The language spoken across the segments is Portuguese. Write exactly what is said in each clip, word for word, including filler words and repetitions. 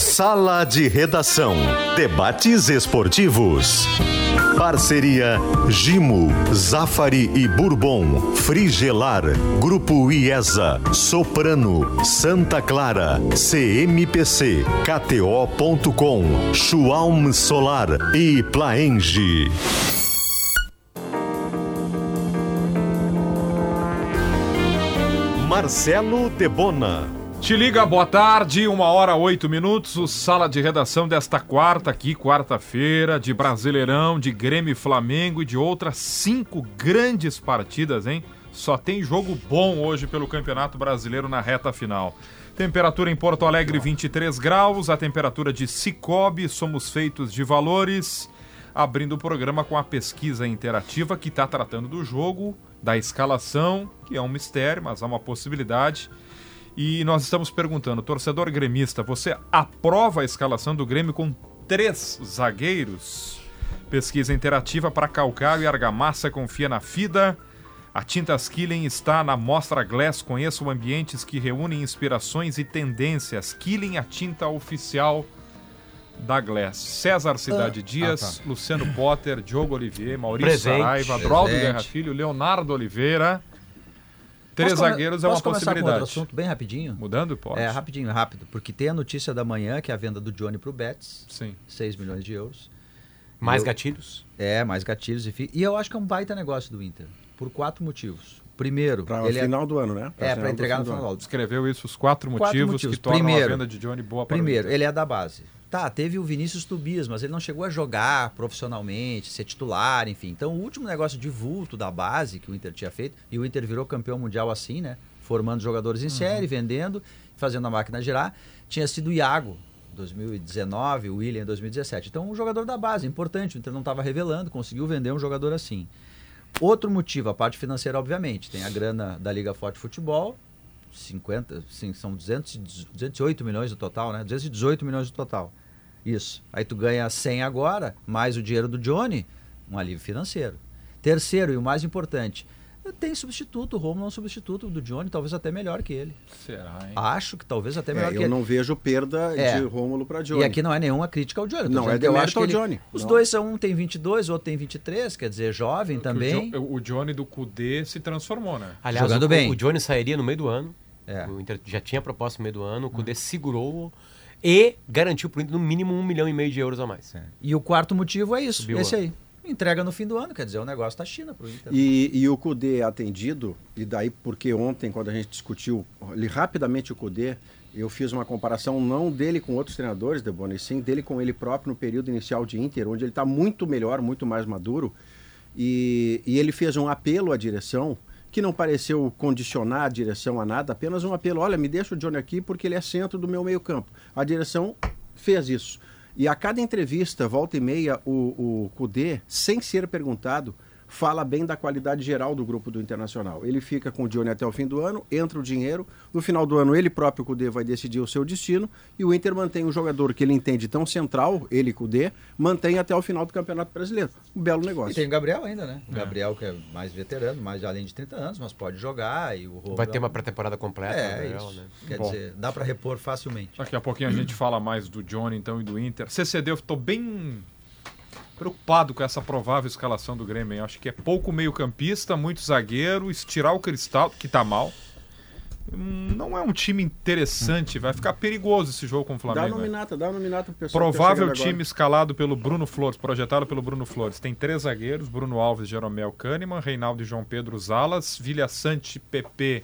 Sala de Redação. Debates esportivos. Parceria Gimo, Zafari e Bourbon, Frigelar, Grupo IESA, Soprano, Santa Clara, C M P C, K T O ponto com, Schwalm Solar e Plaenge. Marcelo Debona. Te liga, boa tarde, uma hora, oito minutos, o Sala de Redação desta quarta aqui, quarta-feira, de Brasileirão, de Grêmio e Flamengo e de outras cinco grandes partidas, hein? Só tem jogo bom hoje pelo Campeonato Brasileiro na reta final. Temperatura em Porto Alegre, vinte e três graus, a temperatura de Cicobi, somos feitos de valores, abrindo o programa com a pesquisa interativa que está tratando do jogo, da escalação, que é um mistério, mas há uma possibilidade. E nós estamos perguntando, torcedor gremista, você aprova a escalação do Grêmio com três zagueiros? Pesquisa interativa para Calcário e Argamassa, confia na FIDA. A Tintas Killing está na Mostra Glass, conheçam ambientes que reúnem inspirações e tendências. Killing, a tinta oficial da Glass. César Cidade ah, Dias, ah, tá. Luciano Potter, Diogo Olivier, Maurício Presente. Saraiva, Adroaldo Guerra Filho, Leonardo Oliveira. Três come... zagueiros é uma possibilidade. Com outro assunto bem rapidinho? Mudando? Pode. É, rapidinho, rápido. Porque tem a notícia da manhã, que é a venda do Johnny pro Betis. Sim. seis milhões de euros. Mais eu... gatilhos? É, mais gatilhos. Enfim. E eu acho que é um baita negócio do Inter. Por quatro motivos. Primeiro... Para o ele final é... do ano, né? Pra é, para entregar no final do ano. Escreveu isso, os quatro motivos, quatro motivos. que tornam primeiro, a venda de Johnny boa para Primeiro, ele é da base. Tá, teve o Vinícius Tobias, mas ele não chegou a jogar profissionalmente, ser titular, enfim. Então, o último negócio de vulto da base que o Inter tinha feito, e o Inter virou campeão mundial assim, né? Formando jogadores em uhum. série, vendendo, fazendo a máquina girar, tinha sido o Iago, dois mil e dezenove, o William em dois mil e dezessete. Então, um jogador da base, importante, o Inter não estava revelando, conseguiu vender um jogador assim. Outro motivo, a parte financeira, obviamente, tem a grana da Liga Forte Futebol, cinquenta, sim, são duzentos, duzentos e oito milhões no total, né? duzentos e dezoito milhões no total. Isso. Aí tu ganha cem agora, mais o dinheiro do Johnny, um alívio financeiro. Terceiro, e o mais importante, tem substituto, o Rômulo é um substituto do Johnny, talvez até melhor que ele. Será, hein? Acho que talvez até melhor é, que eu ele. Eu não vejo perda é. de Rômulo para Johnny. E aqui não é nenhuma crítica ao Johnny. Não é demérito ao Johnny. Os não. dois são, um tem vinte e dois, o outro tem vinte e três, quer dizer, jovem também. O, jo, o Johnny do Cudê se transformou, né? Aliás, jogando o, bem. O Johnny sairia no meio do ano. É. O Inter já tinha proposta no meio do ano, o Cudê hum. segurou e garantiu para o Inter no mínimo um milhão e meio de euros a mais. É. E o quarto motivo é isso, Subiu esse ano. aí. Entrega no fim do ano, quer dizer, o negócio tá China pro Inter. E, e o Cudê atendido, e daí porque ontem, quando a gente discutiu ali, rapidamente o Cudê, eu fiz uma comparação não dele com outros treinadores, Debona, e sim dele com ele próprio no período inicial de Inter, onde ele está muito melhor, muito mais maduro, e, e ele fez um apelo à direção, que não pareceu condicionar a direção a nada, apenas um apelo, olha, me deixa o Johnny aqui porque ele é centro do meu meio campo. A direção fez isso. E a cada entrevista, volta e meia, o, o Cudê, sem ser perguntado, fala bem da qualidade geral do grupo do Internacional. Ele fica com o Johnny até o fim do ano, entra o dinheiro, no final do ano ele próprio, Cudê, vai decidir o seu destino, e o Inter mantém um jogador que ele entende tão central, ele, Cudê, mantém até o final do Campeonato Brasileiro. Um belo negócio. E tem o Gabriel ainda, né? O é. Gabriel que é mais veterano, mais além de trinta anos, mas pode jogar. E o Rô vai ter uma pré-temporada completa. É, Gabriel, isso. Né? Quer Bom. dizer, dá para repor facilmente. Daqui a pouquinho a gente fala mais do Johnny, então, e do Inter. C C D, eu tô bem preocupado com essa provável escalação do Grêmio, hein? Acho que é pouco meio-campista, muito zagueiro, estirar o Cristal, que tá mal. Não é um time interessante, vai ficar perigoso esse jogo com o Flamengo. Dá a nominata, dá a nominata pro pessoal. Provável que tá time agora. escalado pelo Bruno Flores, projetado pelo Bruno Flores. Tem três zagueiros, Bruno Alves, Jeromel Kahneman, Reinaldo e João Pedro Zalas, Vilha Sante, Pepe,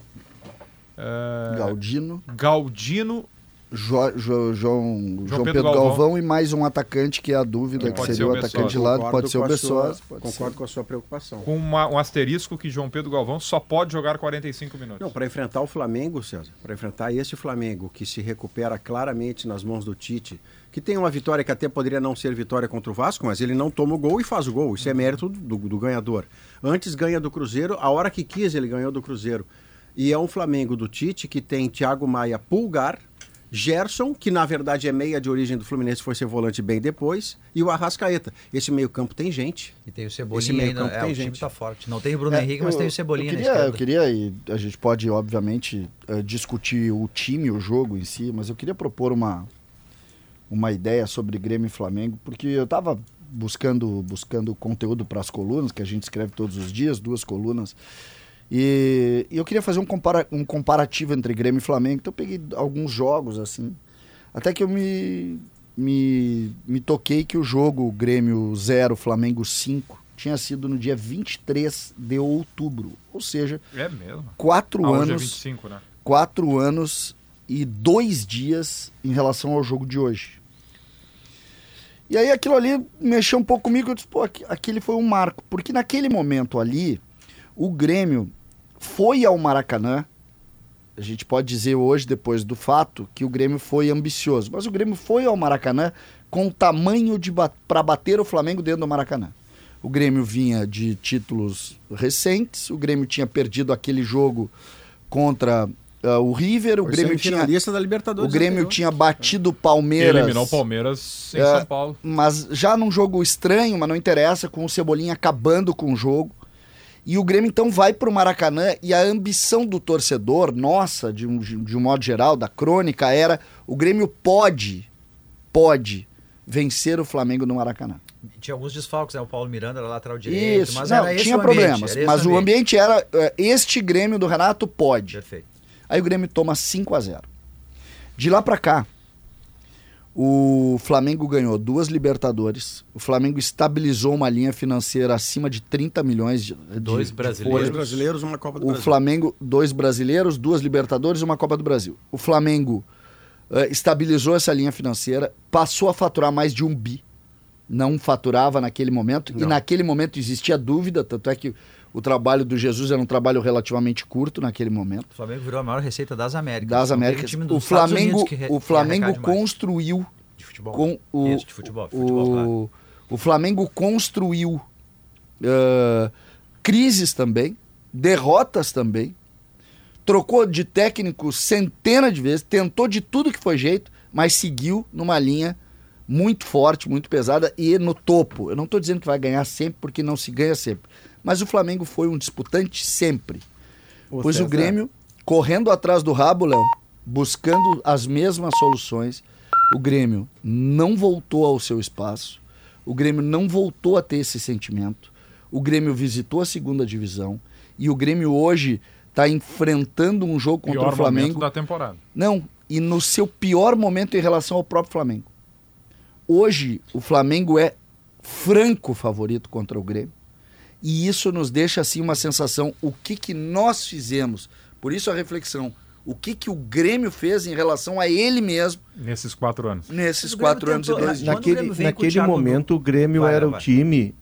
uh, Galdino, Galdino, Jo, jo, João, João, João Pedro, Pedro Galvão. Galvão e mais um atacante que é a dúvida, é, que seria o, o atacante de lado, pode ser o Bessosa. Concordo com a sua preocupação. Com uma, um asterisco que João Pedro Galvão só pode jogar quarenta e cinco minutos. Não, para enfrentar o Flamengo, César, para enfrentar esse Flamengo que se recupera claramente nas mãos do Tite, que tem uma vitória que até poderia não ser vitória contra o Vasco, mas ele não toma o gol e faz o gol. Isso é mérito do, do ganhador. Antes ganha do Cruzeiro, a hora que quis ele ganhou do Cruzeiro. E é um Flamengo do Tite que tem Thiago Maia, Pulgar, Gerson, que na verdade é meia de origem do Fluminense, foi ser volante bem depois, e o Arrascaeta. Esse meio campo tem gente. E tem o Cebolinha ainda, campo é, tem o gente. time tá forte. Não tem o Bruno É, Henrique, mas eu, tem o Cebolinha eu queria, na esquerda. Eu queria, e a gente pode obviamente uh, discutir o time, o jogo em si, mas eu queria propor uma, uma ideia sobre Grêmio e Flamengo, porque eu estava buscando, buscando conteúdo para as colunas, que a gente escreve todos os dias, duas colunas, e, e eu queria fazer um, compara, um comparativo entre Grêmio e Flamengo, então eu peguei alguns jogos, assim, até que eu me, me, me toquei que o jogo Grêmio zero, Flamengo cinco, tinha sido no dia vinte e três de outubro, ou seja, é mesmo? quatro ah, anos, hoje é vinte e cinco, né? quatro anos e dois dias em relação ao jogo de hoje. E aí aquilo ali mexeu um pouco comigo, eu disse, pô, aquele foi um marco, porque naquele momento ali, o Grêmio foi ao Maracanã, a gente pode dizer hoje, depois do fato, que o Grêmio foi ambicioso, mas o Grêmio foi ao Maracanã com o tamanho de ba- para bater o Flamengo dentro do Maracanã. O Grêmio vinha de títulos recentes, o Grêmio tinha perdido aquele jogo contra uh, o River, o Foi Grêmio tinha da Libertadores o Grêmio anterior. tinha batido o Palmeiras. Eliminou o Palmeiras em é, São Paulo. Mas já num jogo estranho, mas não interessa, com o Cebolinha acabando com o jogo. E o Grêmio então vai para o Maracanã e a ambição do torcedor, nossa, de um, de um modo geral, da crônica, era o Grêmio pode, pode vencer o Flamengo no Maracanã. Tinha alguns desfalques, né? O Paulo Miranda era lateral direito, Isso, mas não, era esse tinha o ambiente, problemas, era esse mas o ambiente era, este Grêmio do Renato pode. Perfeito. Aí o Grêmio toma cinco a zero. De lá pra cá, o Flamengo ganhou duas Libertadores, o Flamengo estabilizou uma linha financeira acima de trinta milhões de, dois de, brasileiros. de Dois brasileiros, uma Copa do o Brasil. Flamengo, dois brasileiros, duas Libertadores e uma Copa do Brasil. O Flamengo uh, estabilizou essa linha financeira, passou a faturar mais de um bi. Não faturava naquele momento, Não. e naquele momento existia dúvida, tanto é que o trabalho do Jesus era um trabalho relativamente curto naquele momento. O Flamengo virou a maior receita das Américas. Das Não teve Américas. time dos O Estados Flamengo, Unidos que re- o que Flamengo arrecade mais. construiu De futebol. com o, Isso, de futebol, futebol, o, claro. o Flamengo construiu uh, crises também, derrotas também, trocou de técnico centenas de vezes, tentou de tudo que foi jeito, mas seguiu numa linha muito forte, muito pesada e no topo. Eu não estou dizendo que vai ganhar sempre, porque não se ganha sempre. Mas o Flamengo foi um disputante sempre. Ô, pois César, o Grêmio, correndo atrás do rabo, Léo, buscando as mesmas soluções, o Grêmio não voltou ao seu espaço, o Grêmio não voltou a ter esse sentimento, o Grêmio visitou a segunda divisão e o Grêmio hoje está enfrentando um jogo contra Pior o Flamengo. momento da temporada. Não, e no seu pior momento em relação ao próprio Flamengo. Hoje, o Flamengo é franco favorito contra o Grêmio. E isso nos deixa, assim, uma sensação, o que que nós fizemos? Por isso a reflexão, o que que o Grêmio fez em relação a ele mesmo Nesses quatro anos. nesses O Grêmio quatro anos e tentou- dois dias? Quando o Naquele, Grêmio vem com o naquele Thiago momento, no- o Grêmio Vai, era vai. o time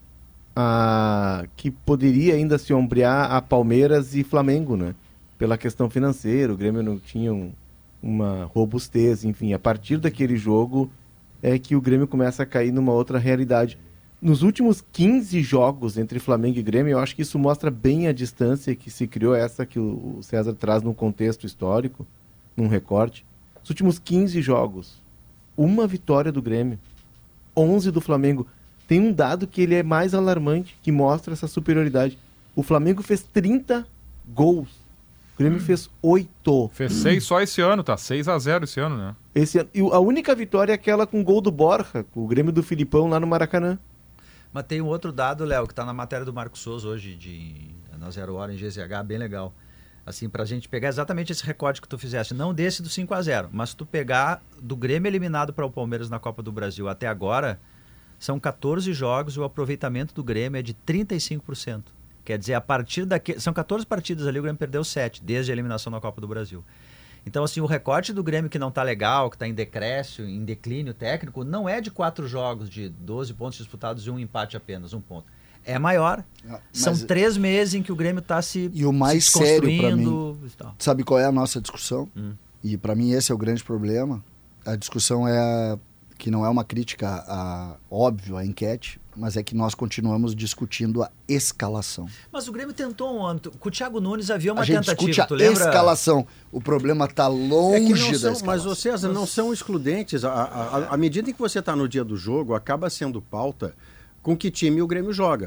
ah, que poderia ainda se ombrear a Palmeiras e Flamengo, né? Pela questão financeira, o Grêmio não tinha um, uma robustez, enfim. A partir daquele jogo é que o Grêmio começa a cair numa outra realidade. Nos últimos quinze jogos entre Flamengo e Grêmio, eu acho que isso mostra bem a distância que se criou, essa que o César traz num contexto histórico, num recorte. Os últimos quinze jogos, uma vitória do Grêmio, onze do Flamengo. Tem um dado que ele é mais alarmante, que mostra essa superioridade. O Flamengo fez trinta gols, o Grêmio fez oito. Fez seis só esse ano, tá? seis a zero esse ano, né? Esse ano. E a única vitória é aquela com o gol do Borja, o Grêmio do Filipão lá no Maracanã. Mas tem um outro dado, Léo, que está na matéria do Marcos Souza hoje, de, na Zero Hora, em G Z H, bem legal. Assim, pra gente pegar exatamente esse recorde que tu fizeste. Não desse do cinco a zero, mas se tu pegar do Grêmio eliminado para o Palmeiras na Copa do Brasil até agora, são catorze jogos e o aproveitamento do Grêmio é de trinta e cinco por cento. Quer dizer, a partir daqui... São catorze partidas ali, o Grêmio perdeu sete, desde a eliminação na Copa do Brasil. Então, assim, o recorte do Grêmio que não tá legal, que tá em decréscimo, em declínio técnico, não é de quatro jogos de doze pontos disputados e um empate apenas, um ponto. É maior. Ah, São mas- três meses em que o Grêmio tá se E o mais se sério pra desconstruindo e tal. Sabe qual é a nossa discussão? Hum. E para mim esse é o grande problema. A discussão é que não é uma crítica a, óbvio à enquete, mas é que nós continuamos discutindo a escalação. Mas o Grêmio tentou um ano. Com o Thiago Nunes havia uma a gente tentativa, discute a tu lembra? escalação. O problema está É longe que não da são, escalação. mas, ô César, não são excludentes. À, à, à medida em que você está no dia do jogo, acaba sendo pauta com que time o Grêmio joga.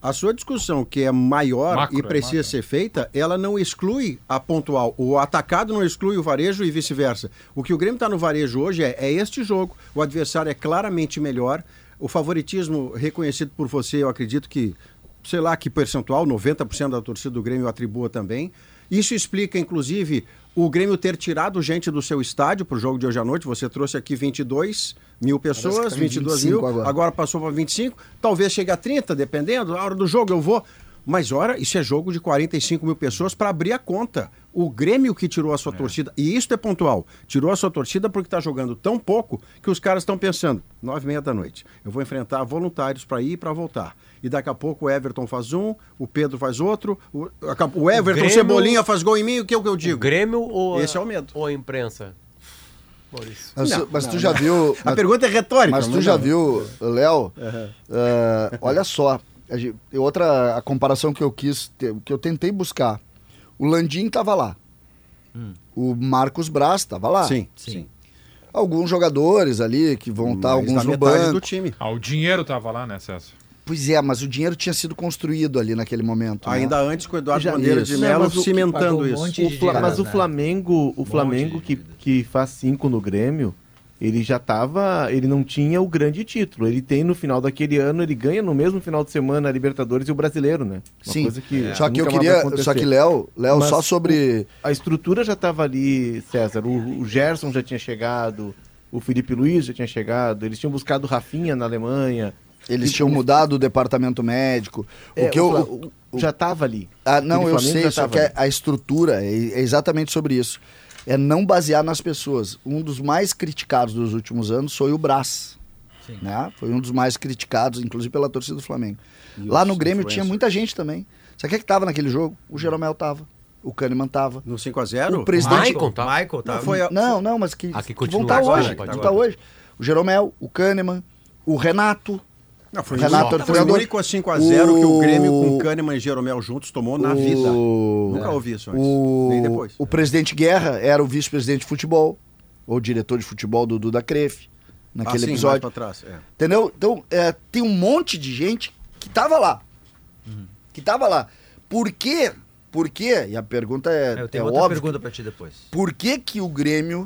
A sua discussão, que é maior Macro, e precisa é ser feita, ela não exclui a pontual. O atacado não exclui o varejo e vice-versa. O que o Grêmio está no varejo hoje é, é este jogo. O adversário é claramente melhor. O favoritismo reconhecido por você, eu acredito que, sei lá que percentual, noventa por cento da torcida do Grêmio atribua também. Isso explica, inclusive, o Grêmio ter tirado gente do seu estádio para o jogo de hoje à noite. Você trouxe aqui vinte e dois mil pessoas, vinte e dois mil, agora. agora passou para vinte e cinco, talvez chegue a trinta, dependendo, a hora do jogo eu vou. Mas, ora, isso é jogo de quarenta e cinco mil pessoas para abrir a conta. O Grêmio que tirou a sua é. torcida, e isso é pontual, tirou a sua torcida porque está jogando tão pouco que os caras estão pensando, nove e meia da noite, eu vou enfrentar voluntários para ir e para voltar. E daqui a pouco o Everton faz um, o Pedro faz outro, o, o Everton, o Grêmio, Cebolinha faz gol em mim, o que é o que eu digo? O Grêmio ou Esse a, é o medo. ou a imprensa? Maurício. Mas, não, mas não, tu já não. viu... A pergunta é retórica. Mas tu já viu, Léo, uhum. uh, olha só, a, outra a comparação que eu quis, ter, que eu tentei buscar, o Landim estava lá, hum. o Marcos Braz estava lá. Sim, sim. Alguns jogadores ali que vão estar, alguns no banco. Do time. Ah, o dinheiro estava lá, né, César? Pois é, mas o dinheiro tinha sido construído ali naquele momento. Ainda né? antes com o Eduardo Já, Bandeira isso. de Mello Não, cimentando o, isso. Um o Fla, mas né? o Flamengo, o um Flamengo que, que faz cinco no Grêmio, ele já estava, ele não tinha o grande título. Ele tem no final daquele ano, ele ganha no mesmo final de semana a Libertadores e o Brasileiro, né? Uma Sim, coisa que é. só que eu queria, só que Léo, Léo só sobre... O, a estrutura já estava ali, César, o, o Gerson já tinha chegado, o Felipe Luiz já tinha chegado, eles tinham buscado o Rafinha na Alemanha... Eles tinham mudado o departamento médico. É, o que o, eu, o, já estava ali. Ah, não, eu sei, só que ali. a estrutura é, é exatamente sobre isso. É não basear nas pessoas. Um dos mais criticados dos últimos anos foi o Braz. Sim. Né? Foi um dos mais criticados, inclusive pela torcida do Flamengo. E Lá no Grêmio tinha muita gente também. Sabe quem é que estava naquele jogo? O Jeromel estava. O Kahneman estava. No cinco a zero? O presidente... Michael tá? Michael tava. Não, foi a... não, não, mas que, ah, que, que vão estar hoje. Vão estar hoje. O Jeromel, o Kahneman, o Renato... Não, foi, Renato, foi o único cinco a zero o... que o Grêmio com Kahneman e Jeromel juntos tomou na o... vida. Nunca é. ouvi isso antes, o... nem depois. O presidente Guerra era o vice-presidente de futebol, ou diretor de futebol do Duda Cref, naquele ah, sim, episódio. Mais pra trás, é. Entendeu? Então, é, tem um monte de gente que tava lá. Uhum. Que tava lá. Por quê? Por quê? E a pergunta é, Eu tenho é outra óbvia. pergunta pra ti depois. Por que que o Grêmio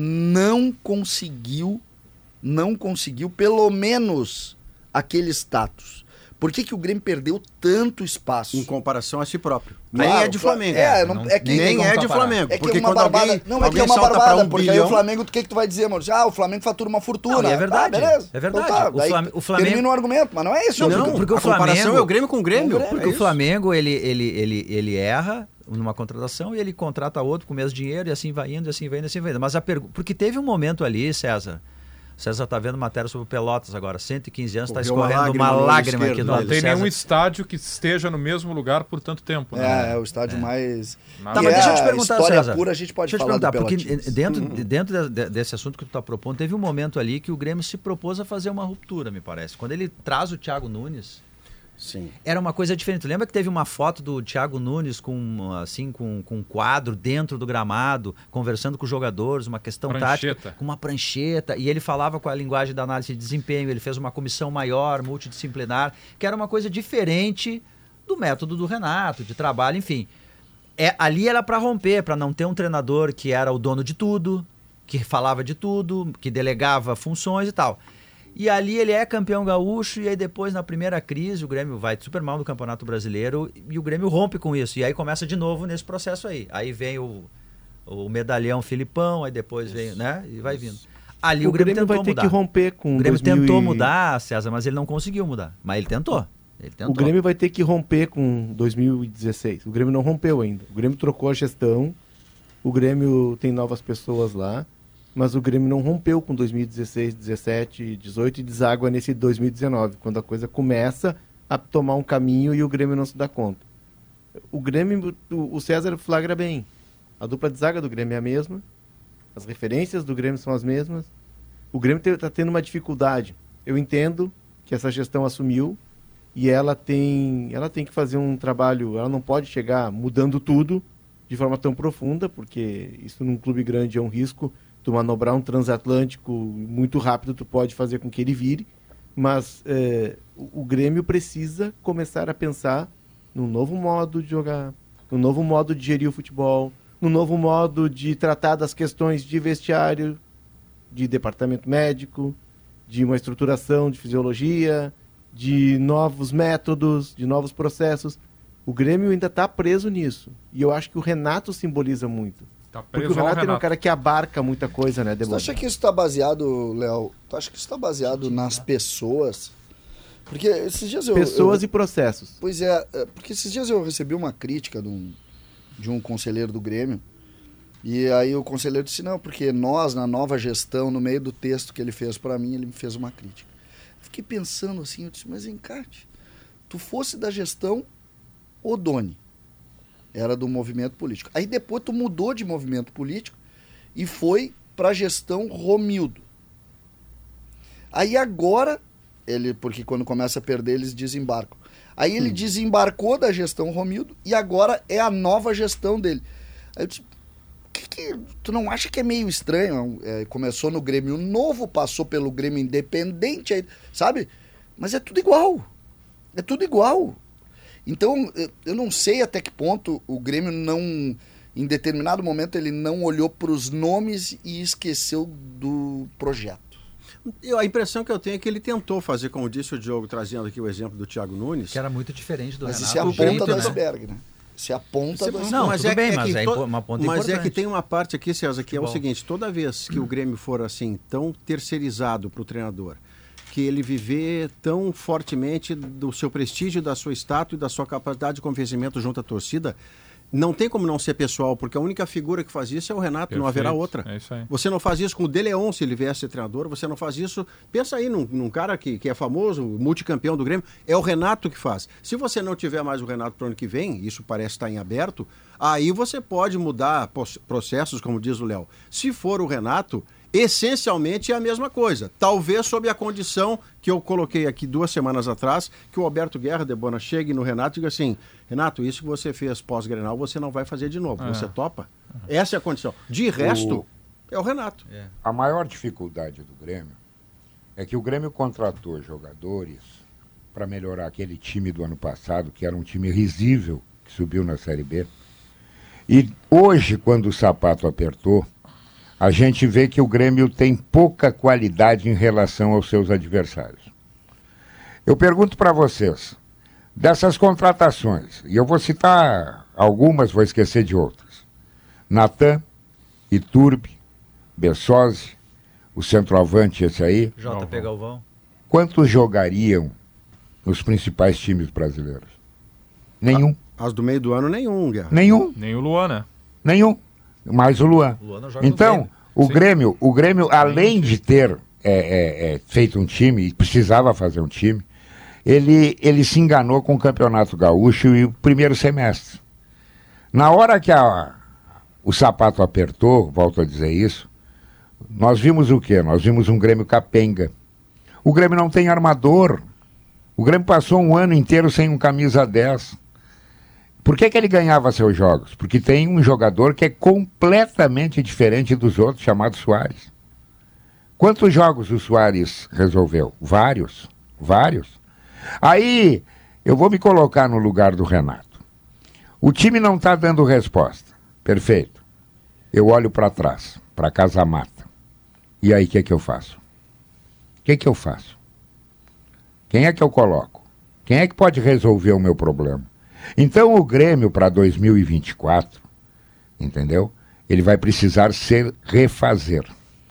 não conseguiu, não conseguiu, pelo menos... aquele status. Por que que o Grêmio perdeu tanto espaço? Em comparação a si próprio. Claro, nem é de Flamengo. É, não, é que, nem é de Flamengo. É que porque uma quando barbada, alguém, não, é alguém que é uma barbada, um porque bilhão... aí o Flamengo, o que que tu vai dizer, mano? Ah, o Flamengo fatura uma fortuna. Não, é verdade. Ah, beleza. É verdade. Então, tá, o, Flam o Flamengo... termina o argumento, mas não é isso. Não, Não, porque, porque a o Flamengo... comparação é o Grêmio com o Grêmio. Grêmio. Porque é o Flamengo, ele, ele, ele, ele erra numa contratação e ele contrata outro com o mesmo dinheiro e assim vai indo, assim vai indo, assim vai indo. Mas a pergunta... Porque teve um momento ali, César... César tá vendo matéria sobre o Pelotas agora, cento e quinze anos, está escorrendo uma lágrima, uma lágrima aqui do Não lado tem do César. nenhum estádio que esteja no mesmo lugar por tanto tempo. Né? É, é o estádio é. mais... Tá, mas deixa eu te perguntar, história César. Pura, a gente pode deixa falar eu te perguntar, do porque dentro, uhum. dentro de, de, desse assunto que tu está propondo, teve um momento ali que o Grêmio se propôs a fazer uma ruptura, me parece. Quando ele traz o Thiago Nunes... Sim. Era uma coisa diferente. Lembra que teve uma foto do Thiago Nunes com, assim, com, com um quadro dentro do gramado, conversando com os jogadores, uma questão prancheta. tática, com uma prancheta, e ele falava com a linguagem da análise de desempenho, ele fez uma comissão maior, multidisciplinar, que era uma coisa diferente do método do Renato, de trabalho, enfim. É, ali era para romper, para não ter um treinador que era o dono de tudo, que falava de tudo, que delegava funções e tal. E ali ele é campeão gaúcho, e aí depois, na primeira crise, o Grêmio vai super mal no Campeonato Brasileiro, e o Grêmio rompe com isso. E aí começa de novo nesse processo aí. Aí vem o, o medalhão Filipão, aí depois isso, vem, né? E vai vindo. Ali o, o Grêmio, Grêmio tentou vai ter mudar. que romper com O Grêmio dois mil tentou e... mudar, César, mas ele não conseguiu mudar. Mas ele tentou. Ele tentou. O Grêmio vai ter que romper com dois mil e dezesseis. O Grêmio não rompeu ainda. O Grêmio trocou a gestão, o Grêmio tem novas pessoas lá, mas o Grêmio não rompeu com dois mil e dezesseis, dezessete, dezoito e deságua nesse dois mil e dezenove, quando a coisa começa a tomar um caminho e o Grêmio não se dá conta. O Grêmio, o César flagra bem. A dupla de zaga do Grêmio é a mesma, as referências do Grêmio são as mesmas. O Grêmio está tendo uma dificuldade. Eu entendo que essa gestão assumiu e ela tem, ela tem que fazer um trabalho, ela não pode chegar mudando tudo de forma tão profunda, porque isso num clube grande é um risco. Tu manobrar um transatlântico muito rápido, tu pode fazer com que ele vire, mas é, o, o Grêmio precisa começar a pensar num novo modo de jogar, num novo modo de gerir o futebol, num novo modo de tratar das questões de vestiário, de departamento médico, de uma estruturação de fisiologia, de novos métodos, de novos processos. O Grêmio ainda está preso nisso. E eu acho que o Renato simboliza muito. Tá Porque o Renato, Renato é um cara que abarca muita coisa, né, Debona? Você acha que isso está baseado, Léo? Tu acha que isso está baseado nas pessoas? Porque esses dias eu... Pessoas eu, e processos. Pois é, porque esses dias eu recebi uma crítica de um, de um conselheiro do Grêmio. E aí o conselheiro disse, não, porque nós, na nova gestão, no meio do texto que ele fez para mim, ele me fez uma crítica. Fiquei pensando assim, eu disse, mas encarte, tu fosse da gestão Odoni, era do movimento político. Aí depois tu mudou de movimento político e foi para a gestão Romildo. Aí agora, ele, porque quando começa a perder eles desembarcam. Aí ele hum. desembarcou da gestão Romildo e agora é a nova gestão dele. Aí eu disse, que, que, tu não acha que é meio estranho? É, começou no Grêmio Novo, passou pelo Grêmio Independente, aí, sabe? Mas é tudo igual. É tudo igual. Então, eu não sei até que ponto o Grêmio não, em determinado momento, ele não olhou para os nomes e esqueceu do projeto. Eu, a impressão que eu tenho é que ele tentou fazer, como disse o Diogo, trazendo aqui o exemplo do Thiago Nunes. Que era muito diferente do mas Renato. Mas isso é a ponta do iceberg, né? Se aponta... Não, não, mas é, bem, é mas é to... uma ponta Mas importante. é que tem uma parte aqui, César, que é o seguinte, toda vez que o Grêmio for assim, tão terceirizado para o treinador, que ele viver tão fortemente do seu prestígio, da sua estátua e da sua capacidade de convencimento junto à torcida, não tem como não ser pessoal, porque a única figura que faz isso é o Renato, Perfeito. Não haverá outra. É isso aí. Você não faz isso com o De Leon, se ele viesse ser treinador, você não faz isso... Pensa aí num, num cara que, que é famoso, multicampeão do Grêmio, é o Renato que faz. Se você não tiver mais o Renato para o ano que vem, isso parece estar em aberto, aí você pode mudar processos, como diz o Léo. Se for o Renato... Essencialmente é a mesma coisa, talvez sob a condição que eu coloquei aqui duas semanas atrás, que o Alberto Guerra, Debona, chegue no Renato e diga assim, Renato, isso que você fez pós-Grenal, você não vai fazer de novo, é. Você topa? É. Essa é a condição. De resto, o... é o Renato. É. A maior dificuldade do Grêmio é que o Grêmio contratou jogadores para melhorar aquele time do ano passado, que era um time risível, que subiu na Série B. E hoje, quando o sapato apertou, a gente vê que o Grêmio tem pouca qualidade em relação aos seus adversários. Eu pergunto para vocês, dessas contratações, e eu vou citar algumas, vou esquecer de outras. Natan, Iturbe, Bessosi, o centroavante esse aí. J P Galvão. Quantos jogariam nos principais times brasileiros? Nenhum. As do meio do ano, nenhum, Guerra. Nenhum. Nem o Luan, né? Nenhum. Mais o Luan. Luan então, o Grêmio, o Grêmio, além de ter é, é, é, feito um time, e precisava fazer um time, ele, ele se enganou com o Campeonato Gaúcho e o primeiro semestre. Na hora que a, o sapato apertou, volto a dizer isso, nós vimos o quê? Nós vimos um Grêmio capenga. O Grêmio não tem armador. O Grêmio passou um ano inteiro sem um camisa dez. Por que que ele ganhava seus jogos? Porque tem um jogador que é completamente diferente dos outros, chamado Soares. Quantos jogos o Soares resolveu? Vários. Vários. Aí, eu vou me colocar no lugar do Renato. O time não está dando resposta. Perfeito. Eu olho para trás, para Casa Mata. E aí, o que que eu faço? O que que eu faço? Quem é que eu coloco? Quem é que pode resolver o meu problema? Então o Grêmio para dois mil e vinte e quatro, entendeu? Ele vai precisar ser refazer.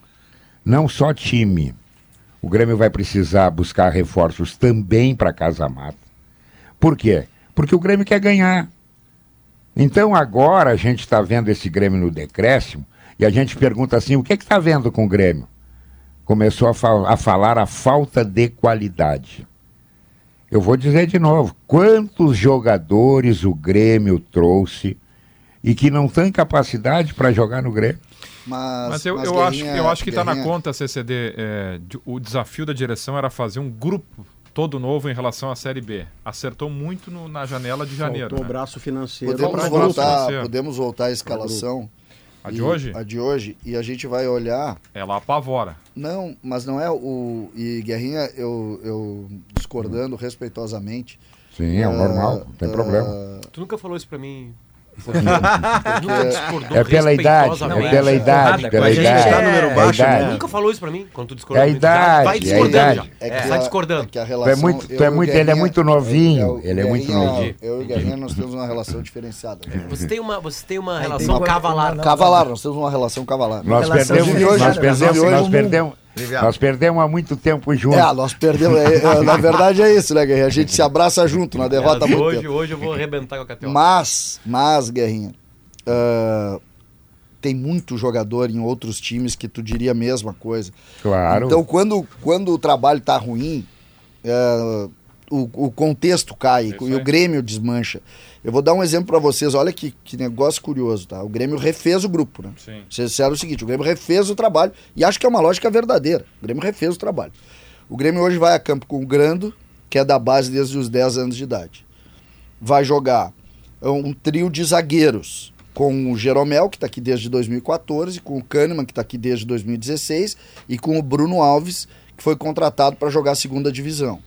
Não só time. O Grêmio vai precisar buscar reforços também para Casa Mata. Por quê? Porque o Grêmio quer ganhar. Então agora a gente está vendo esse Grêmio no decréscimo e a gente pergunta assim, o que está vendo com o Grêmio? Começou a, fal- a falar a falta de qualidade. Eu vou dizer de novo, quantos jogadores o Grêmio trouxe e que não tem capacidade para jogar no Grêmio? Mas, mas eu, mas eu, acho, eu acho que está na conta, C C D, é, de, o desafio da direção era fazer um grupo todo novo em relação à Série B. Acertou muito no, na janela de janeiro. Faltou né? o braço financeiro. Podemos voltar, financeiro. podemos voltar à escalação. A de e, hoje? A de hoje. E a gente vai olhar... Ela apavora. Não, mas não é o... E Guerrinha, eu, eu discordando respeitosamente... Sim, é o uh, normal, não tem uh, problema. Tu nunca falou isso pra mim... É pela idade, não, é pela idade, é, pela idade. Tá número baixo, é né? Nunca falou isso pra mim, quando tu discordou. É a idade, vai discordando. É, é vai discordando. É que a relação, é muito, tu é muito, ele é muito novinho, ele é muito novinho. Eu e o Guerrinha, nós temos uma relação diferenciada. Você tem uma, você tem uma relação cavalar. Cavalar, nós temos uma relação cavalar. Nós perdemos, nós perdemos, nós perdemos, nós perdemos há muito tempo juntos. É, nós perdemos, na verdade é isso, né, Guerrinha? A gente se abraça junto, na derrota muito hoje, hoje eu vou arrebentar com a Cateó. Mas, mas, Guerrinha, Uh, tem muito jogador em outros times que tu diria a mesma coisa. Claro. Então, quando, quando o trabalho tá ruim, uh, o, o contexto cai e o Grêmio desmancha. Eu vou dar um exemplo para vocês. Olha que, que negócio curioso, tá? O Grêmio refez o grupo, né? Sim. Vocês disseram o seguinte, o Grêmio refez o trabalho e acho que é uma lógica verdadeira. O Grêmio refez o trabalho. O Grêmio hoje vai a campo com o Grando, que é da base desde os dez anos de idade. Vai jogar um trio de zagueiros, com o Jeromel, que está aqui desde dois mil e quatorze, com o Kahneman, que está aqui desde dois mil e dezesseis, e com o Bruno Alves, que foi contratado para jogar a segunda divisão.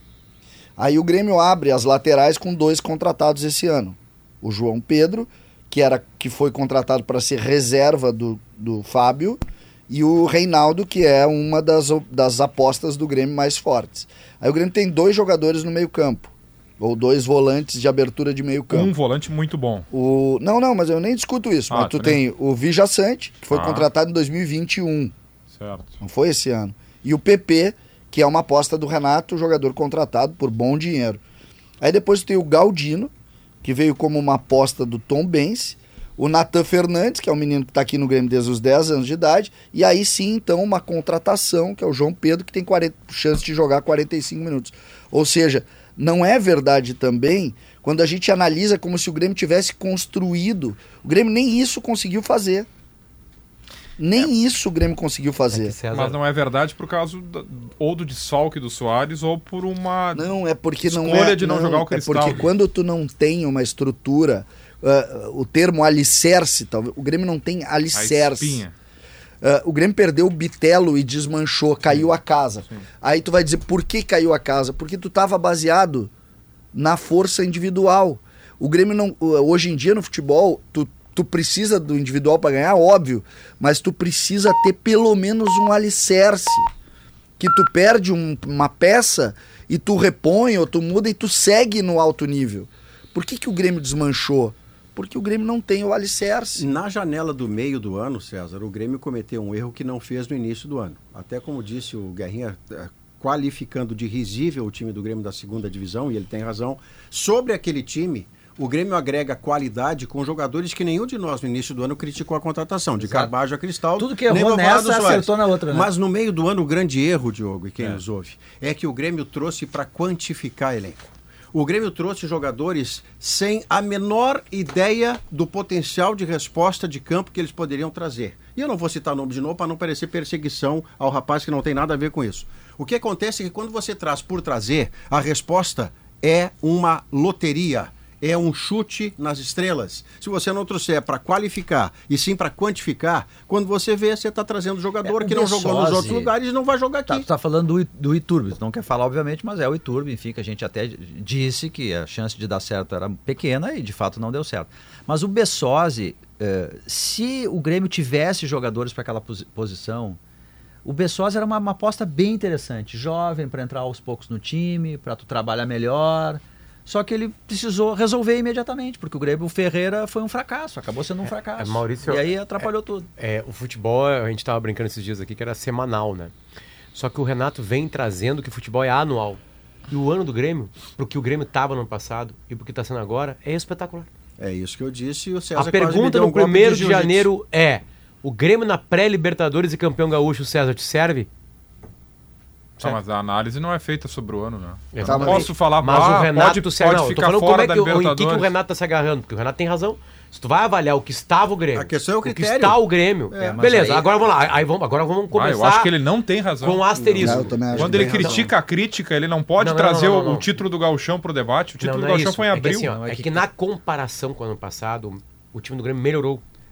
Aí o Grêmio abre as laterais com dois contratados esse ano. O João Pedro, que, era, que foi contratado para ser reserva do, do Fábio, e o Reinaldo, que é uma das, das apostas do Grêmio mais fortes. Aí o Grêmio tem dois jogadores no meio campo, ou dois volantes de abertura de meio campo. Um volante muito bom. O... Não, não, mas eu nem discuto isso. Ah, mas tu tem nem... o Vija Sante, que foi ah. contratado em dois mil e vinte e um. Certo. Não foi esse ano. E o P P, que é uma aposta do Renato, jogador contratado por bom dinheiro. Aí depois tu tem o Galdino, que veio como uma aposta do Tombense. O Natan Fernandes, que é um menino que está aqui no Grêmio desde os dez anos de idade. E aí sim, então, uma contratação, que é o João Pedro, que tem quarenta, chance de jogar quarenta e cinco minutos. Ou seja... Não é verdade também quando a gente analisa como se o Grêmio tivesse construído. O Grêmio nem isso conseguiu fazer. Nem é. isso o Grêmio conseguiu fazer. É Mas não é verdade por causa do, ou do desfalque do Soares ou por uma não, é porque escolha não é, de não, não jogar o Cristal. É porque quando tu não tem uma estrutura, uh, o termo alicerce, talvez, o Grêmio não tem alicerce. A espinha. Uh, o Grêmio perdeu o Bitelo e desmanchou, caiu a casa. Sim. Aí tu vai dizer, por que caiu a casa? Porque tu estava baseado na força individual. O Grêmio, não, hoje em dia no futebol, tu, tu precisa do individual para ganhar, óbvio, mas tu precisa ter pelo menos um alicerce. Que tu perde um, uma peça e tu repõe ou tu muda e tu segue no alto nível. Por que, que o Grêmio desmanchou? Porque o Grêmio não tem o alicerce. Na janela do meio do ano, César, o Grêmio cometeu um erro que não fez no início do ano. Até como disse o Guerrinha, qualificando de risível o time do Grêmio da segunda divisão, e ele tem razão, sobre aquele time, o Grêmio agrega qualidade com jogadores que nenhum de nós no início do ano criticou a contratação, de Carbajo a Cristal. Tudo que errou nessa acertou na outra, né? Mas no meio do ano o grande erro, Diogo, e quem é. nos ouve, é que o Grêmio trouxe para quantificar elenco. O Grêmio trouxe jogadores sem a menor ideia do potencial de resposta de campo que eles poderiam trazer. E eu não vou citar nome de novo para não parecer perseguição ao rapaz que não tem nada a ver com isso. O que acontece é que quando você traz por trazer, a resposta é uma loteria. É um chute nas estrelas. Se você não trouxer para qualificar e sim para quantificar, quando você vê, você está trazendo jogador é, que não Bessosi, jogou nos outros lugares e não vai jogar aqui. Tá, tu está falando do, do Iturbe, não quer falar obviamente, mas é o Iturbe, enfim, que a gente até disse que a chance de dar certo era pequena e de fato não deu certo. Mas o Bessosi, eh, se o Grêmio tivesse jogadores para aquela posi- posição, o Bessosi era uma, uma aposta bem interessante, jovem, para entrar aos poucos no time, para tu trabalhar melhor. Só que ele precisou resolver imediatamente, porque o Grêmio Ferreira foi um fracasso, acabou sendo um fracasso. É, Maurício, e aí atrapalhou é, tudo. É, o futebol, a gente estava brincando esses dias aqui, que era semanal, né? Só que o Renato vem trazendo que o futebol é anual. E o ano do Grêmio, pro que o Grêmio estava no ano passado e pro que está sendo agora, é espetacular. É isso que eu disse e o César A pergunta no um primeiro de, de janeiro é, o Grêmio na pré-Libertadores e campeão gaúcho, o César, te serve? Tá, mas a análise não é feita sobre o ano, né? Eu tá, não posso falar, mas ah, o Renato pode, serve, pode não, ficar falando fora como é da que, em Libertadores. que, que o Renato tá se agarrando, porque o Renato tem razão. Se tu vai avaliar o que estava o Grêmio, a questão é o critério. O que está o Grêmio, é, beleza, aí... agora vamos lá, aí vamos, agora vamos começar. Ah, eu acho que ele não tem razão. Com asterisco. Não, Quando ele critica razão. a crítica, ele não pode não, trazer não, não, não, não. o título do Gauchão pro debate. O título não, não do Gauchão é foi em abril. É que, assim, ó, é que na comparação com o ano passado, o time do Grêmio melhorou.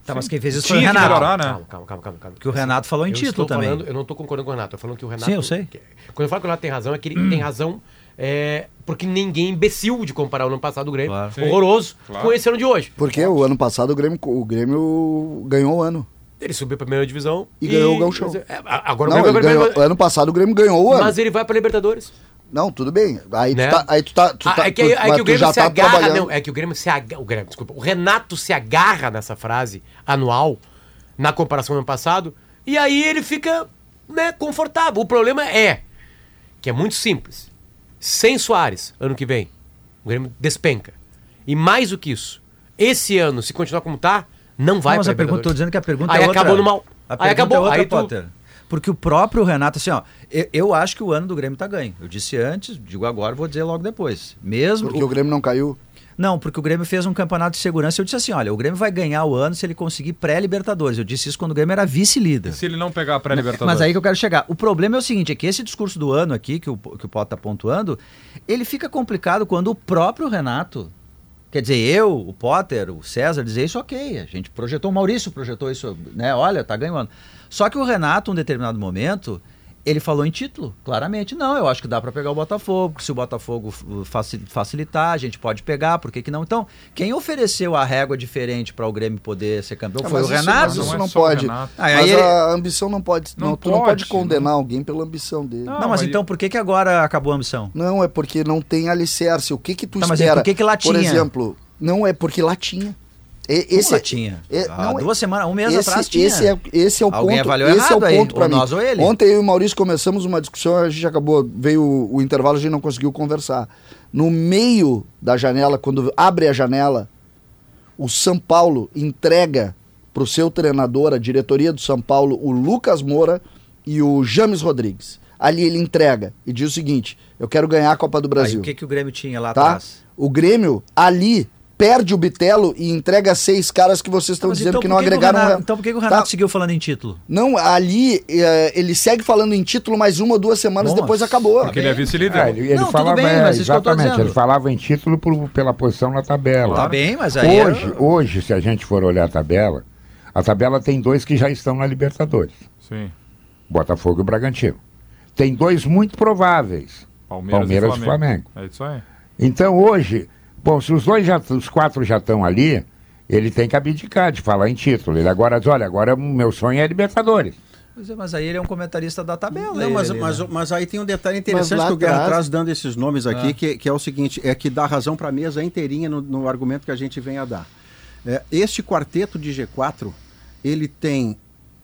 Tá, mas quem fez isso foi o Tinha que Renato. melhorar, né? Calma, calma, calma, calma, calma. Porque o Renato falou em Eu título estou também. falando- eu não estou concordando com o Renato. Eu tô falando que o Renato... Sim, eu sei. Quando eu falo que o Renato tem razão, é que ele tem razão é, porque ninguém é imbecil de comparar o ano passado do Grêmio, Claro. horroroso, Claro. com esse ano de hoje. Porque o ano passado o Grêmio, o Grêmio ganhou o ano. Ele subiu pra primeira divisão E ganhou o Gauchão. É, Agora Não, o Grêmio ele vai pra ganhou, ano passado o Grêmio ganhou o ano. Mas ele vai pra Libertadores. Não, tudo bem. Aí Né? tu tá. Aí tu tá, tu Ah, tá é que, tu- é mas que o tu Grêmio já se tá agarra, trabalhando. não, é que o Grêmio se agarra, o Grêmio, desculpa, o Renato se agarra nessa frase anual, na comparação com o ano passado, e aí ele fica, né, confortável. O problema é que é muito simples. Sem Soares, ano que vem, o Grêmio despenca. E mais do que isso, esse ano, se continuar como tá, não vai Não, mas pra a pergunta, tô Libertadores. dizendo que a pergunta Aí é outra. acabou no mal. A Aí pergunta acabou. é outra, Aí tu- Potter. Porque o próprio Renato, assim, ó, eu, eu acho que o ano do Grêmio tá ganho. Eu disse antes, digo agora, vou dizer logo depois. Mesmo. Porque o Grêmio não caiu. Não, porque o Grêmio fez um campeonato de segurança. Eu disse assim: olha, o Grêmio vai ganhar o ano se ele conseguir pré-Libertadores. Eu disse isso quando o Grêmio era vice-líder. Se ele não pegar a pré-Libertadores. Mas aí que eu quero chegar. O problema é o seguinte: é que esse discurso do ano aqui, que o, que o Potter tá pontuando, ele fica complicado quando o próprio Renato. Quer dizer, eu, o Potter, o César, dizer isso, ok. A gente projetou, o Maurício projetou isso, né? Olha, tá ganhando. Só que o Renato, em um determinado momento, ele falou em título, claramente. Não, eu acho que dá para pegar o Botafogo. Se o Botafogo faci- facilitar, a gente pode pegar, por que que não? Então, quem ofereceu a régua diferente para o Grêmio poder ser campeão Ah, foi o mas isso- Renato. mas Não isso é não só o pode. Renato. Ah, aí Mas ele- a ambição não pode. Não Não, tu não pode pode, condenar alguém pela ambição dele. Não, Não, mas mas então por que que agora acabou a ambição? Não, é porque não tem alicerce. O que que tu Tá, mas espera? por que que lá Por tinha? exemplo, não é porque lá tinha. E- Como esse lá tinha? é- Há não é- duas semanas, um mês esse, atrás tinha. Esse é, esse é o Alguém ponto. avaliou esse errado é o aí, ponto ou para mim. nós ou ele. Ontem eu e o Maurício começamos uma discussão, a gente acabou, veio o, o intervalo, a gente não conseguiu conversar. No meio da janela, quando abre a janela, o São Paulo entrega para o seu treinador, a diretoria do São Paulo, o Lucas Moura e o James Rodrigues. Ali ele entrega e diz o seguinte: eu quero ganhar a Copa do Aí, Brasil. o que que o Grêmio tinha lá Tá? atrás? O Grêmio ali perde o Bitelo e entrega seis caras que vocês estão Mas dizendo então que por não que que o agregaram. Renato- re- Então por que que o Renato Tá. seguiu falando em título? Não, ali eh, ele segue falando em título mais uma ou duas semanas, Nossa, depois acabou. Porque ele é vice-líder. É, ele ele Não, tudo falava, bem, é, mas isso que eu tô exatamente, dizendo. ele falava em título por- pela posição na tabela. Tá bem, mas aí era- Hoje, hoje, se a gente for olhar a tabela, a tabela tem dois que já estão na Libertadores, Sim. Botafogo e Bragantino. Tem dois muito prováveis, Palmeiras, Palmeiras e e Flamengo. Flamengo. É isso aí. Então hoje, bom, se os dois já, os quatro já estão ali, ele tem que abdicar de falar em título. Ele agora diz, olha, agora o meu sonho é Libertadores. Pois é, mas aí ele é um comentarista da tabela. Não, ele mas, ali, mas, né? mas aí tem um detalhe Mas interessante lá que o Guerra atrás- traz dando esses nomes aqui, Ah. que, que é o seguinte, é que dá razão para a mesa inteirinha no, no argumento que a gente vem a dar. É, este quarteto de G quatro, ele tem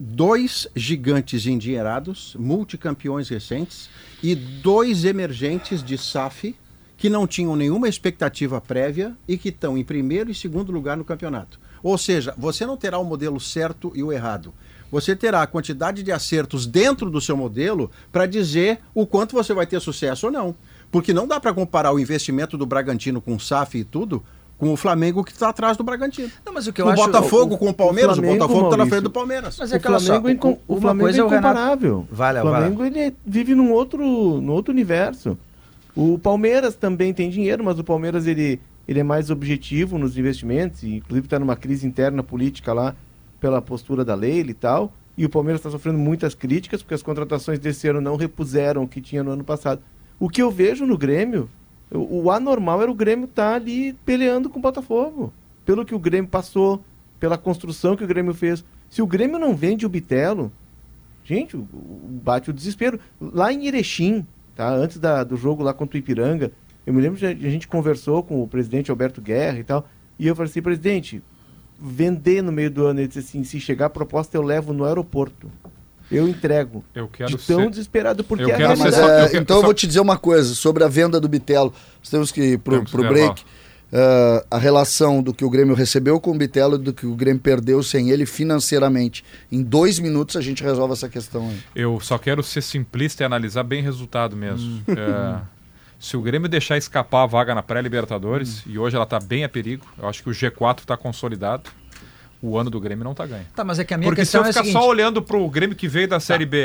dois gigantes endinheirados, multicampeões recentes, e dois emergentes de S A F, que não tinham nenhuma expectativa prévia e que estão em primeiro e segundo lugar no campeonato. Ou seja, você não terá o modelo certo e o errado. Você terá a quantidade de acertos dentro do seu modelo para dizer o quanto você vai ter sucesso ou não. Porque não dá para comparar o investimento do Bragantino com o S A F e tudo com o Flamengo que está atrás do Bragantino. Não, mas o que eu o acho... Botafogo o- com o Palmeiras, o, Flamengo, Botafogo está na Maurício, frente do Palmeiras. Mas O é que olha só, Flamengo, é incom- u- o uma Flamengo coisa é é o Renato... incomparável. Vai, Léo, o vai lá. Flamengo ele vive num outro, num outro universo. O Palmeiras também tem dinheiro, mas o Palmeiras ele, ele é mais objetivo nos investimentos, e inclusive está numa crise interna política lá pela postura da Leila e tal. E o Palmeiras está sofrendo muitas críticas porque as contratações desse ano não repuseram o que tinha no ano passado. O que eu vejo no Grêmio, o, o anormal era o Grêmio estar ali peleando com o Botafogo. Pelo que o Grêmio passou, pela construção que o Grêmio fez. Se o Grêmio não vende o Bitelo, gente, o- o- bate o desespero. Lá em Erechim, tá? Antes da- do jogo lá contra o Ipiranga, eu me lembro que a gente conversou com o presidente Alberto Guerra e tal, e eu falei assim, presidente, vender no meio do ano, ele disse assim, se chegar a proposta eu levo no aeroporto. Eu entrego. Eu quero De tão ser... desesperado, porque Eu é a quero ser Mas, realidade. só- é, eu quero- então eu só- vou te dizer uma coisa sobre a venda do Bitelo. Nós temos que ir pro, Temos que pro intervalo. break. Uh, a relação do que o Grêmio recebeu com o Bitelo e do que o Grêmio perdeu sem ele financeiramente. Em dois minutos a gente resolve essa questão aí. Eu só quero ser simplista e analisar bem resultado mesmo. É, se o Grêmio deixar escapar a vaga na pré-Libertadores, e hoje ela está bem a perigo, eu acho que o G quatro está consolidado, o ano do Grêmio não está ganho. Tá, mas é que a minha Porque se questão eu é a ficar seguinte... só olhando pro Grêmio que veio da Série B,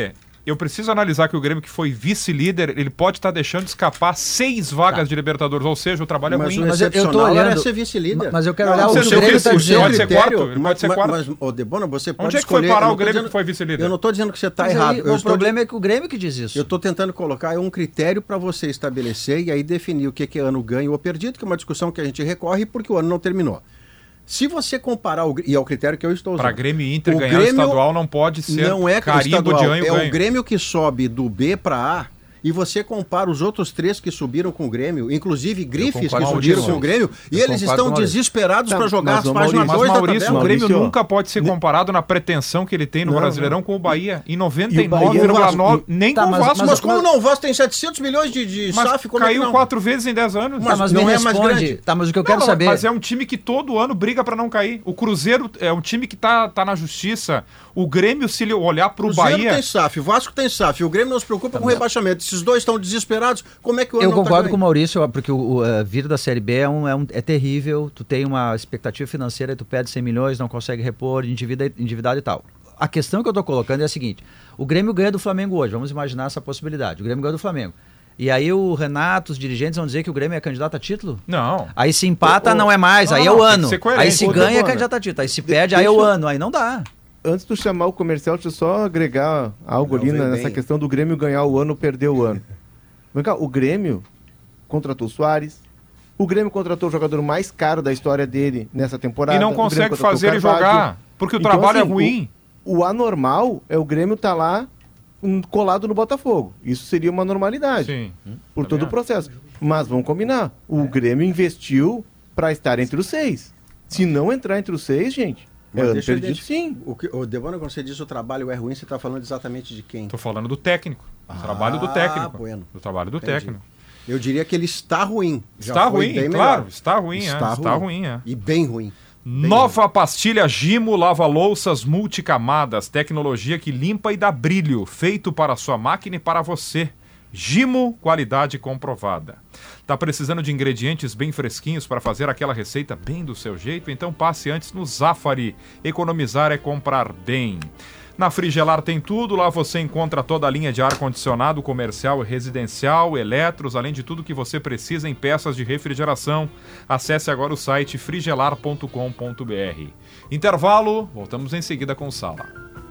eu preciso analisar que o Grêmio, que foi vice-líder, ele pode estar deixando de escapar seis vagas tá. de Libertadores, ou seja, o trabalho mas é ruim. O mas eu, eu tô olhando... é ser vice-líder. Mas eu quero não, olhar não, o que o Grêmio está dizendo. Pode ser quarto, ele pode ser quarto. Mas, ô, Debona, você pode Onde é que escolher... foi parar o Grêmio que foi vice-líder? Eu não estou dizendo que você está Mas errado. Aí, eu o problema de... é que o Grêmio que diz isso. Eu estou tentando colocar um critério para você estabelecer e aí definir o que é ano ganho ou perdido, que é uma discussão que a gente recorre porque o ano não terminou. Se você comparar, o, e é o critério que eu estou usando. Para Grêmio e Inter o ganhar Grêmio o estadual não pode ser não é carimbo estadual, de ganho. É ganho. o Grêmio que sobe do B para A e você compara os outros três que subiram com o Grêmio, inclusive grifes que subiram com o Grêmio, e eu eles estão desesperados tá, para jogar as páginas Mas, dois Maurício, da tabela. o Grêmio Maurício, nunca pode ser comparado na pretensão que ele tem no não, Brasileirão não. com o Bahia. Em noventa e nove E o vírgula Bahia- nove, nem Tá, com o mas- Vasco. Mas, mas- como não? O Vasco tem setecentos milhões de, de Mas SAF. Como é que caiu não? quatro vezes em dez anos. Tá, mas não me é mais responde. grande. Tá, mas o que eu quero Não, saber... Mas é um time que todo ano briga para não cair. O Cruzeiro é um time que tá, tá na justiça. O Grêmio, se ele olhar pro Cruzeiro Bahia... tem SAF, o Vasco tem SAF, o Grêmio não se preocupa com o rebaixamento. Esses dois estão desesperados, como é que o ano Eu não tá concordo ganho? com o Maurício, porque o, o uh, vir da Série B é, um, é, um, é terrível. Tu tem uma expectativa financeira, tu pede cem milhões, não consegue repor, endivida, endividado e tal. A questão que eu tô colocando é a seguinte: o Grêmio ganha do Flamengo hoje, vamos imaginar essa possibilidade. O Grêmio ganha do Flamengo. E aí o Renato, os dirigentes vão dizer que o Grêmio é candidato a título? Não. Aí se empata, Ô, ô, não é mais, não, aí não, é o tem que ano. ser coerente. Aí se Ô, ganha, é Debona, candidato a título. Aí se de- perde, aí é o deixa eu- ano. Aí não dá. Antes de tu chamar o comercial, deixa eu só agregar algo Não, ali vem na- nessa bem. questão do Grêmio ganhar o ano ou perder o ano. Vem cá, o Grêmio contratou o Soares, o Grêmio contratou o jogador mais caro da história dele nessa temporada. E não o Grêmio consegue contratou o fazer ele Carvalho. jogar. Porque o Então, trabalho assim, é ruim. O, o anormal é o Grêmio estar lá hum, colado no Botafogo. Isso seria uma normalidade. Sim. Por Tá todo vendo? o processo. Mas vamos combinar. O Grêmio investiu para estar entre os seis. Se não entrar entre os seis, gente, é Mas ano deixa eu perdido identificar. sim. O que, o Debona, quando você diz o trabalho é ruim, você está falando exatamente de quem? Tô falando do técnico. Do trabalho do técnico. bueno. Do trabalho do Entendi. técnico. Eu diria que ele está ruim. Já Está foi ruim, bem claro. melhor. Está ruim, é. Está Está ruim, é. E bem ruim. Bem Nova pastilha Gimo lava-louças multicamadas, tecnologia que limpa e dá brilho, feito para a sua máquina e para você. Gimo, qualidade comprovada. Tá precisando de ingredientes bem fresquinhos para fazer aquela receita bem do seu jeito? Então passe antes no Zafari. Economizar é comprar bem. Na Frigelar tem tudo, lá você encontra toda a linha de ar-condicionado comercial e residencial, eletros, além de tudo que você precisa em peças de refrigeração. Acesse agora o site frigelar ponto com ponto br. Intervalo, voltamos em seguida com o Sala.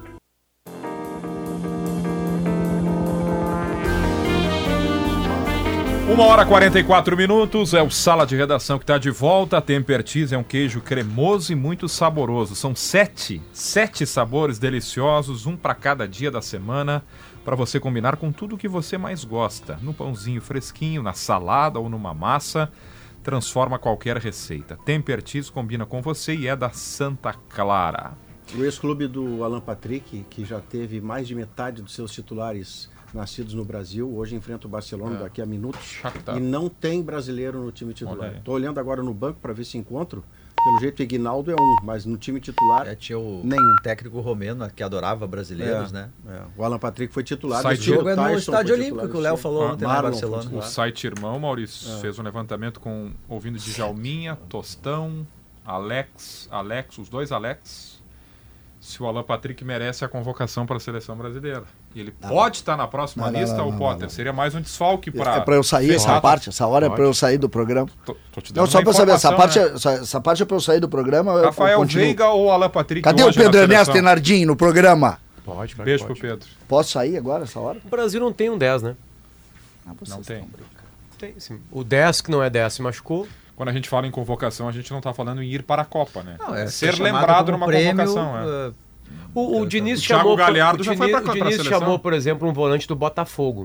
Uma hora e quarenta e quatro minutos, é o Sala de Redação que está de volta. A Tempertiz é um queijo cremoso e muito saboroso. São sete, sete sabores deliciosos, um para cada dia da semana, para você combinar com tudo que você mais gosta. No pãozinho fresquinho, na salada ou numa massa, transforma qualquer receita. Tempertiz combina com você e é da Santa Clara. O ex-clube do Alan Patrick, que já teve mais de metade dos seus titulares nascidos no Brasil, hoje enfrenta o Barcelona É. daqui a minutos Shakhtar. e não tem brasileiro no time Olha titular. aí. Estou olhando agora no banco para ver se encontro. Pelo jeito, o Ignaldo é um, mas no time titular, É, tinha o nenhum. técnico romeno que adorava brasileiros, É, né? é. O Alan Patrick foi titular. Sai o de Ciro jogo é no Tyson Estádio foi Olímpico, titular, que o Léo sim. falou ontem na Marlon Barcelona. foi O titular. site Irmão, Maurício, fez um levantamento com ouvindo de Jalminha, Tostão, Alex, Alex, os dois Alex, se o Alan Patrick merece a convocação para a seleção brasileira. E ele pode estar na próxima Não, não, lista, não, o não, Potter. não, não. Seria mais um desfalque para... É pra eu sair essa Ferrado. parte? Essa hora é Pode. pra eu sair do programa? Tô, tô te Não, dando só uma pra saber, essa parte, informação, é, né? essa, essa parte é pra eu sair do programa. eu Rafael continuo. Veiga ou Alan Patrick Cadê o hoje na Pedro Ernesto seleção? Tenardim no programa? Pode, claro Beijo que pro pode. Pedro. Posso sair agora, essa hora? O Brasil não tem um dez, né? Ah, vocês Não tem. estão brincando. Tem, sim. O dez, que não é dez, se machucou. Quando a gente fala em convocação, a gente não está falando em ir para a Copa, né? Não, é ser chamado lembrado como numa prêmio, convocação. É. uh, O, o Diniz O Thiago chamou. Galhardo o já foi Diniz, pra- o pra Diniz seleção. chamou, por exemplo, um volante do Botafogo.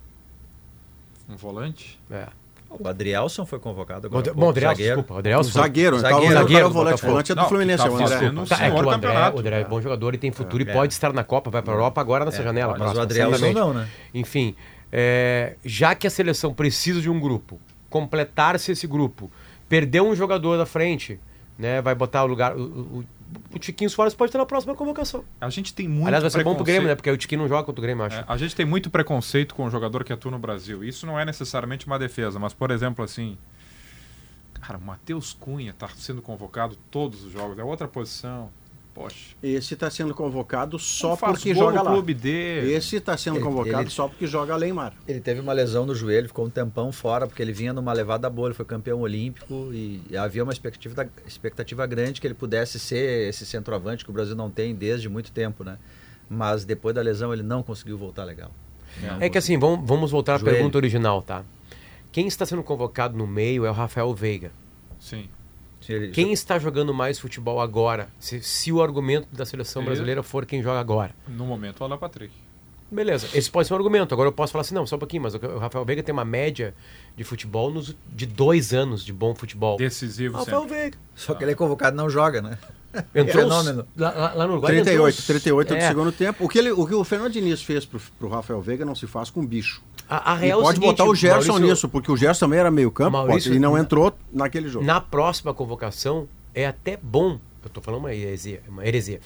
Um volante? É. o Adrielson foi convocado Bom, agora. bom, Adrielson, zagueiro. desculpa. Adrielson foi- Zagueiro, Zagueiro, então, zagueiro zagueiro, do volante, Botafogo. volante é do Não, Fluminense, que é tá o André. fazendo- Tá, é que senhor o André, campeonato. o André é bom jogador e tem futuro e É. pode estar na Copa, vai para a Europa agora nessa É, janela. mas o próxima, Adrielson certamente. não, né? Enfim, é, já que a seleção precisa de um grupo, completar-se esse grupo, perder um jogador da frente, né, vai botar o lugar... O, o, o Tiquinho Soares pode estar na próxima convocação. A gente tem muito Aliás, vai ser bom pro Grêmio, né? preconceito. Porque o Tiquinho não joga contra o Grêmio, eu acho. É, a gente tem muito preconceito com o jogador que atua no Brasil. Isso não é necessariamente uma defesa, mas, por exemplo, assim... Cara, o Matheus Cunha está sendo convocado todos os jogos. É outra posição. Poxa. Esse está sendo convocado só Não faz porque gol joga no lá. clube dele. Esse está sendo Ele- convocado ele- só porque joga lá em Mar. Ele teve uma lesão no joelho, ficou um tempão fora, porque ele vinha numa levada boa, ele foi campeão olímpico e havia uma expectativa, expectativa grande que ele pudesse ser esse centroavante que o Brasil não tem desde muito tempo, né? Mas depois da lesão ele não conseguiu voltar legal. Não É que assim, vamos, vamos voltar à Joelho. pergunta original, tá? Quem está sendo convocado no meio é o Rafael Veiga. Sim. Ele- Quem está jogando mais futebol agora? Se, se o argumento da seleção Ele- brasileira for quem joga agora. No momento, o Alan Patrick. Beleza, esse pode ser um argumento. Agora eu posso falar assim, não, só um pouquinho, mas o o Rafael Veiga tem uma média de futebol nos, de dois anos de bom futebol. Decisivo Rafael sempre. Veiga. Só que ele é convocado e não joga, né? Entrou Fenômeno. lá, lá, lá no Uruguai. trinta e entrou oito, os- trinta e oito do é, segundo tempo. O que, ele, o que o Fernando Diniz fez pro, pro Rafael Veiga não se faz com bicho. A, a E real é o pode seguinte, botar o Gerson Maurício, nisso, porque o Gerson também era meio campo Maurício, pode, e não na- entrou naquele jogo. Na próxima convocação, é até bom, eu tô falando uma heresia, uma heresia.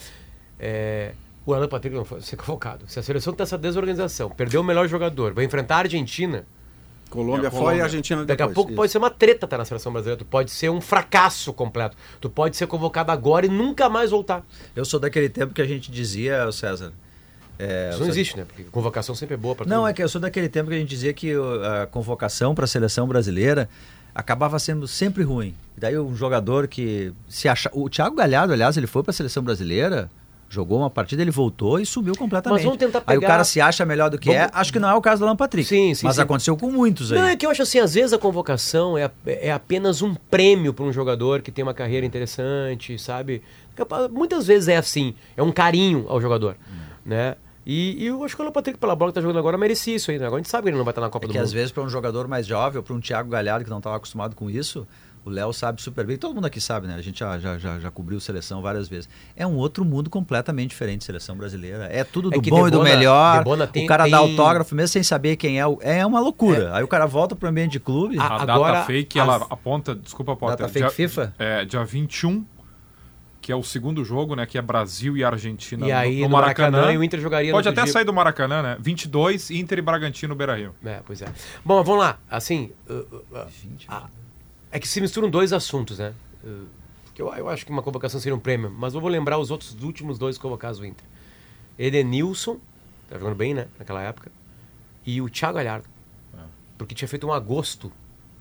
É, o Alan Patrick não foi ser convocado. Se a seleção tem essa desorganização, perdeu o melhor jogador, vai enfrentar a Argentina, Colômbia E a fora e Colômbia. a Argentina daqui depois. a pouco Isso. pode ser uma treta estar na seleção brasileira, tu pode ser um fracasso completo. Tu pode ser convocado agora e nunca mais voltar. Eu sou daquele tempo que a gente dizia, César. é, Isso não César, existe, né? Porque convocação sempre é boa para Não, é que eu sou daquele tempo que a gente dizia que o- a convocação para a seleção brasileira acabava sendo sempre ruim. Daí um jogador que se acha... O Thiago Galhardo, aliás, ele foi para a seleção brasileira, jogou uma partida, ele voltou e subiu completamente. Mas vamos tentar Aí o pegar- cara se acha melhor do que Vamos- é. Acho que não é o caso do Alan Patrick. Sim, sim, Mas sim. aconteceu com muitos aí. Não, é que eu acho assim, às vezes a convocação é, é apenas um prêmio para um jogador que tem uma carreira interessante, sabe? Muitas vezes é assim, é um carinho ao jogador, né? E, e eu acho que o Alan Patrick, pela bola que tá jogando agora, merecia isso aí, né? Agora a gente sabe que ele não vai estar na Copa É do que Mundo. às vezes para um jogador mais jovem, ou para um Thiago Galhardo que não estava acostumado com isso, o Léo sabe super bem, todo mundo aqui sabe, né? A gente já, já, já, já cobriu seleção várias vezes. É um outro mundo completamente diferente de seleção brasileira. É tudo É do que bom e do Debona- melhor. Debona tem- o cara tem- dá autógrafo mesmo sem saber quem é. O... É uma loucura. Aí o cara volta pro ambiente de clube. Ah, A Agora, data fake, as- ela aponta, desculpa, Potter. Data fake dia, FIFA? É, dia vinte e um, que é o segundo jogo, né? Que é Brasil e Argentina E aí, no, no Maracanã, e o Inter jogaria no Pode outro até dia. sair do Maracanã, né? vinte e dois, Inter e Bragantino, Beira-Rio. É, pois é. Bom, vamos lá. Assim, uh, uh, uh, ah, é que se misturam dois assuntos, né? Uh, que eu, eu acho que uma convocação seria um prêmio, mas eu vou lembrar os outros últimos dois convocados do Inter. Edenilson, tá jogando bem, né? Naquela época. E o Thiago Galhardo. Porque tinha feito um agosto.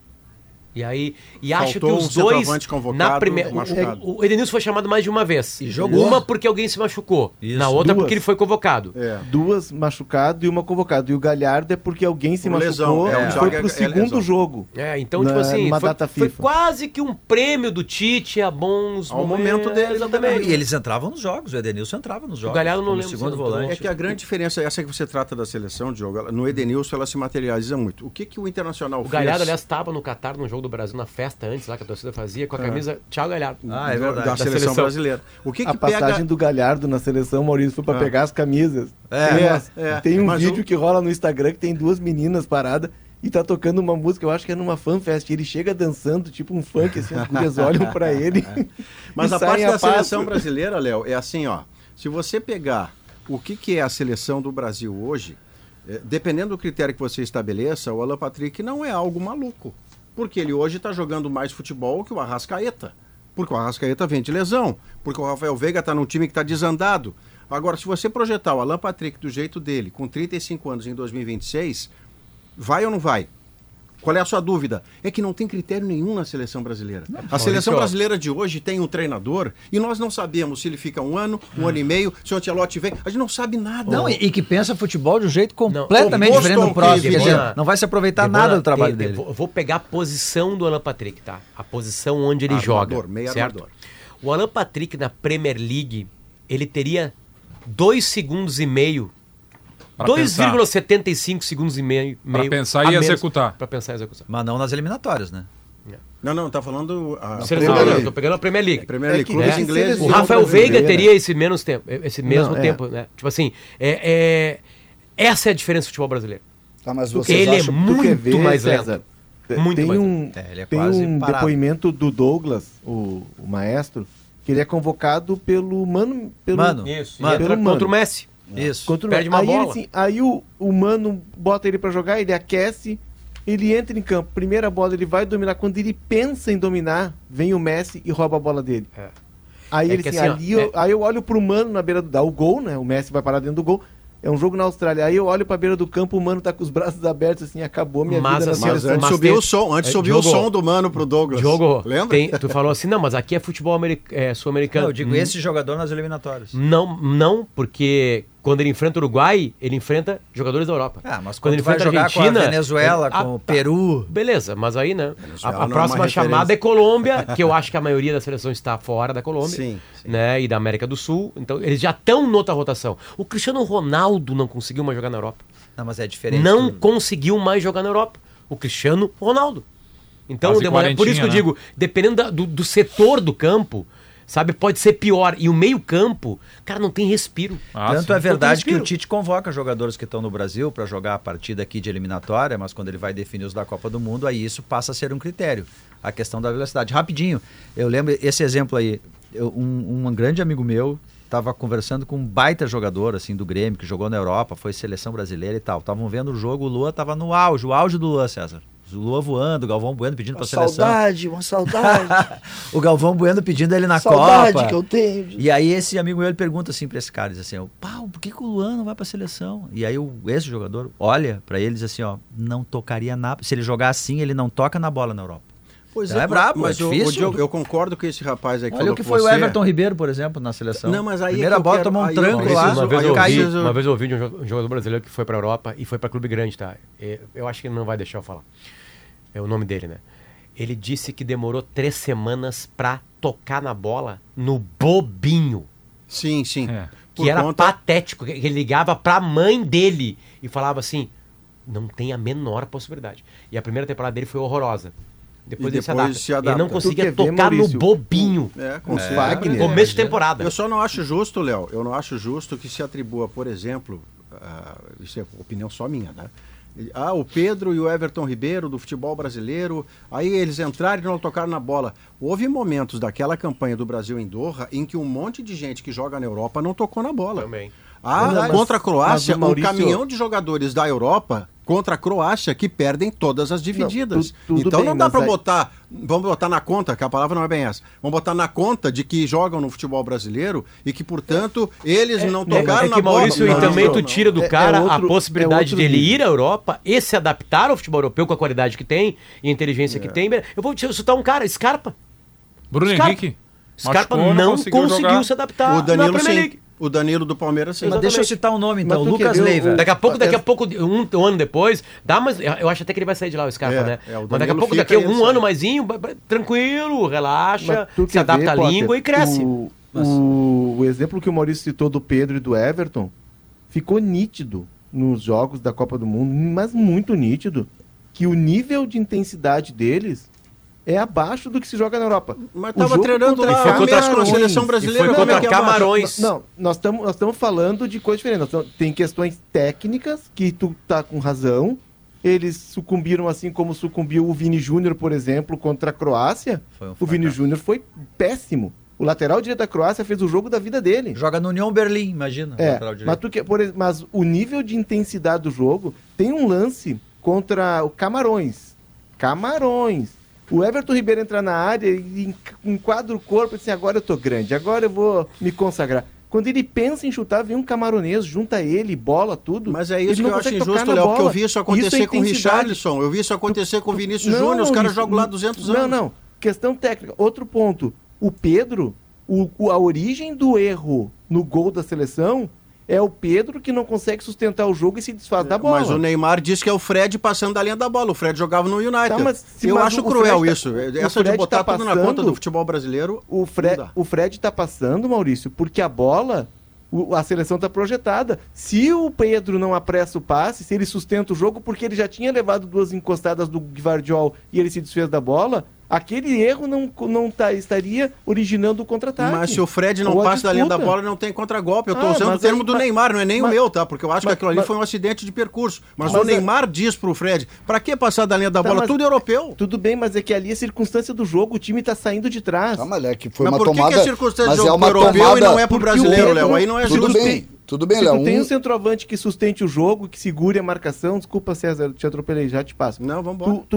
E aí, e acho que Faltou os um dois centroavante convocado, na primeira, machucado. o, o Edenilson foi chamado mais de uma vez. E jogou. Uma porque alguém se machucou, Isso. na outra Duas. porque ele foi convocado. É. Duas machucado e uma convocado. E o Galhardo é porque alguém se Por lesão, machucou é, e o foi Thiago pro é- é segundo lesão. jogo. É, então, Na- tipo assim, numa foi, data foi FIFA. quase que um prêmio do Tite a bons Ao momentos. momento dele, exatamente. E eles entravam nos jogos. O Edenilson entrava nos jogos. Galhardo não como lembro se segundo entrou. volante. É que a grande diferença, essa que você trata da seleção, Diogo, ela- no Edenilson ela se materializa muito. O que, que o Internacional O fez? Galhardo, aliás, estava no Catar, no jogo do Brasil, na festa antes lá que a torcida fazia, com a camisa Thiago Galhardo. Ah, é do- verdade. Da, Da seleção, seleção. brasileira. O que, A que passagem pega... do Galhardo na seleção, Maurício, foi pra Ah. pegar as camisas. É, tem, é, umas- é. tem um Mas vídeo o- que rola no Instagram que tem duas meninas paradas e tá tocando uma música, eu acho que é numa fanfest. E ele chega dançando, tipo um funk, assim, as gurias olham pra ele. Mas e a saem parte da passo. seleção brasileira, Léo, é assim, ó. Se você pegar o que, que é a seleção do Brasil hoje, é, dependendo do critério que você estabeleça, o Alan Patrick não é algo maluco. Porque ele hoje está jogando mais futebol que o Arrascaeta. Porque o Arrascaeta vem de lesão. Porque o Rafael Veiga está num time que está desandado. Agora, se você projetar o Alan Patrick do jeito dele, com trinta e cinco anos em dois mil e vinte e seis, vai ou não vai? Qual é a sua dúvida? É que não tem critério nenhum na seleção brasileira. A seleção brasileira de hoje tem um treinador e nós não sabemos se ele fica um ano, um ano e meio, se o Ancelotti vem. A gente não sabe nada. Não, e, e que pensa futebol de um jeito Não, completamente o diferente do Boston próximo. que- Quer dizer, Debona- não vai se aproveitar Debona, nada do trabalho tem- dele. tem- Vou pegar a posição do Alan Patrick, tá? A posição onde ele Armador, joga. meio certo? armador. O Alan Patrick na Premier League, ele teria dois segundos e meio. Pra dois pensar. vírgula setenta e cinco segundos e meio. Pra meio pensar a e menos executar. Pra pensar e executar. Mas não nas eliminatórias, né? Não, não, tá falando a Seleção, Premier não, League. eu tô pegando a Premier League. Premier É League, que- clubes é, ingleses. seleção O e Rafael brasileira. Veiga teria esse menos tempo, esse mesmo Não, é. tempo, né? Tipo assim, é, é- essa é a diferença do futebol brasileiro. Tá, mas Tu- vocês Ele é acham... Tu quer muito ver, mais César? lento. Te- Muito tem mais um, É, ele é tem quase um parado. depoimento do Douglas, o, o maestro, que ele é convocado pelo Mano. Pelo, Mano, Isso, Mano. e entra Mano. contra o Messi. Isso. Contra o- Perde uma aí bola. Ele, assim, aí o, o Mano bota ele pra jogar, ele aquece, ele entra em campo. Primeira bola, ele vai dominar. Quando ele pensa em dominar, vem o Messi e rouba a bola dele. Aí É ele que assim, assim, ó, ali eu, é- aí eu olho pro Mano na beira do... Dá o gol, né? O Messi vai parar dentro do gol. É um jogo na Austrália. Aí eu olho pra beira do campo, o Mano tá com os braços abertos, assim, acabou minha Mas, vida assim, na Mas seleção. antes Mas subiu tem- o som, antes É, subiu o Diogo, som do Mano pro Douglas. Diogo, Lembra? tem- tu falou assim, não, mas aqui é futebol ameri- é, sul-americano. Não, eu digo esse jogador nas eliminatórias. Não, não, porque quando ele enfrenta o Uruguai, ele enfrenta jogadores da Europa. Ah, mas quando quando ele vai enfrenta jogar a Argentina, com a Venezuela, ele- ah, com o tá. Peru... Beleza, mas aí, né? Venezuela A, não a é próxima uma chamada referência. é Colômbia, que eu acho que a maioria da seleção está fora da Colômbia, Sim, sim. né? E da América do Sul. Então, eles já estão noutra rotação. O Cristiano Ronaldo não conseguiu mais jogar na Europa. Não, mas é diferente. Não do- conseguiu mais jogar na Europa. O Cristiano Ronaldo. Então, Quase demora- por isso que eu quarentinha, né? digo, dependendo da- do, do setor do campo, sabe, pode ser pior. E o meio-campo, cara, não tem respiro. Ah, Tanto sim. é verdade que respiro. o Tite convoca jogadores que estão no Brasil para jogar a partida aqui de eliminatória, mas quando ele vai definir os da Copa do Mundo, aí isso passa a ser um critério. A questão da velocidade. Rapidinho, eu lembro esse exemplo aí. Eu- um, um grande amigo meu estava conversando com um baita jogador assim do Grêmio, que jogou na Europa, foi seleção brasileira e tal. Estavam vendo o jogo, o Lua estava no auge, o auge do Lua, César. O Lua voando, o Galvão Bueno pedindo Uma para seleção. saudade, uma saudade. O Galvão Bueno pedindo ele na saudade Copa. que eu tenho. de- E aí esse amigo meu ele pergunta assim pra esse cara, diz assim, ó, pau, por que, que o Luan não vai pra seleção? E aí o, esse jogador olha pra ele e diz assim, ó, não tocaria na... Se ele jogar assim, ele não toca na bola na Europa. Pois Então é brabo, mas é o- o difícil. Diogo, eu concordo com esse rapaz aí que Olha falou o que com foi o você. Everton Ribeiro, por exemplo, na seleção. Não, mas aí é Primeira que eu bola quero- tomou um aí eu tranco preciso- lá, Uma vez, aí eu eu ouvi, preciso- uma vez eu ouvi de um jo- um jogador brasileiro que foi pra Europa e foi pra clube grande, tá? É, Eu acho que ele não vai deixar eu falar. É o nome dele, né? Ele disse que demorou três semanas pra tocar na bola no bobinho. Sim, sim. É. Que Por era conta- patético. Que ele ligava pra mãe dele e falava assim: não tem a menor possibilidade. E a primeira temporada dele foi horrorosa. Depois, E ele, se depois adapta. se adapta. ele não Tu conseguia quer ver, tocar no Maurício? bobinho. É, com O certeza. Fagner. Começo de temporada. Eu só não acho justo, Léo, eu não acho justo que se atribua, por exemplo, ah, isso é opinião só minha, né? Ah, o Pedro e o Everton Ribeiro do futebol brasileiro, aí eles entraram e não tocaram na bola. Houve momentos daquela campanha do Brasil em Doha em que um monte de gente que joga na Europa não tocou na bola. Também. Ah, Mas- contra a Croácia, mas o Maurício- um caminhão de jogadores da Europa contra a Croácia que perdem todas as divididas. tu- tudo então bem, não dá mas para aí- botar, vamos botar na conta, que a palavra não é bem essa, vamos botar na conta de que jogam no futebol brasileiro e que, portanto, eles não tocaram É na que, bola. Maurício, Não, e também não, tu não. tira do É- é cara outro- a possibilidade é outro dele nível. ir à Europa e se adaptar ao futebol europeu com a qualidade que tem e a inteligência É. que tem. Eu vou te citar um cara, Scarpa. Bruno Scarpa. Henrique. Scarpa machucou, não conseguiu conseguiu, jogar. se adaptar O Danilo, na Premier sim. League. O Danilo do Palmeiras, sim. Mas deixa eu citar um nome então, Mas tu Lucas quer ver o- Leiva. Daqui a pouco, daqui a É- pouco, um, um ano depois, dá mais. Eu acho até que ele vai sair de lá, o Scarpa, É, né? é, o Mas daqui a Danilo pouco, fica daqui a e ele um sai. ano maisinho, ba- ba- tranquilo, relaxa, Mas tu se quer adapta ver, à Potter, língua e cresce. O, o, o exemplo que o Maurício citou do Pedro e do Everton ficou nítido nos jogos da Copa do Mundo, mas muito nítido, que o nível de intensidade deles é abaixo do que se joga na Europa. Mas O tava jogo treinando contra lá foi contra mesmo na Camarões, seleção E brasileira. foi como é contra que é abaixo? Camarões. Não, nós estamos nós estamos falando de coisas diferentes. Nós tamo- tem questões técnicas que tu tá com razão. Eles sucumbiram assim como sucumbiu o Vini Júnior, por exemplo, contra a Croácia. Foi um O Vini fracasso. Júnior foi péssimo. O lateral direito da Croácia fez o jogo da vida dele. Joga no União Berlim, imagina. É, lateral direito. mas, tu que- por ex- mas o nível de intensidade do jogo tem um lance contra o Camarões. Camarões. O Everton Ribeiro entra na área e en- enquadra o corpo e diz assim, agora eu tô grande, agora eu vou me consagrar. Quando ele pensa em chutar, vem um camaronês, junta ele, bola, tudo. Mas é Ele isso que não eu acho consegue tocar injusto, na Léo, porque eu bola. vi isso acontecer é com o intensidade. Richarlison, eu vi isso acontecer com o Vinícius Não, Júnior, os caras isso- jogam lá duzentos anos. Não, não. Questão técnica. Outro ponto. O Pedro, o, o- a origem do erro no gol da seleção é o Pedro que não consegue sustentar o jogo e se desfaz da bola. Mas o Neymar disse que é o Fred passando da linha da bola. O Fred jogava no United. Tá, mas se- eu mas acho o cruel Fred tá- isso. o Essa de Fred botar tá tudo na conta passando- do futebol brasileiro. O, Fre não dá. o Fred tá passando, Maurício, porque a bola, o- a seleção tá projetada. Se o Pedro não apressa o passe, se ele sustenta o jogo, porque ele já tinha levado duas encostadas do Gvardiol e ele se desfez da bola, aquele erro não, não tá, estaria originando o contra-ataque. Mas se o Fred não Ou a passa da linha da disputa. bola, não tem contra-golpe. Eu tô Ah, usando o mas termo aí- do mas- Neymar, não é nem mas- o meu, tá? Porque eu acho que mas- aquilo ali mas- foi um acidente de percurso. Mas, Mas o é- Neymar diz pro Fred, pra que passar da linha da Tá, bola? mas- Tudo europeu. Tudo bem, mas é que ali é circunstância do jogo, o time tá saindo de trás. Tá, mas é que foi Mas uma por que que tomada. é circunstância mas de é jogo uma pro europeu tomada. e não é pro Porque o brasileiro, Pedro- Léo? Aí não é Tudo circunstância. bem, tudo bem, Se Léo. tu tem Um- um centroavante que sustente o jogo, que segure a marcação, desculpa, César, te atropelei, já te passo. Não, vamos embora. Tu, tu,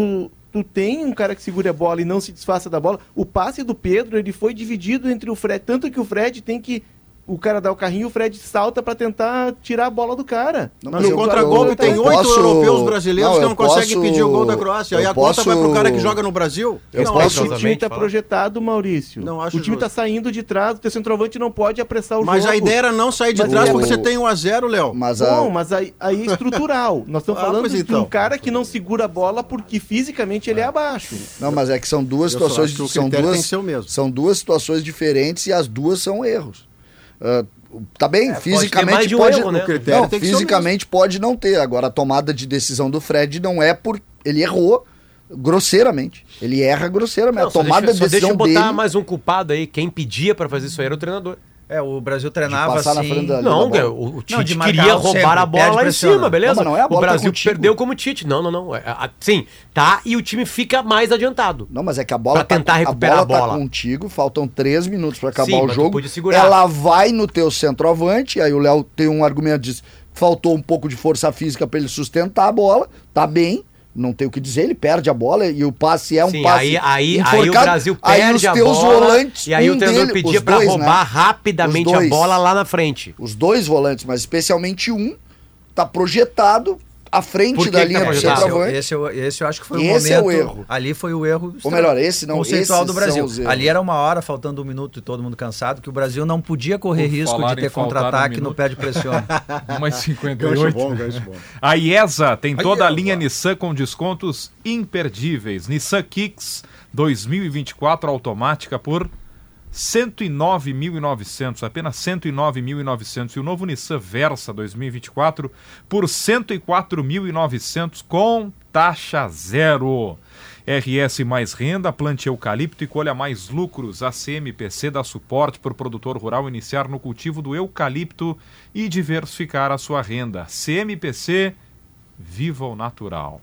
tu tem um cara que segure a bola e não se desfaça da bola. O passe do Pedro, ele foi dividido entre o Fred, tanto que o Fred tem que... O cara dá o carrinho, o Fred salta pra tentar tirar a bola do cara. Não, mas no contra-golpe tem oito posso... europeus brasileiros não, que não posso... conseguem pedir o gol da Croácia. Aí a posso... conta vai pro cara que joga no Brasil. Eu não, posso... O time tá falar. projetado, Maurício. Não, acho o time justo. tá saindo de trás, o teu centroavante não pode apressar o mas jogo. Mas a ideia era não sair de mas trás eu... porque você tem um a zero, Léo. Mas a... Não, mas aí, aí é estrutural. Nós estamos ah, falando de então. um cara que não segura a bola porque fisicamente ele é abaixo. Não, mas é que são duas eu situações... São duas, são duas situações diferentes e as duas são erros. Uh, Tá bem, é, fisicamente pode, um pode erro, né? não, fisicamente pode não ter. Agora a tomada de decisão do Fred não é por ele errou grosseiramente. Ele erra grosseiramente. Não, a tomada deixa, de decisão deixa eu botar dele... mais um culpado aí. Quem pedia para fazer isso aí era o treinador. É, o Brasil treinava assim... Na frente da, não, da o, o Tite não, queria roubar sempre, a bola lá em cima, beleza? Não, não é a bola o Brasil tá perdeu como Tite. Não, não, não. É, a, sim, tá, e o time fica mais adiantado. Não, mas é que a bola, pra tentar tá, recuperar a bola, a bola tá contigo, faltam três minutos pra acabar sim, o mas jogo. tu pode segurar. Ela vai no teu centroavante, aí o Léo tem um argumento, diz, faltou um pouco de força física pra ele sustentar a bola, tá bem. Não tem o que dizer, ele perde a bola e o passe é um Sim, passe aí, aí, aí o Brasil perde a bola volantes, e aí um o treinador dele, pedia pra dois, roubar né? rapidamente a bola lá na frente. Os dois volantes, mas especialmente um, tá projetado à frente da linha do centroavante. Esse, esse, esse eu acho que foi o esse momento... é o erro. Ali foi o erro Ou melhor, esse não, conceitual do Brasil. São ali era uma hora, faltando um minuto e todo mundo cansado, que o Brasil não podia correr Por risco de ter contra-ataque um no pé de pressione. uma e cinquenta e oito. Bom, bom. A IESA tem toda a linha Nissan com descontos imperdíveis. Nissan Kicks dois mil e vinte e quatro automática por cento e nove mil e novecentos, apenas cento e nove mil e novecentos, e o novo Nissan Versa dois mil e vinte e quatro por cento e quatro mil e novecentos com taxa zero. R S mais renda, plante eucalipto e colha mais lucros. A C M P C dá suporte para o produtor rural iniciar no cultivo do eucalipto e diversificar a sua renda. C M P C, viva o natural.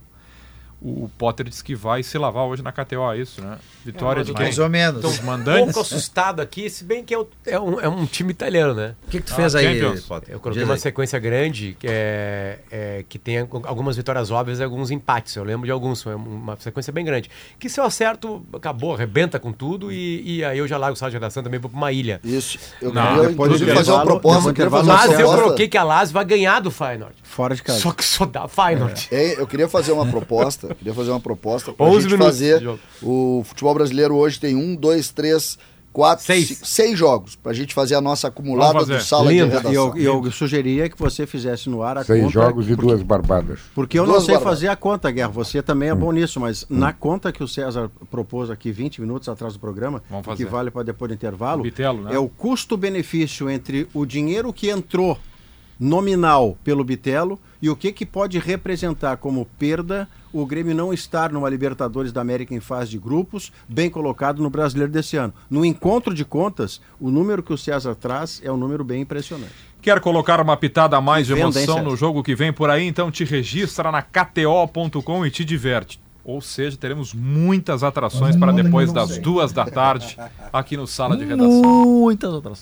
O Potter disse que vai se lavar hoje na K T O, é isso, né? Vitória é, de quem? Mais ou menos. Estou um pouco assustado aqui, se bem que é, o, é, um, é um time italiano, né? O que, que tu ah, fez aí, Champions. Potter? Eu coloquei Diz uma aí. sequência grande que, é, é, que tem algumas vitórias óbvias e alguns empates. Eu lembro de alguns, foi uma sequência bem grande. Que se eu acerto, acabou, arrebenta com tudo e, e aí eu já largo o Sala de Redação também vou para uma ilha. Isso. Eu Não, queria, depois de fazer uma proposta. Mas eu coloquei que a Lazio vai ganhar do Feyenoord. Fora de casa. Só que só dá Feyenoord. É. Eu queria fazer uma proposta, queria fazer uma proposta pra gente fazer. O futebol brasileiro hoje tem um, dois, três, quatro, seis, cinco, seis jogos pra gente fazer a nossa acumulada do Sala Lindo. de Redação. E eu, eu, eu sugeria que você fizesse no ar a seis conta. Seis jogos e porque, duas barbadas. Porque eu duas não sei barbadas. fazer a conta, Guerra. Você também é hum. bom nisso, mas hum. na conta que o César propôs aqui vinte minutos atrás do programa, que vale para depois do intervalo, Bitelo, né? é o custo-benefício entre o dinheiro que entrou nominal pelo Bitelo e o que, que pode representar como perda o Grêmio não estar numa Libertadores da América em fase de grupos, bem colocado no Brasileiro desse ano. No encontro de contas, o número que o César traz é um número bem impressionante. Quer colocar uma pitada a mais de Venda, emoção hein, no jogo que vem por aí? Então te registra na K T O ponto com e te diverte. Ou seja, teremos muitas atrações para depois das duas da tarde aqui no Sala de Redação. Muitas atrações.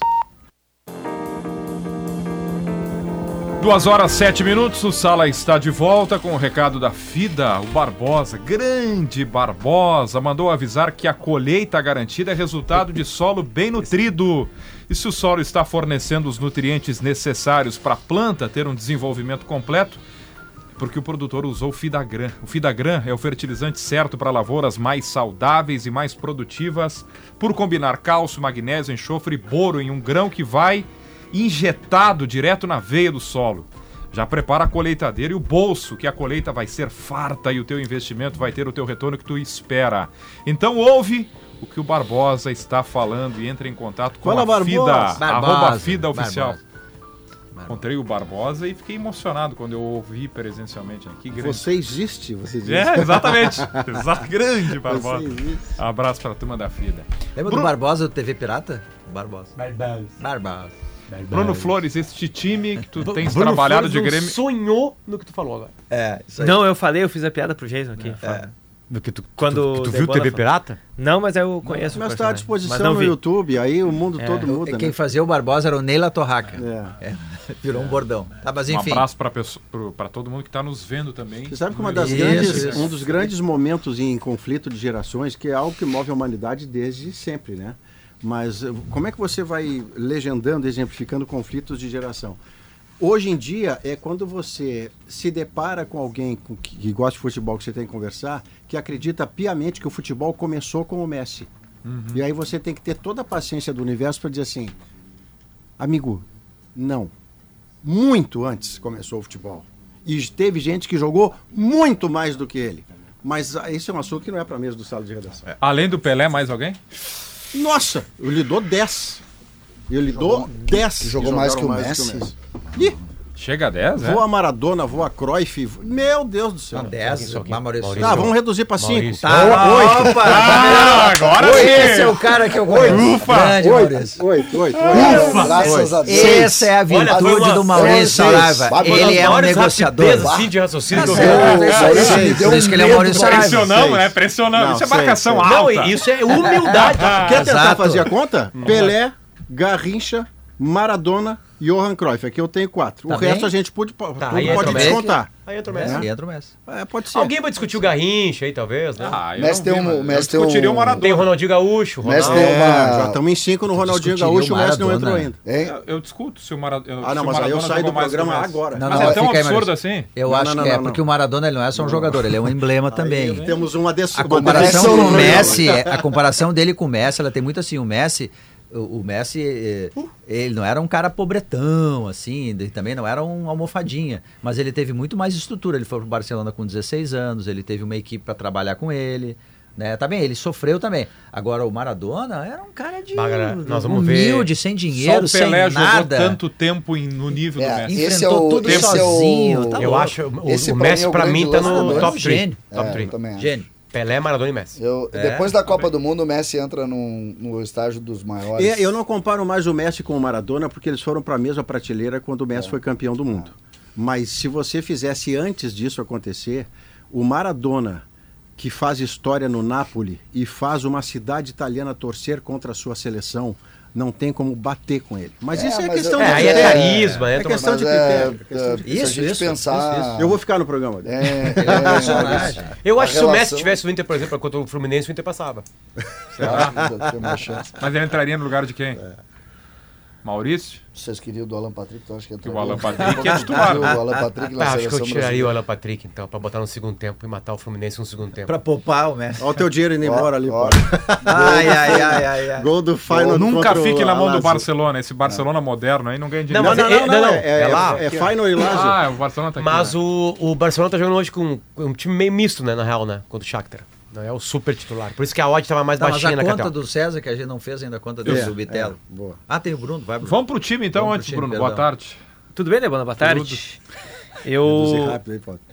Duas horas, sete minutos, o Sala está de volta com o recado da FIDA. O Barbosa, grande Barbosa, mandou avisar que a colheita garantida é resultado de solo bem nutrido. E se o solo está fornecendo os nutrientes necessários para a planta ter um desenvolvimento completo, porque o produtor usou o Fidagran. O Fidagran é o fertilizante certo para lavouras mais saudáveis e mais produtivas, por combinar cálcio, magnésio, enxofre e boro em um grão que vai injetado direto na veia do solo. Já prepara a colheitadeira e o bolso, que a colheita vai ser farta e o teu investimento vai ter o teu retorno que tu espera. Então ouve o que o Barbosa está falando e entre em contato com Fala, a FIDA, Barbosa. arroba FIDA oficial. Barbosa. Encontrei o Barbosa e fiquei emocionado quando eu ouvi presencialmente. Que grande. Você existe, você existe. É, exatamente. Exato, grande Barbosa. Abraço para a turma da FIDA. Lembra Bruno... do Barbosa do T V Pirata? Barbosa. Barbosa. Barbosa. Bruno Flores, este time que tu B- tens Bruno trabalhado Flores de Grêmio... sonhou no que tu falou agora. É, isso aí. Não, eu falei, eu fiz a piada pro Jason aqui. É. Que tu, Quando que tu, que tu o viu Debona T V fa- Pirata? Não, mas eu conheço Mas o está à personagem. disposição Mas não no vi. YouTube, aí o mundo todo muda, Quem né? fazia o Barbosa era o Neila Torraca. É. É, virou um bordão. Tá, mas Um enfim. abraço para todo mundo que está nos vendo também. Você sabe que uma das Isso, grandes, isso. um dos grandes momentos em conflito de gerações, que é algo que move a humanidade desde sempre, né? Mas eh, como é que você vai legendando, exemplificando conflitos de geração? Hoje em dia é quando você se depara com alguém com- que, que gosta de futebol, que você tem que conversar, que acredita piamente que o futebol começou com o Messi. E aí você tem que ter toda a paciência do universo para dizer assim, amigo, não. Muito antes começou o futebol. E teve gente que jogou muito mais do que ele. Mas ah, esse é um assunto que não é para mesa do sala de redação. Além do Pelé, mais alguém? Nossa, eu lhe dou dez. Eu lhe dou dez. jogou mais que o Messi? Ih, Chega a dez, né? vou a Maradona, vou a Cruyff. vou- Meu Deus do céu. Não, dez, mas Maurício. Tá, vamos reduzir para cinco. Maurício. Tá, opa! Ah, agora Oi, sim! esse é o cara que eu conheço. Ufa! Grande, Maurício. Oito, oito, Graças a Deus. Essa é a virtude Olha, foi uma- do Maurício seis. Saraiva. Vai, Ele é um negociador. Assim de raciocínio que eu Tá vi. certo, O é isso aí. Maurício me deu Por isso um que ele é o medo, Maurício cara. Saraiva. Pressionamos, Seis. né? Pressionamos. Não, Isso é seis, marcação seis. alta. Não, isso é humildade. Quer tentar Exato. fazer a conta? Pelé, Garrincha, Maradona e Johan Cruyff. Aqui eu tenho quatro. Tá o resto bem? a gente pode, Tá, tudo aí pode entra o descontar. Aí entra o É, Messi. e entra o Messi. É, pode ser. Alguém vai discutir o Garrincha aí, talvez, né? Ah, eu Messi não tem vi, um- mas eu Messi tem discutiria um- o Maradona. Tem o Ronaldinho Gaúcho, Messi Ronaldo. tem É, uma- já estamos em cinco no Ronaldinho discutiria Gaúcho, o o Messi não entrou Maradona. ainda. Hein? Eu, eu discuto se o, Mara... se Ah, o não, mas aí eu Maradona saio jogou do mais que o programa Messi. agora. Não, Mas não, é tão fica aí, absurdo Maurício. assim? Eu Não, acho não, que não, é não, porque não. o Maradona ele não é só um jogador, ele é um emblema também. Aí temos uma desse. A uma comparação desse- do no Messi, é- a comparação dele com o Messi, ela tem muito assim, o Messi, o, o Messi, eh, ele não era um cara pobretão, assim, ele também não era um almofadinha, mas ele teve muito mais estrutura, ele foi pro Barcelona com dezesseis anos, ele teve uma equipe para trabalhar com ele, né, tá bem, ele sofreu também. Agora o Maradona era um cara de Bah, galera, nós vamos ver- humilde, sem dinheiro, Só o Pelé sem jogou nada. tanto tempo em- no nível do É, Messi. esse é Enfrentou o- tudo esse é o- sozinho, tá Eu louco. acho, o, Esse o pra Messi mim é o pra grande mim tá lance no do top Messi. três. Gênio. Top É, três. eu também acho. Gênio. Pelé, Maradona e Messi. Eu- É, depois da Copa bem. do Mundo, o Messi entra num- no estágio dos maiores. É, eu não comparo mais o Messi com o Maradona porque eles foram para a mesma prateleira quando o Messi foi campeão do mundo. Mas se você fizesse antes disso acontecer, o Maradona, que faz história no Napoli e faz uma cidade italiana torcer contra a sua seleção, não tem como bater com ele. Mas É, isso é mas questão eu- É, de aí é critério. carisma, É entra questão Mas de é, critério. é questão de é, critério. se a Isso, gente isso, pensar... isso, isso. Eu vou ficar no programa dele. É, Ele é um personagem. Eu A acho que se o Messi relação- tivesse o Inter, por exemplo, contra o Fluminense, o Inter passava. ainda tem uma chance. Mas ele entraria no lugar de quem? Maurício? Vocês queriam do Alan Patrick, então acho que Que o Alan Patrick é titular. O Alan Patrick na Ah, acho que eu seleção tiraria o brasileira. Alan Patrick, então, pra botar no segundo tempo e matar o Fluminense no segundo tempo. Pra poupar o Messi. Olha o teu dinheiro indo embora ali, Ó, pô. Ai, ai, ai, ai, ai. Gol do Final Nunca contra o fique na mão do Lazio. Barcelona. Esse Barcelona moderno aí não ganha dinheiro. Não, Não, mas não, é- não, não, não, é, é, é lá. é Final e Lazio. Ah, o Barcelona tá aqui. Mas né? o, o Barcelona tá jogando hoje com um time meio misto, né, na real, né? Contra o Shakhtar. Não é o super titular. Por isso que a odd tava mais Tá, mas baixinha a na conta Catel. do César, que a gente não fez ainda a conta dele, É, do Bitelo. é, boa. Ah, tem o Bruno, vai, Bruno. Vamos pro time então Vamos pro antes, time, Bruno. perdão. Boa tarde. Tudo bem, Debona? Boa tarde. Reduzir Eu... rápido aí, pode.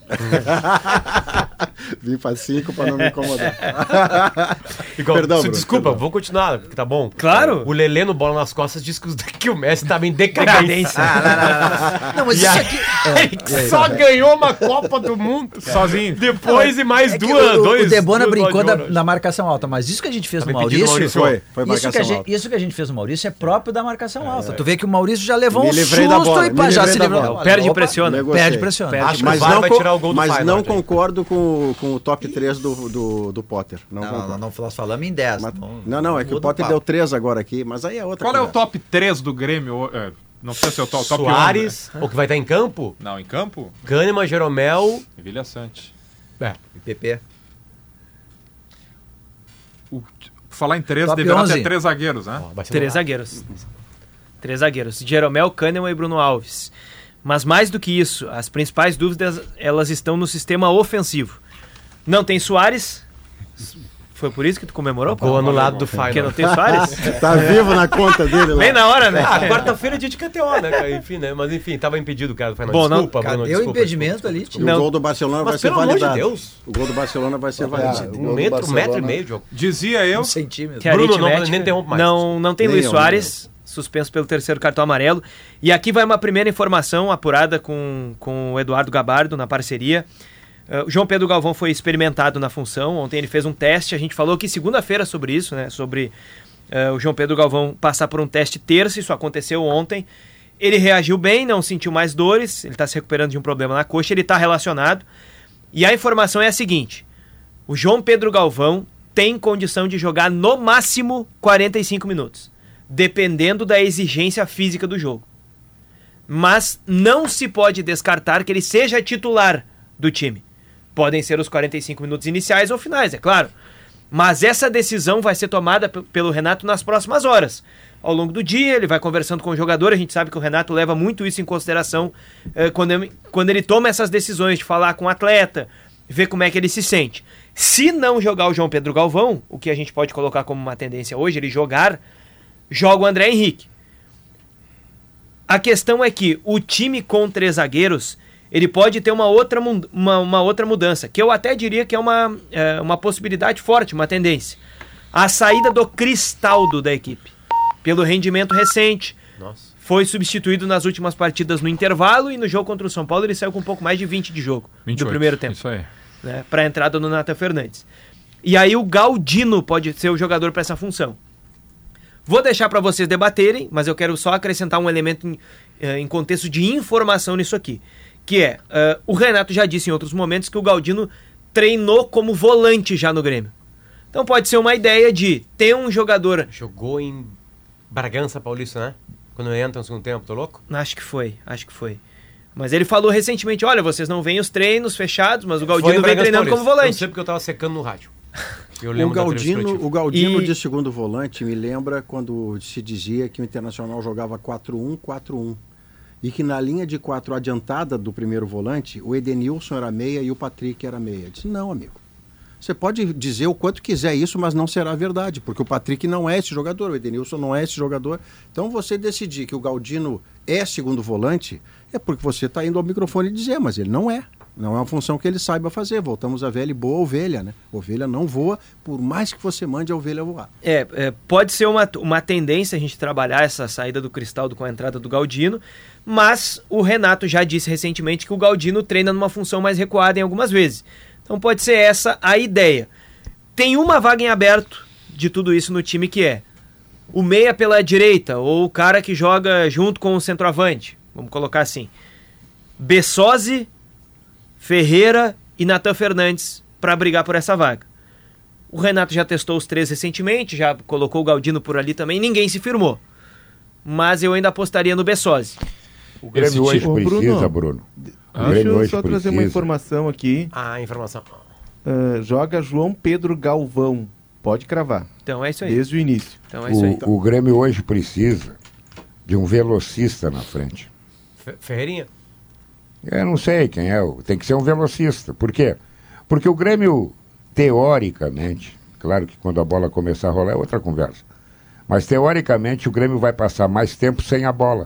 Vim para cinco para não me incomodar. Igual, Perdão, se- Bruno, desculpa, perdão. vou continuar, porque tá bom. Claro. O Lelê no Bola nas Costas disse que, os- que o Messi tava em decadência. Ah, não, não, não, não. Não, mas E isso aí- aqui... Ele só ganhou uma Copa do Mundo Sozinho. depois e mais É que duas. o, o, dois, o Debona duas brincou da, bolas de ouro. na marcação alta, mas isso que a gente fez Tá no bem pedido, Maurício, Maurício. Foi, foi isso, que a marcação gente, alta. isso que a gente fez no Maurício é próprio da marcação alta. Tu vê que o Maurício já levou Me um livrei da susto bola, e me pá, já livrei se da livrou. bola. Olha, Perde opa, impressiona. negociei. Perde pressiona. Acho que Mas o V A R não, vai co- tirar o gol do mas Feyenoord não aí. concordo com, com o top três do, do, do Potter. Não, Não, concordo. não, não, nós falamos em dez. Mas- não, não, não, é que o muda Potter papo. deu três agora aqui, mas aí é outra Qual é o conversa. top três do Grêmio? É, não precisa ser o top, top um, Soares, o que vai estar em campo, né? Não, em campo? Kahneman, Jeromel. E Vilha Sante. É. P P. O, falar em três, Top deverá onze. ter três zagueiros, né? Ó, vai ser Três no- zagueiros. Três zagueiros. Jeromel, Kahneman e Bruno Alves. Mas mais do que isso, as principais dúvidas, elas estão no sistema ofensivo. Não tem Soares. Foi por isso que tu comemorou? Gol Paulo? anulado do Porque não Feyenoord. tem Soares? Tá vivo na conta dele lá. Bem na hora, né? Ah, quarta-feira é dia de K T O, né, cara? Enfim, né? Mas enfim, tava impedido o cara do Feyenoord. Bom, não- Desculpa, Bruno, Cadê o desculpa, impedimento desculpa, ali? E tio? o Não. gol do Barcelona Mas vai ser pelo amor de validado. Deus. O gol do Barcelona vai ser É, validado. o gol Um do metro, um metro e Barcelona- meio de jogo. Dizia eu. Um centímetro. Que a Bruno, não- aritmética- nem interrompo mais. Não, não tem Nem Luiz eu, Soares, suspenso pelo terceiro cartão amarelo. E aqui vai uma primeira informação apurada com, com o Eduardo Gabardo na parceria. Uh, o João Pedro Galvão foi experimentado na função, ontem ele fez um teste, a gente falou aqui segunda-feira sobre isso, né? Sobre uh, o João Pedro Galvão passar por um teste terça, isso aconteceu ontem. Ele reagiu bem, não sentiu mais dores, ele está se recuperando de um problema na coxa, ele está relacionado. E a informação é a seguinte, o João Pedro Galvão tem condição de jogar no máximo quarenta e cinco minutos, dependendo da exigência física do jogo. Mas não se pode descartar que ele seja titular do time. Podem ser os quarenta e cinco minutos iniciais ou finais, é claro. Mas essa decisão vai ser tomada p- pelo Renato nas próximas horas. Ao longo do dia, ele vai conversando com o jogador. A gente sabe que o Renato leva muito isso em consideração eh, quando, ele, quando ele toma essas decisões de falar com o atleta, ver como é que ele se sente. Se não jogar o João Pedro Galvão, o que a gente pode colocar como uma tendência hoje, ele jogar, joga o André Henrique. A questão é que o time com três zagueiros, ele pode ter uma outra, uma, uma outra mudança, que eu até diria que é uma, é uma possibilidade forte, uma tendência. A saída do Cristaldo da equipe, pelo rendimento recente. Nossa. Foi substituído nas últimas partidas no intervalo e no jogo contra o São Paulo ele saiu com um pouco mais de vinte de jogo vinte e oito, do primeiro tempo. Isso aí. Né, para a entrada do Nathan Fernandes. E aí o Galdino pode ser o jogador para essa função. Vou deixar para vocês debaterem, mas eu quero só acrescentar um elemento em, em contexto de informação nisso aqui. Que é, uh, o Renato já disse em outros momentos que o Galdino treinou como volante já no Grêmio. Então pode ser uma ideia de ter um jogador... Jogou em Bragança Paulista, né? Quando entra no segundo tempo, tô louco? Acho que foi, acho que foi. Mas ele falou recentemente, olha, vocês não veem os treinos fechados, mas o Galdino vem treinando como volante. Eu sei porque eu tava secando no rádio. O Galdino, o Galdino E- de segundo volante me lembra quando se dizia que o Internacional jogava quatro um quatro um. E que na linha de quatro adiantada do primeiro volante, o Edenilson era meia e o Patrick era meia. Eu disse, não, amigo. Você pode dizer o quanto quiser isso, mas não será verdade, porque o Patrick não é esse jogador, o Edenilson não é esse jogador. Então você decidir que o Galdino é segundo volante, é porque você está indo ao microfone dizer, mas ele não é. Não é uma função que ele saiba fazer. Voltamos à velha e boa ovelha, né? Ovelha não voa, por mais que você mande a ovelha voar. É, é, pode ser uma, uma tendência a gente trabalhar essa saída do Cristaldo com a entrada do Galdino, mas o Renato já disse recentemente que o Galdino treina numa função mais recuada em algumas vezes. Então pode ser essa a ideia. Tem uma vaga em aberto de tudo isso no time que é o meia pela direita, ou o cara que joga junto com o centroavante, vamos colocar assim, Bessosi, Ferreira e Nathan Fernandes para brigar por essa vaga. O Renato já testou os três recentemente, já colocou o Galdino por ali também, ninguém se firmou. Mas eu ainda apostaria no Bessosi. O Grêmio hoje Ô, precisa, Bruno, Bruno. O Deixa Grêmio eu hoje só trazer uma precisa. informação aqui. Ah, informação. Ah, joga João Pedro Galvão. Pode cravar. Então é isso aí. Desde o início. Então é isso aí. O, o Grêmio hoje precisa de um velocista na frente. Fe- Ferreirinha? Eu não sei quem é, o- tem que ser um velocista. Por quê? Porque o Grêmio, teoricamente, claro que quando a bola começar a rolar é outra conversa, mas teoricamente o Grêmio vai passar mais tempo sem a bola.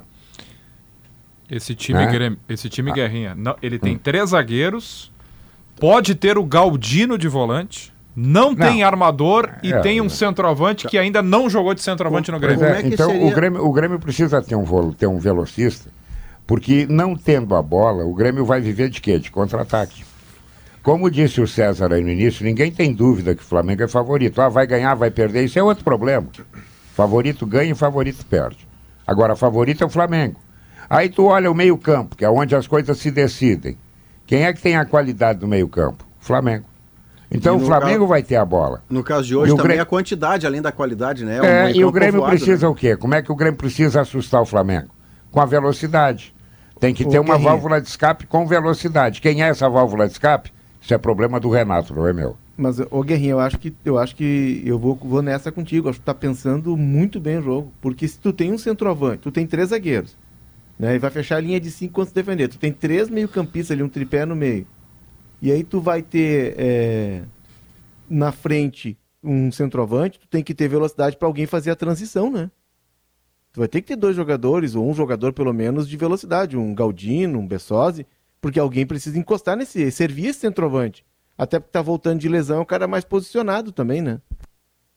Esse time, Né? Grêmio, esse time Guerrinha, não, ele tem três zagueiros, pode ter o Galdino de volante, não, Não. tem armador e É, tem um é. centroavante que ainda não jogou de centroavante no Pois Grêmio. Como é, é que então seria- o, Grêmio, o Grêmio precisa ter um, vol- ter um velocista, porque não tendo a bola, o Grêmio vai viver de quê? De contra-ataque. Como disse o César aí no início, ninguém tem dúvida que o Flamengo é favorito. Ah, vai ganhar, vai perder, isso é outro problema. Favorito ganha e favorito perde. Agora, favorito é o Flamengo. Aí tu olha o meio-campo, que é onde as coisas se decidem. Quem é que tem a qualidade do meio-campo? O Flamengo. Então E o no Flamengo caso- vai ter a bola. No caso de hoje E o também Grêmio- a quantidade, além da qualidade, né? É, um e meio-campo o Grêmio povoado, precisa né? o quê? Como é que o Grêmio precisa assustar o Flamengo? Com a velocidade. Tem que Ô, ter uma Guerrinha. válvula de escape com velocidade. Quem é essa válvula de escape? Isso é problema do Renato, não é meu. Mas, ô Guerrinho, eu acho que eu acho que eu vou, vou nessa contigo. Acho que tu tá pensando muito bem o jogo. Porque se tu tem um centroavante, tu tem três zagueiros, né? E vai fechar a linha de cinco quando se defender. Tu tem três meio-campistas ali, um tripé no meio. E aí tu vai ter é, na frente um centroavante, tu tem que ter velocidade para alguém fazer a transição, né? Tu vai ter que ter dois jogadores, ou um jogador pelo menos, de velocidade, um Galdino, um Bessosi, porque alguém precisa encostar nesse, servir esse centroavante. Até porque tá voltando de lesão, é o cara mais posicionado também, né?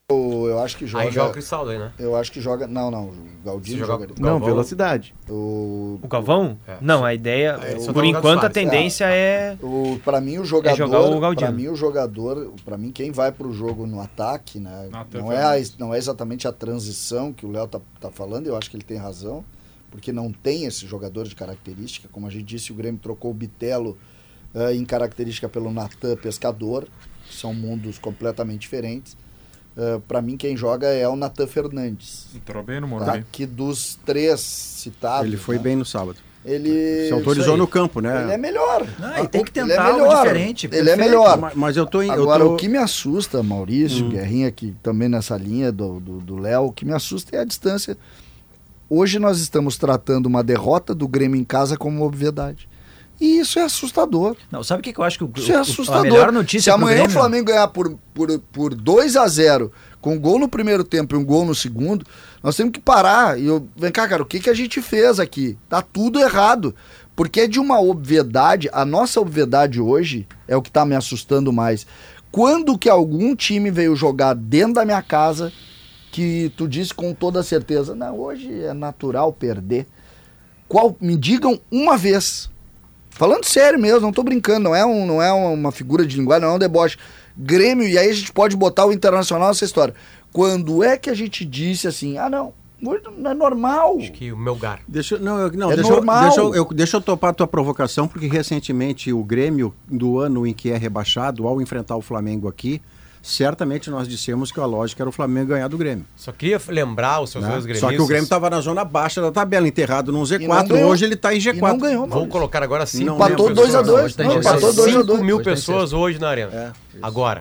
Eu, eu acho que joga. Aí joga o Cristaldo aí, né? Eu acho que joga. Não, não. O Galdino joga- joga. Não, velocidade. O, O Galvão? É. Não, a ideia, É, só por tá no lugar do enquanto, a Soares. tendência é... o, pra mim, o jogar o jogador. Galdino. Pra mim, o jogador. Pra mim, quem vai pro jogo no ataque, né? Natan Não é, a- Fernandes. não é exatamente a transição que o Léo tá, tá falando, eu acho que ele tem razão. Porque não tem esse jogador de característica. Como a gente disse, o Grêmio trocou o Bitelo eh, em característica pelo Natan Pescador. Que são mundos completamente diferentes. Uh, para mim, quem joga é o Natan Fernandes. Entrou bem no Tá? Morumbi. Que dos três citados. Ele foi né? bem no sábado. Ele Se autorizou isso no aí. campo, né? Ele é melhor. Não, e tem que Ele tentar é algo melhor. diferente, Ele é perfeito. melhor. Mas, mas eu tô em. Agora, eu tô... o que me assusta, Maurício, Guerrinha, que também nessa linha do do do Léo, o que me assusta é a distância. Hoje nós estamos tratando uma derrota do Grêmio em casa como obviedade. E isso é assustador. Não, sabe o que, que eu acho que o, Isso é o- assustador. a melhor notícia Se pro amanhã Grêmio... o Flamengo ganhar por, por, por dois a zero, com um gol no primeiro tempo e um gol no segundo, nós temos que parar. E eu, vem cá, cara, o que, que a gente fez aqui? Tá tudo errado. Porque é de uma obviedade, a nossa obviedade hoje é o que tá me assustando mais. Quando que algum time veio jogar dentro da minha casa que tu disse com toda certeza, não, hoje é natural perder. Qual, me digam uma vez. Falando sério mesmo, não tô brincando, não é, um, não é uma figura de linguagem, não é um deboche. Grêmio, e aí a gente pode botar o Internacional nessa história. Quando é que a gente disse assim, ah não, hoje não é normal. Acho que o meu gar. Deixa, eu- não, eu, não É deixa, eu- normal. deixa, eu, eu- deixa eu topar a tua provocação, porque recentemente o Grêmio, do ano em que é rebaixado, ao enfrentar o Flamengo aqui, certamente nós dissemos que a lógica era o Flamengo ganhar do Grêmio. Só queria lembrar os seus né? dois gremistas. Só que o Grêmio estava na zona baixa da tabela, enterrado num Z E não quatro. ganhou. Hoje ele está em G E quatro. não ganhou, Vou Maurício. colocar agora cinco Não mil Empatou pessoas. dois a dois, Hoje tá em não, G seis. empatou dois a cinco dois. mil Hoje tá em pessoas hoje na arena. É, Agora,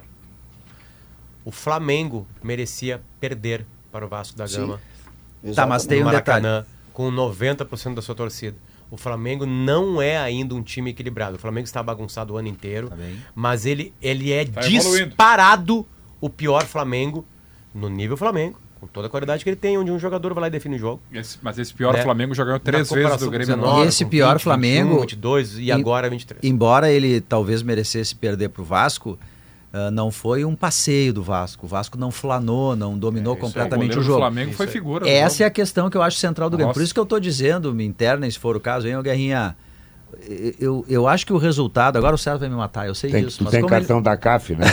o Flamengo merecia perder para o Vasco da Sim. Gama Tá, mas tem no um detalhe. Maracanã com noventa por cento da sua torcida. O Flamengo não é ainda um time equilibrado. O Flamengo está bagunçado o ano inteiro, Tá bem. mas ele, ele é Tá evoluindo. disparado o pior Flamengo no nível Flamengo, com toda a qualidade que ele tem, onde um jogador vai lá e define o jogo. Esse- mas esse pior Né? Flamengo já ganhou três Na vezes comparação do com Grêmio. dezenove, E esse com pior vinte, Flamengo- vinte e um, vinte e dois e em- agora vinte e três. Embora ele talvez merecesse perder pro Vasco, ah, não foi um passeio do Vasco. O Vasco não flanou, não dominou Isso aí, completamente goleiro o do jogo. Flamengo foi figura. do Essa é jogo. a questão que eu acho central do Grêmio. Por Nossa. isso que eu tô dizendo, me internem se for o caso, hein, ô Guerrinha. Eu, eu acho que o resultado, agora o César vai me matar, eu sei Tem, disso. tu mas tem como ele- cartão da C A F, né?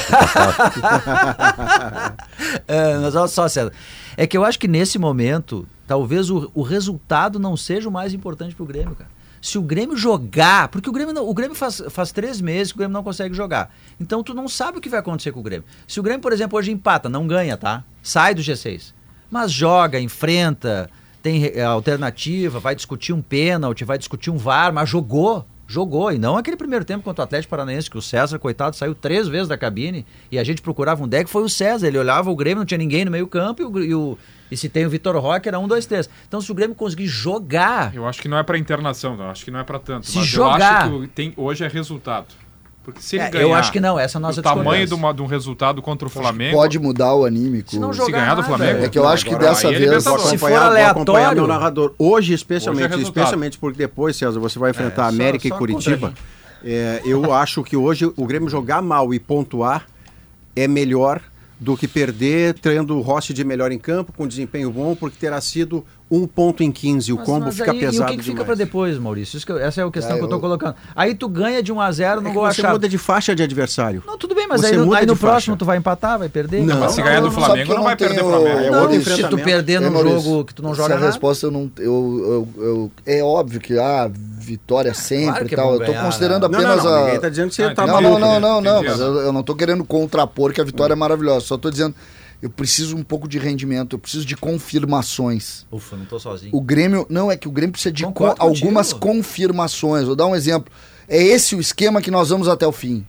É, mas olha só, César. É que eu acho que nesse momento, talvez o, o resultado não seja o mais importante pro Grêmio, cara. Se o Grêmio jogar, porque o Grêmio, não, o Grêmio faz, faz três meses que o Grêmio não consegue jogar. Então tu não sabe o que vai acontecer com o Grêmio. Se o Grêmio, por exemplo, hoje empata, não ganha, tá? Sai do G seis. Mas joga, enfrenta, tem eh, alternativa, vai discutir um pênalti, vai discutir um V A R, mas jogou. Jogou, e não aquele primeiro tempo contra o Atlético Paranaense, que o César, coitado, saiu três vezes da cabine e a gente procurava um deck, foi o César. Ele olhava o Grêmio, não tinha ninguém no meio campo e, o, e, o, e se tem o Vitor Roque, era um, dois, três. Então se o Grêmio conseguir jogar, Eu acho que não é pra internação, eu acho que não é pra tanto. Se mas jogar- eu acho que o- tem, hoje é resultado. Porque se ele é, ganhar eu acho que não, essa é a nossa o tamanho discordância. de, uma- de um resultado contra o Flamengo, Pode mudar o anímico. Se não se jogar ganhar do nada, Flamengo... É que eu acho que agora, dessa aí é vez- Vou Libertadores. Se for acompanhar, vou acompanhar aleatório- meu narrador. Hoje, especialmente, Hoje é resultado. especialmente porque depois, César, você vai enfrentar É, só- América só e Curitiba. contra É, eu acho que hoje o Grêmio jogar mal e pontuar é melhor do que perder tendo o Rossi de melhor em campo, com desempenho bom, porque terá sido um ponto em quinze. O Mas- combo mas fica aí, pesado E o que, que fica demais. pra depois, Maurício? Isso que eu- essa é a questão Ah, que eu tô eu- colocando. Aí tu ganha de um a zero É no que gol você achado. muda de faixa de adversário. Não, tudo bem, mas Você aí, no- muda aí no de próximo faixa. tu vai empatar, vai perder? Não, Mas se ganhar do não, sabe Flamengo, que eu não vai não perder tenho- pro Flamengo. É Não, outro se tu enfrentamento. perder É, num Maurício, jogo que tu não joga essa nada... resposta eu não. Eu, eu, eu- é óbvio que ah, vitória sempre claro que e é tal. bom Eu tô ganhar, considerando né? Não, apenas não, não, a. ninguém tá dizendo que você Ah, tá Não, maluco, não, não, né? não, não, Entendi. mas eu, eu não tô querendo contrapor que a vitória é maravilhosa. Só tô dizendo, eu preciso um pouco de rendimento, eu preciso de confirmações. Ufa, não tô sozinho. O Grêmio, não, é que o Grêmio precisa de Concordo co- algumas contigo. confirmações. Vou dar um exemplo. É esse o esquema que nós vamos até o fim.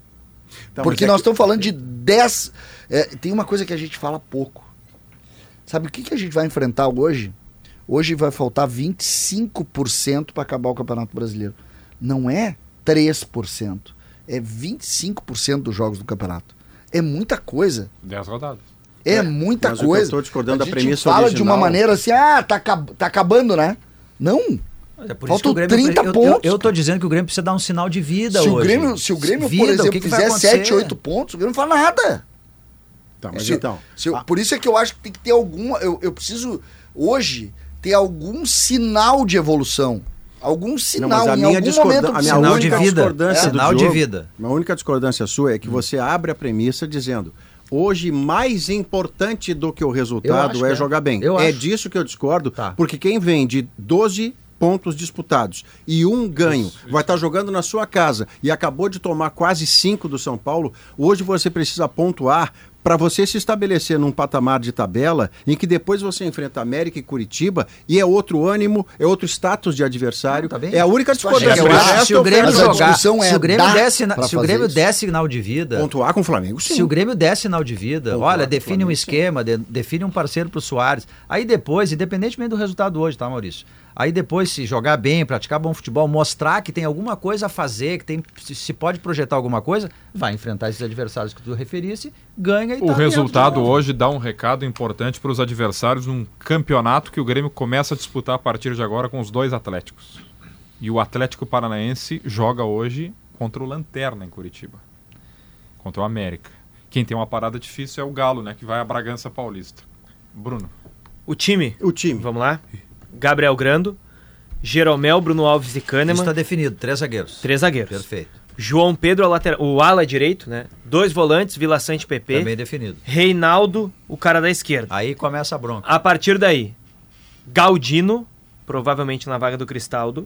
Tá, Porque mas é nós que- estamos falando de dez. é, tem uma coisa que a gente fala pouco. Sabe o que, que a gente vai enfrentar hoje? Hoje vai faltar vinte e cinco por cento para acabar o Campeonato Brasileiro. Não é três por cento. É vinte e cinco por cento dos jogos do campeonato. É muita coisa. dez rodadas. É, É, muita mas o que eu coisa. tô discordando a da gente premissa fala de uma original- maneira assim, ah, tá, acab- tá acabando, né? Não. Mas é por Faltam isso que o Grêmio- trinta eu, eu- pontos, Eu, tô dizendo que o Grêmio precisa dar um sinal de vida Se o hoje. Grêmio, se o Grêmio Vida, por o exemplo, que que vai fizer acontecer? sete, oito pontos, o Grêmio não faz nada. Tá, mas Se- então. se eu- Ah. Por isso é que eu acho que tem que ter alguma. Eu, eu preciso, hoje, ter algum sinal de evolução. Algum sinal, Não, mas a em minha algum discordan- momento. a minha Sinal de única vida. discordância É. do Sinal de Diogo- vida. A única discordância sua é que você abre a premissa dizendo: hoje mais importante do que o Eu resultado acho é que é. jogar bem. Eu é acho. disso que eu discordo, Tá. porque quem vem de doze pontos disputados e um ganho vai estar jogando na sua casa e acabou de tomar quase cinco do São Paulo, hoje você precisa pontuar para você se estabelecer num patamar de tabela em que depois você enfrenta América e Curitiba e é outro ânimo, é outro status de adversário. Não, tá bem. É a única Tu acha que discordância. eu O acho que resto se o Grêmio eu Mas a quero jogar, discussão é se o Grêmio dá der sina- pra se o fazer Grêmio isso? der sinal de vida, pontuar com o Flamengo, sim. se o Grêmio der sinal de vida, Pontuar olha, com o define Flamengo, um esquema, de- define um parceiro pro Soares. Aí depois, independentemente do resultado hoje, tá, Maurício? Aí depois, se jogar bem, praticar bom futebol, mostrar que tem alguma coisa a fazer, que tem, se, se pode projetar alguma coisa, vai enfrentar esses adversários que tu referisse, ganha e O tá resultado dentro. hoje dá um recado importante para os adversários num campeonato que o Grêmio começa a disputar a partir de agora com os dois Atléticos. E o Atlético Paranaense joga hoje contra o Lanterna em Curitiba, contra o América. Quem tem uma parada difícil é o Galo, né, que vai a Bragança Paulista. Bruno. O time, O time. vamos lá. Gabriel Grando, Jeromel, Bruno Alves e Isso Kahneman, está definido, três zagueiros. três zagueiros. Perfeito. João Pedro, a lateral, o ala direito, né? Dois volantes, Vila Sante e P P. Também definido. Reinaldo, o cara da esquerda. Aí começa a bronca. A partir daí, Galdino, provavelmente na vaga do Cristaldo.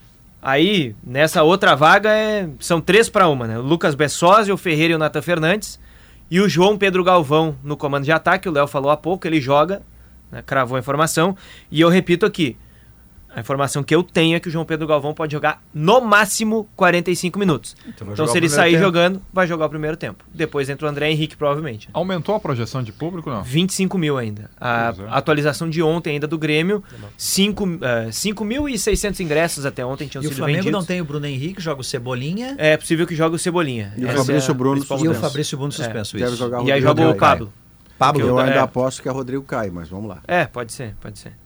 Aí, nessa outra vaga, é... são três para uma, né? O Lucas Bessosi, o Ferreira e o Nathan Fernandes. E o João Pedro Galvão no comando de ataque. O Léo falou há pouco, ele joga, né? Cravou a informação. E eu repito aqui, a informação que eu tenho é que o João Pedro Galvão pode jogar no máximo quarenta e cinco minutos. Então vai Então, jogar se o ele primeiro sair tempo. jogando, vai jogar o primeiro tempo. Depois entra o André Henrique, provavelmente. Aumentou a projeção de público, não? vinte e cinco mil ainda. A Pois é. atualização de ontem ainda do Grêmio, cinco mil e seiscentos ingressos até ontem tinham E o sido Flamengo vendidos. não tem o Bruno Henrique, joga o Cebolinha É possível que jogue o Cebolinha. E o Essa Fabrício é a Bruno principal e o mudança. Fabrício Bruno suspenso. Deve Isso. jogar E aí Rodrigo joga o Caio. Pablo. Pablo, Eu eu- ainda é. aposto que é Rodrigo Caio, mas vamos lá. É, pode ser, pode ser.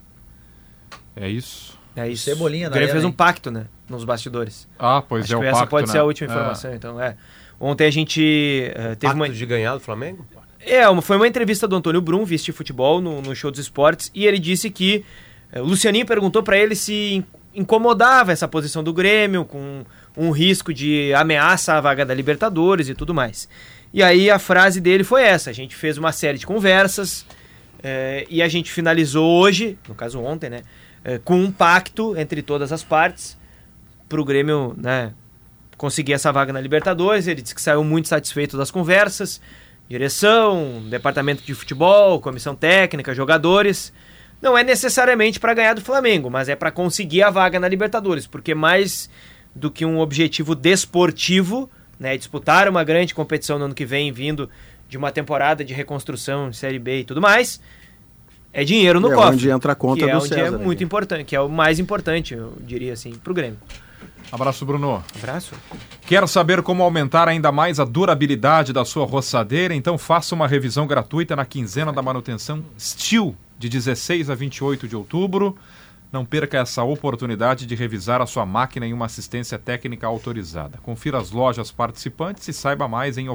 É isso? É isso. Cebolinha o na Grêmio arena, fez um hein? pacto, né? Nos bastidores. Ah, pois Acho é o que essa pacto, pode né? ser a última É. informação. Então, é. Ontem a gente eh, teve Pacto uma... de ganhar do Flamengo? É, uma- foi uma entrevista do Antônio Brum, vice de futebol, no, no Show dos Esportes, e ele disse que eh, o Lucianinho perguntou pra ele se in- incomodava essa posição do Grêmio, com um risco de ameaça à vaga da Libertadores e tudo mais. E aí a frase dele foi essa: a gente fez uma série de conversas eh, e a gente finalizou hoje, no caso ontem, né, eh, com um pacto entre todas as partes pro Grêmio, né, conseguir essa vaga na Libertadores. Ele disse que saiu muito satisfeito das conversas. Direção, departamento de futebol, comissão técnica, jogadores. Não é necessariamente para ganhar do Flamengo, mas é para conseguir a vaga na Libertadores, porque mais do que um objetivo desportivo, né, disputar uma grande competição no ano que vem, vindo de uma temporada de reconstrução, Série B e tudo mais, é dinheiro no É cofre. onde entra a conta que é do onde César, é né? muito importante, que é o mais importante, eu diria assim, pro Grêmio. Abraço, Bruno. Abraço. Quer saber como aumentar ainda mais a durabilidade da sua roçadeira? Então faça uma revisão gratuita na quinzena da manutenção Steel, de dezesseis a vinte e oito de outubro. Não perca essa oportunidade de revisar a sua máquina em uma assistência técnica autorizada. Confira as lojas participantes e saiba mais em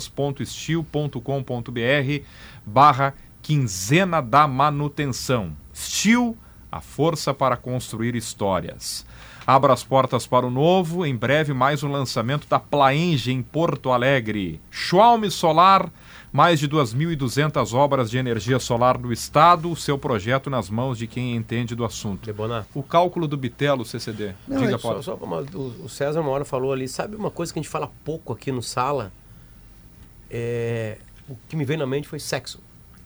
ofertas.steel.com.br barra quinzena da manutenção. Steel, a força para construir histórias. Abra as portas para o novo, em breve mais um lançamento da Plaenge em Porto Alegre. Schwalm Solar, mais de duas mil e duzentas obras de energia solar no estado, o seu projeto nas mãos de quem entende do assunto. Debonar. O cálculo do Bitelo, C C D. Não, Diga, é só, Paulo. só uma- o, o César uma hora falou ali, sabe uma coisa que a gente fala pouco aqui no Sala? É, o que me veio na mente foi sexo.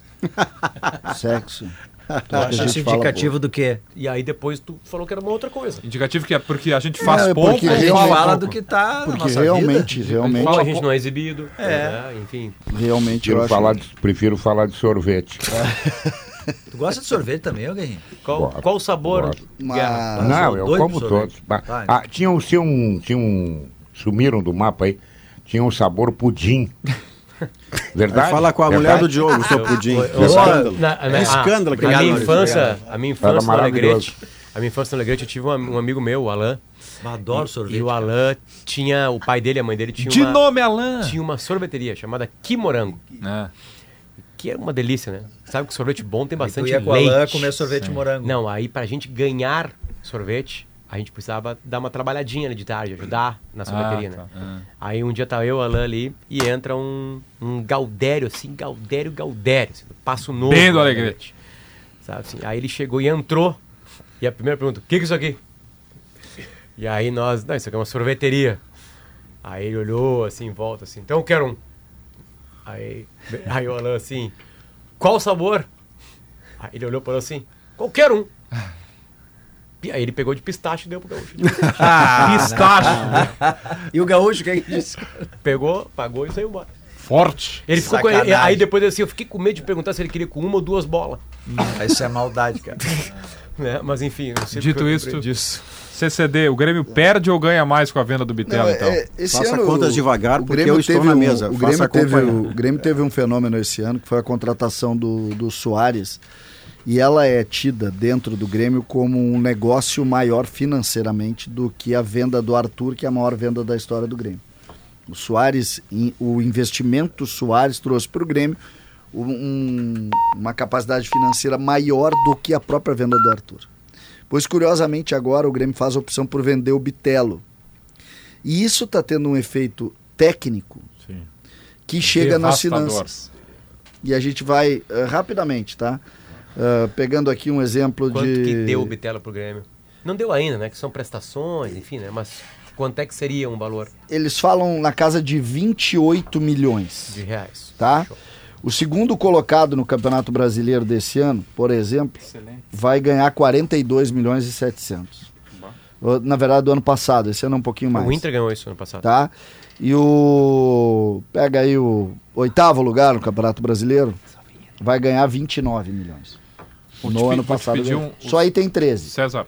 Sexo. Tu acha isso indicativo do quê? E aí depois tu falou que era uma outra coisa. Indicativo que é porque a gente faz É, pouco. porque A gente realmente- fala do que tá na Porque nossa realmente, vida. realmente, Ou a gente não é exibido, É. né? Enfim. realmente eu Prefiro acho... falar, de, prefiro falar de sorvete. Tu gosta de sorvete também, alguém? Qual, Gosto, qual o sabor? gosto. Guerra? Mas... Não, eu doido como por todos. sorvete. Bah, Vai. ah, tinha, um, tinha, um, tinha um. Sumiram do mapa aí. Tinha um sabor pudim. Verdade? Aí fala com a Verdade? mulher do Diogo, seu pudim. Eu- É escândalo. Na- na- É escândalo a, aquele a minha Maurício. infância, a minha infância no maravilhoso. Alegrete, a minha infância no Alegrete, eu tive um, um amigo meu, o Alan, Eu adoro sorvete. E o Alain tinha, o pai dele, a mãe dele tinha De uma... nome Alain! Tinha uma sorveteria chamada Kimorango. É. Que é uma delícia, né? Sabe que sorvete bom tem bastante tu ia com leite. a Alain comer sorvete de morango. Não, aí pra gente ganhar sorvete, a gente precisava dar uma trabalhadinha ali de tarde, ajudar na sorveteria, Ah, tá. né? Aí um dia tá eu, Alain ali, e entra um, um Gaudério, assim, Gaudério, Gaudério, assim, Passo Novo. Bem do né, Alegrete. Sabe assim? Aí ele chegou e entrou, e a primeira pergunta, o que que é isso aqui? E aí nós, não, isso aqui é uma sorveteria. Aí ele olhou assim, em volta, assim, então eu quero um. Aí, aí o Alain assim, qual o sabor? Aí ele olhou para assim, qualquer um. Aí ele pegou de pistache e deu pro gaúcho. Ah, pistache! E o gaúcho, o que é que disse? Pegou, pagou e saiu embora. Forte! Ele ficou com, Sacanagem. aí depois assim, eu fiquei com medo de perguntar se ele queria com uma ou duas bolas. Isso é maldade, cara. Né? Mas enfim, eu não sei Dito porque eu isto, lembrei disso. C C D, o Grêmio perde ou ganha mais com a venda do Bitelo, Não, então? é, esse Faça ano, contas o- devagar, o porque Grêmio eu estou teve na um- mesa. O Faça Grêmio, teve, acompanhar. o Grêmio teve um fenômeno esse ano, que foi a contratação do, do Soares, e ela é tida dentro do Grêmio como um negócio maior financeiramente do que a venda do Arthur, que é a maior venda da história do Grêmio. O Soares, em- o investimento Soares trouxe para o Grêmio um- uma capacidade financeira maior do que a própria venda do Arthur. Pois, curiosamente, agora o Grêmio faz a opção por vender o Bitelo. E isso está tendo um efeito técnico Sim. que chega nas Devastador. finanças. E a gente vai uh, rapidamente, tá? Uh, pegando aqui um exemplo Quanto de... que deu o Bitelo pro Grêmio? Não deu ainda, né? Que são prestações, enfim, né? Mas quanto é que seria um valor Eles falam na casa de vinte e oito milhões, de reais? tá? Show. O segundo colocado no Campeonato Brasileiro desse ano, por exemplo, vai ganhar quarenta e dois milhões e setecentos. Uh, Na verdade, do ano passado. Esse ano é um pouquinho mais. O Inter ganhou isso ano passado. Tá? E o... Pega aí o oitavo lugar no Campeonato Brasileiro, vai ganhar vinte e nove milhões. Vou te No pe- ano vou te passado. pedir ganhou. um- Só aí tem treze. César,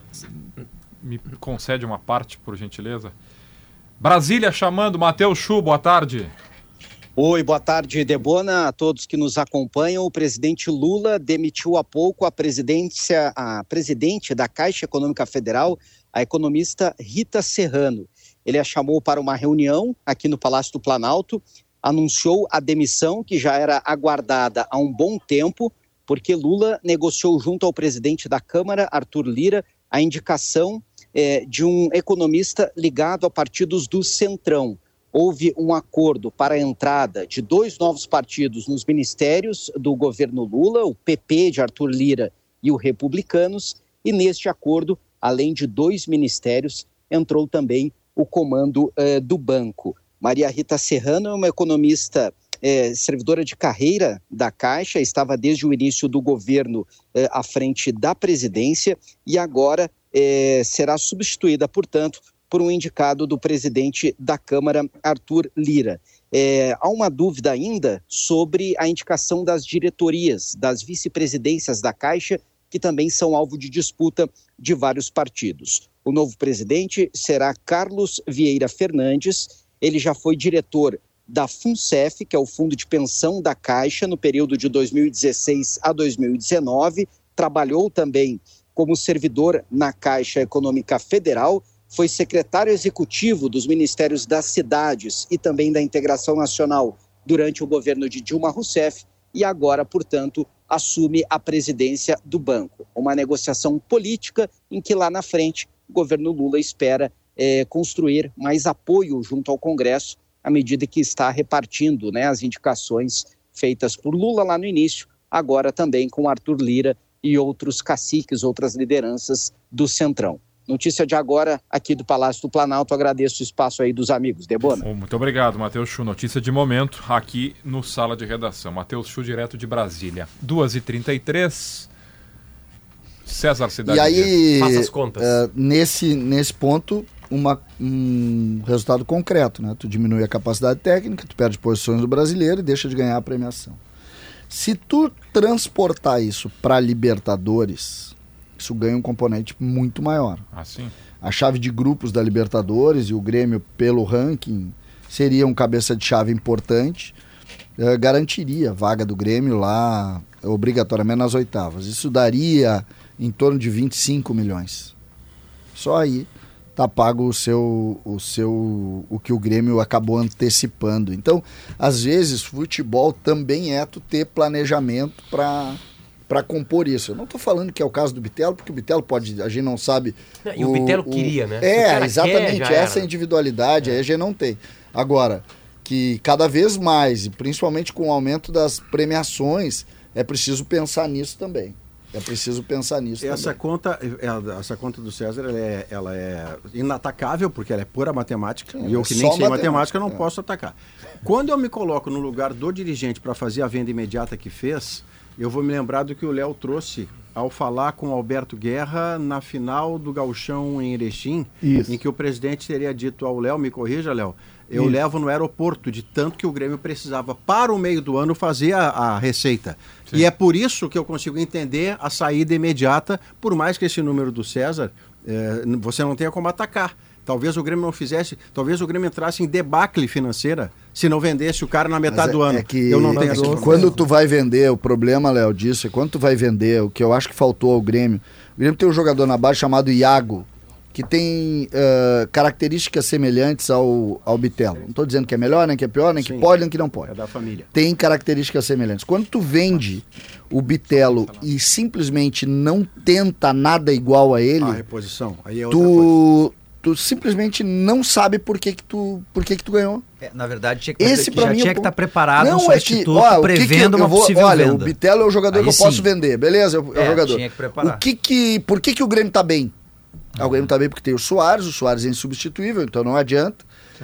me concede uma parte, por gentileza. Brasília chamando, Matheus Chu, boa tarde. Oi, boa tarde, Debona, a todos que nos acompanham. O presidente Lula demitiu há pouco a presidência, a presidente da Caixa Econômica Federal, a economista Rita Serrano. Ele a chamou para uma reunião aqui no Palácio do Planalto, anunciou a demissão que já era aguardada há um bom tempo, porque Lula negociou junto ao presidente da Câmara, Arthur Lira, a indicação eh, de um economista ligado a partidos do Centrão. Houve um acordo para a entrada de dois novos partidos nos ministérios do governo Lula, o P P de Arthur Lira e o Republicanos, e neste acordo, além de dois ministérios, entrou também o comando eh, do banco. Maria Rita Serrano é uma economista eh, servidora de carreira da Caixa, estava desde o início do governo eh, à frente da presidência e agora eh, será substituída, portanto, por um indicado do presidente da Câmara, Arthur Lira. É, há uma dúvida ainda sobre a indicação das diretorias, das vice-presidências da Caixa, que também são alvo de disputa de vários partidos. O novo presidente será Carlos Vieira Fernandes. Ele já foi diretor da FUNCEF, que é o Fundo de Pensão da Caixa, no período de dois mil e dezesseis a dois mil e dezenove. Trabalhou também como servidor na Caixa Econômica Federal, foi secretário executivo dos Ministérios das Cidades e também da Integração Nacional durante o governo de Dilma Rousseff e agora, portanto, assume a presidência do banco. Uma negociação política em que lá na frente o governo Lula espera eh, construir mais apoio junto ao Congresso à medida que está repartindo, né, as indicações feitas por Lula lá no início, agora também com Arthur Lira e outros caciques, outras lideranças do Centrão. Notícia de agora, aqui do Palácio do Planalto. Agradeço o espaço aí dos amigos. Debona. Oh, muito obrigado, Matheus Chu. Notícia de momento aqui no Sala de Redação. Matheus Chu, direto de Brasília. duas e trinta e três. César Cidade. E aí, Faça as contas. uh, nesse, nesse ponto, uma, um resultado concreto, né? Tu diminui a capacidade técnica, tu perde posições do brasileiro e deixa de ganhar a premiação. Se tu transportar isso para Libertadores, isso ganha um componente muito maior. Assim. A chave de grupos da Libertadores e o Grêmio, pelo ranking, seria um cabeça de chave importante, eh, garantiria a vaga do Grêmio lá, obrigatoriamente nas oitavas. Isso daria em torno de vinte e cinco milhões. Só aí tá pago o seu, o seu, o que o Grêmio acabou antecipando. Então, às vezes, futebol também é tu ter planejamento para para compor isso. Eu não estou falando que é o caso do Bitelo, porque o Bitelo pode, a gente não sabe... E o, o Bitelo o, queria, né? É, exatamente, quer, essa individualidade, é. aí a gente não tem. Agora, que cada vez mais, e principalmente com o aumento das premiações, é preciso pensar nisso também. É preciso pensar nisso essa também. Conta, essa conta do César, ela é, ela é inatacável, porque ela é pura matemática, Sim, e eu que é nem sei matemática, matemática não é. posso atacar. Quando eu me coloco no lugar do dirigente para fazer a venda imediata que fez, eu vou me lembrar do que o Léo trouxe ao falar com o Alberto Guerra na final do Gauchão em Erechim, Isso. em que o presidente teria dito ao Léo, me corrija, Léo, eu Isso. levo no aeroporto, de tanto que o Grêmio precisava, para o meio do ano, fazer a, a receita. Sim. E é por isso que eu consigo entender a saída imediata, por mais que esse número do César, eh, você não tenha como atacar. Talvez o Grêmio não fizesse, talvez o Grêmio entrasse em debacle financeira se não vendesse o cara na metade é, do ano. É que eu não tenho essa quando tu vai vender, o problema, Léo, disso é quando tu vai vender, o que eu acho que faltou ao Grêmio. O Grêmio tem um jogador na base chamado Iago, que tem uh, características semelhantes ao, ao Bitelo. Não estou dizendo que é melhor, nem que é pior, nem Sim, que pode, nem que não pode. É da família. Tem características semelhantes. Quando tu vende o Bitelo e simplesmente não tenta nada igual a ele... A reposição, aí é outra tu... coisa. Tu simplesmente não sabe por que que tu, por que que tu ganhou. É, na verdade, tinha que, Esse já mim, tinha que estar tá preparado não, um substituto é que, ó, prevendo que que uma vou, possível olha, venda. Olha, o Bitelo é o jogador Aí que eu sim. posso vender, beleza? É o é, jogador. Tinha que preparar. O que que, por que que o Grêmio tá bem? Ah, o Grêmio tá bem porque tem o Soares, o Soares é insubstituível, então não adianta.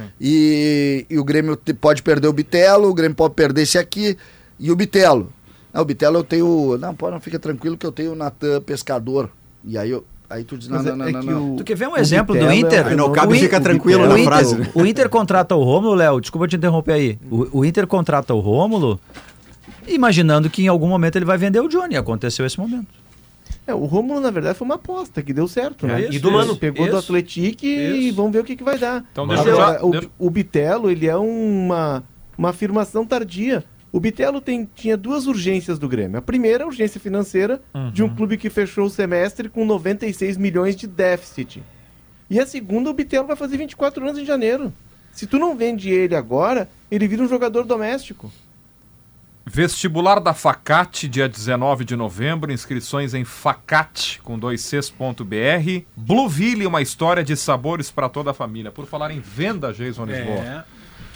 E, e o Grêmio te, pode perder o Bitelo, o Grêmio pode perder esse aqui. E o Bitelo? Ah, o Bitelo eu tenho... Não, pô, não fica tranquilo que eu tenho o Natan Pescador. E aí eu... Aí tu diz, não, não, não, é não, não. O, tu quer ver um exemplo do Inter? Aí não cabe, fica tranquilo na Inter, frase. Né? O Inter contrata o Rômulo, Léo, desculpa te interromper aí. O, o Inter contrata o Rômulo imaginando que em algum momento ele vai vender o Johnny. Aconteceu esse momento. É, o Rômulo, na verdade, foi uma aposta que deu certo, né? É isso, e do isso, Mano pegou isso, do Atlético e isso. vamos ver o que, que vai dar. Então, Mas deixa é, já, o, deixa... o Bitelo, ele é uma, uma afirmação tardia. O Bitelo tem, tinha duas urgências do Grêmio. A primeira, a urgência financeira uhum. de um clube que fechou o semestre com noventa e seis milhões de déficit. E a segunda, o Bitelo vai fazer vinte e quatro anos em janeiro. Se tu não vende ele agora, ele vira um jogador doméstico. Vestibular da Facate, dia dezenove de novembro, inscrições em facate, com dois cs ponto b r. Blueville, uma história de sabores para toda a família. Por falar em venda, Jason Lisboa, é.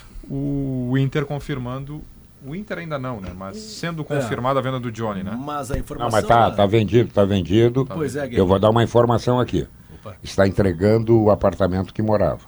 o Inter confirmando... O Inter ainda não, né? Mas sendo confirmada é. a venda do Johnny, né? Mas a informação... Não, mas tá, tá vendido, tá vendido. Tá pois é, eu vou dar uma informação aqui. Opa. Está entregando o apartamento que morava.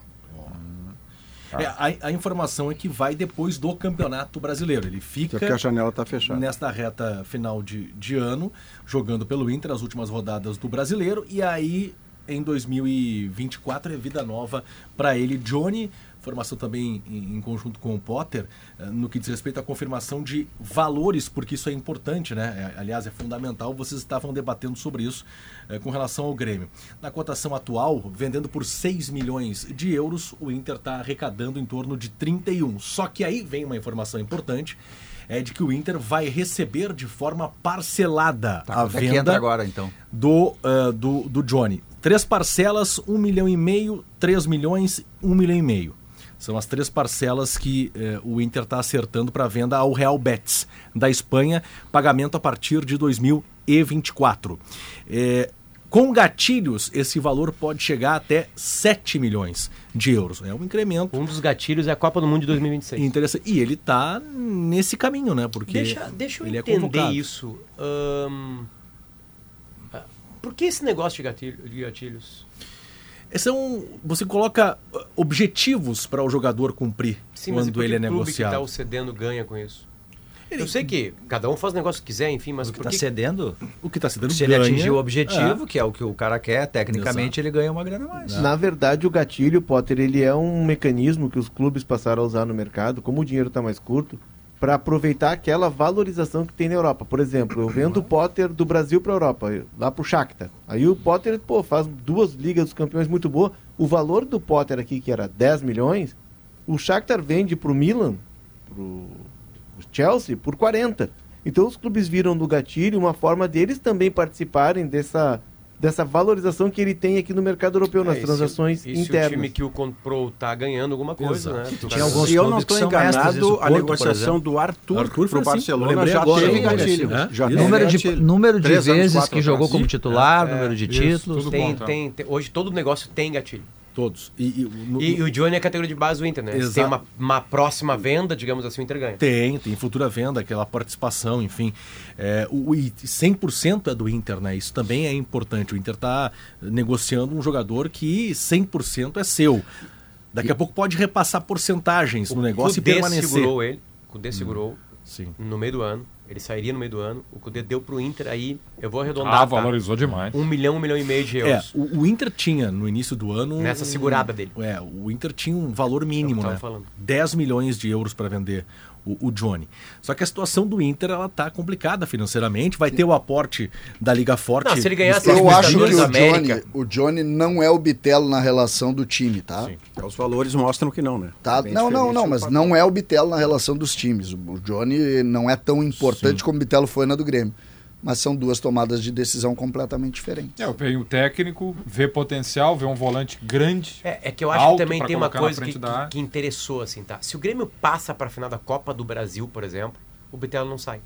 É, a, a informação é que vai depois do Campeonato Brasileiro. Ele fica... Porque a janela está fechada. Nesta reta final de, de ano, jogando pelo Inter as últimas rodadas do Brasileiro. E aí, em dois mil e vinte e quatro, é vida nova para ele. Johnny... Formação também em, em conjunto com o Potter, no que diz respeito à confirmação de valores, porque isso é importante, né? É, aliás, é fundamental, vocês estavam debatendo sobre isso é, com relação ao Grêmio. Na cotação atual, vendendo por seis milhões de euros, o Inter está arrecadando em torno de trinta e um. Só que aí vem uma informação importante, é de que o Inter vai receber de forma parcelada tá, a venda entra agora, então. do, uh, do, do Johnny. Três parcelas, um milhão e meio, três milhões, um milhão e meio. São as três parcelas que eh, o Inter está acertando para venda ao Real Betis da Espanha, pagamento a partir de dois mil e vinte e quatro. Eh, com gatilhos, esse valor pode chegar até sete milhões de euros. É um incremento. Um dos gatilhos é a Copa do Mundo de dois mil e vinte e seis. Interessante. E ele está nesse caminho, né? Porque deixa, deixa eu ele entender é convocado. isso. Um... Por que esse negócio de, gatilho, de gatilhos? São, você coloca objetivos para o jogador cumprir. Sim, quando mas ele é negociado. O clube negociado. que está o cedendo ganha com isso? Ele... Eu sei que cada um faz o negócio que quiser, enfim, mas o que está cedendo? O que está cedendo Se ganha, ele atingir o objetivo, é. que é o que o cara quer, tecnicamente Exato. Ele ganha uma grana a mais. Na verdade, o gatilho, Potter, ele é um mecanismo que os clubes passaram a usar no mercado, como o dinheiro está mais curto, para aproveitar aquela valorização que tem na Europa. Por exemplo, eu vendo o Potter do Brasil para a Europa, lá para o Shakhtar. Aí o Potter, pô, faz duas Ligas dos Campeões muito boas. O valor do Potter aqui, que era dez milhões, o Shakhtar vende para o Milan, para o Chelsea, por quarenta. Então os clubes viram no gatilho uma forma deles também participarem dessa dessa valorização que ele tem aqui no mercado europeu, nas É, e transações se, e se internas. o time que o comprou tá ganhando alguma coisa, né? Tu Tinha tá- alguns Se eu não clubes que estou são mestres disso, enganado, o a Porto, por negociação exemplo. do Arthur, Arthur pro foi assim. Barcelona Eu lembrei já agora, teve hein, gatilho. é? Já Isso. teve Número de, gatilho. número de Três anos, vezes quatro que jogou atrás. como titular, É, número de isso, títulos. tudo tem, bom, tá. tem, tem- hoje todo negócio tem gatilho. Todos. E, e, no- E, e o Johnny é a categoria de base do Inter, né? Se Exato. tem uma, uma próxima venda, digamos assim, o Inter ganha. Tem, tem futura venda, aquela participação, enfim. É, o, e cem por cento é do Inter, né? Isso também é importante. O Inter está negociando um jogador que cem por cento é seu. Daqui a pouco pode repassar porcentagens no negócio e Cudê permanecer. segurou ele, o Cudê segurou Sim. no meio do ano, ele sairia no meio do ano, o Cudê deu pro Inter aí, eu vou arredondar, Ah, tá? valorizou demais. Um milhão, um milhão e meio de É, euros. o, o Inter tinha no início do ano... Nessa um- segurada dele. É, o Inter tinha um valor mínimo, É o que eu né? tava falando. dez milhões de euros para vender o, o Johnny. Só que a situação do Inter, ela tá complicada financeiramente, vai ter o aporte da Liga Forte. Não, se ele ganhasse nos Os Eu acho que próximos o dias. da Johnny, América. o Johnny não é o Bitelo na relação do time, tá? Sim. Os valores mostram que não, né? Tá? Bem Não, não, diferente não, o mas papel. não é o Bitelo na relação dos times. O Johnny não é tão importante como o Bitelo foi na do Grêmio. Mas são duas tomadas de decisão completamente diferentes. É, vem o técnico, vê potencial, vê um volante grande. É, é que eu acho alto que também pra tem uma colocar na coisa que, frente da área. que, que interessou, assim, tá? Se o Grêmio passa pra final da Copa do Brasil, por exemplo, o Bitelo não sai.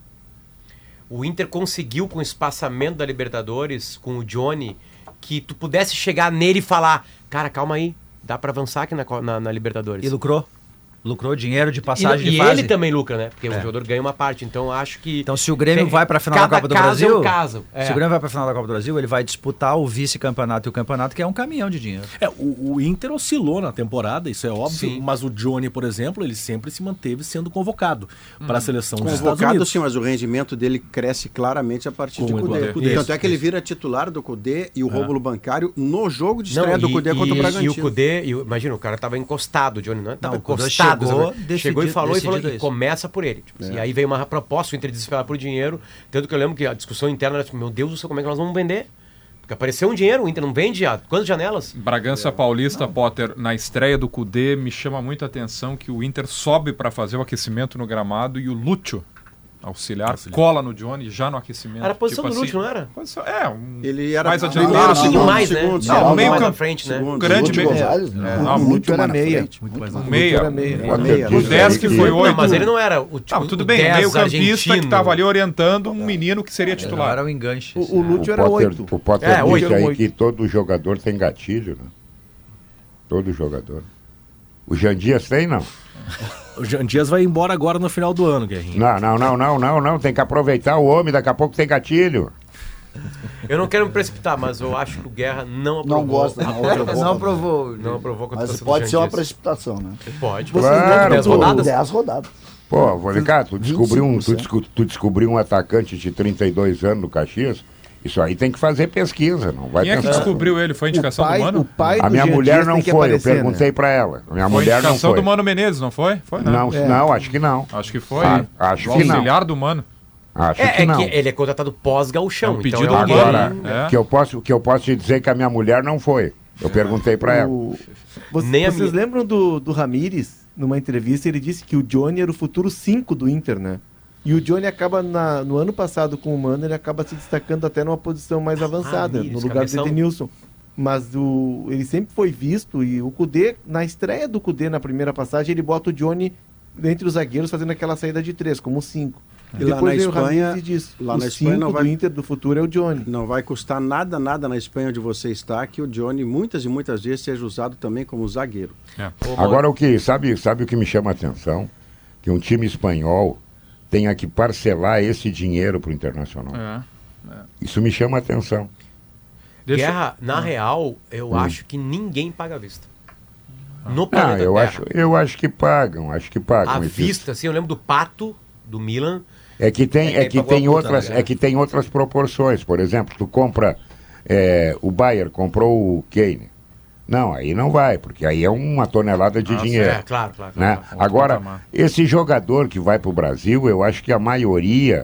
O Inter conseguiu, com o espaçamento da Libertadores, com o Johnny, que tu pudesse chegar nele e falar, cara, calma aí, dá pra avançar aqui na, co- na, na Libertadores. E lucrou. Lucrou dinheiro de E, passagem e de fase. ele também lucra, né? Porque É. o jogador ganha uma parte. Então acho que. Então, se o Grêmio Tem- vai para a final cada da Copa do caso Brasil, é um caso. É. se o Grêmio vai para a final da Copa do Brasil, ele vai disputar o vice-campeonato e o campeonato, que é um caminhão de dinheiro. É, o, o Inter oscilou na temporada, isso é óbvio, Sim. mas o Johnny, por exemplo, ele sempre se manteve sendo convocado para a seleção dos Estados Convocado Unidos. sim, mas o rendimento dele cresce claramente a partir Com de o Cudê. Eduardo Cudê. Tanto Isso, é que ele isso. vira titular do Cudê e o É. rômulo bancário no jogo de Não, estreia do e- Cudê contra o e- Bragantino. E o Cudê, e o- imagina, o cara tava encostado, o Johnny não tava Não, o Cudê encostado. chegou sabe? decidido- chegou e falou e falou decidido e isso. começa por ele. Tipo, assim, aí veio uma proposta, o Inter desesperado por dinheiro. Tanto que eu lembro que a discussão interna era tipo, meu Deus do céu, como é que nós vamos vender? Porque apareceu um dinheiro, o Inter não vende há quantas janelas? Bragança Paulista, Potter, na estreia do Cudê, me chama muita atenção que o Inter sobe para fazer o aquecimento no gramado e o Lúcio, auxiliar, Auxiliar. cola no Johnny já no aquecimento. Era a posição Tipo do Lúcio, não era? posição- É, um, Ele era mais primeiro, adiantado. Um pouquinho segundo, mais, né? segundo, Não, segundo. meio mais campo- na frente, né? segundo. grande Lúcio meio. Gonzalez, É, né? não, Muito Lúcio era mais na meia. frente. Muito mais Um na meia. Era meia. Potter meia. diz O dez aí que foi Não, oito. mas ele não era o tipo Não, tudo o bem, dez meio campista argentino. que estava ali orientando um menino que seria Não titular. era o enganche. O, o Lúcio o era Potter, oito. o Potter É, diz oito, aí oito. que todo jogador tem gatilho, né? Todo jogador. O Jean Dias tem, não? O Jean Dias vai embora agora no final do ano, Guerrinho. Não, não, não, não, não, não. Tem que aproveitar o homem, daqui a pouco tem gatilho. Eu não quero me precipitar, mas eu acho que o Guerra não aprovou. Não gosta, não aprovou. Não aprovou. Não aprovou com a Mas situação pode do ser uma Jean Dias. precipitação, né? Pode. Vocês Claro, lembram dez do- rodadas? dez rodadas. Pô, vou ligar, tu descobriu, um, tu, vinte e cinco por cento. desco- tu descobriu um atacante de trinta e dois anos no Caxias, isso aí tem que fazer pesquisa, não vai Quem é que pensar. descobriu ele? Foi a indicação o pai, do Mano? O pai A do minha Jean mulher Dias não tem que foi, eu aparecer, perguntei né? pra ela. A minha Foi a mulher não indicação foi. do Mano Menezes, não foi? Foi, né? Não, É. não, acho que não. Acho que foi. Ah, acho o que não. auxiliar do Mano. Acho É, que é não. que ele é contratado pós-gauchão. É um então pedido é do alguém- Agora, É. que eu posso, que eu posso te dizer que a minha mulher não foi. Eu perguntei pra ela. O- Vocês, Nem a vocês minha. lembram do, do Ramires, numa entrevista, ele disse que o Johnny era o futuro cinco do Inter, né? E o Johnny acaba, na- no ano passado com o Mano, ele acaba se destacando até numa posição mais avançada, Ramires, no lugar cabeção. do Edenilson. Mas o, ele sempre foi visto, e o Cudê, na estreia do Cudê na primeira passagem, ele bota o Johnny entre os zagueiros fazendo aquela saída de três, como cinco. E lá na veio o Espanha- Ramires e diz, lá o na Espanha cinco não vai- do Inter do futuro é o Johnny. Não vai custar nada, nada na Espanha onde você está, que o Johnny muitas e muitas vezes seja usado também como zagueiro. Agora o que, sabe, sabe o que me chama a atenção? Que um time espanhol tenha que parcelar esse dinheiro pro Internacional. É. Isso me chama a atenção. Deixa- Guerra, na real, eu Hum. ache que ninguém paga à vista. No Ah, planeta eu Terra. acho, eu acho que pagam, acho que pagam. À Esses- vista, assim, eu lembro do Pato, do Milan. É que tem, É é que que pagou tem a puta, outras, né? é que tem outras proporções. Por exemplo, tu compra é, o Bayern comprou o Kane. Não, aí não vai, porque aí é uma tonelada de Ah, dinheiro. É, claro, claro. Né? claro. Outro Agora, patamar. esse jogador que vai para o Brasil, eu acho que a maioria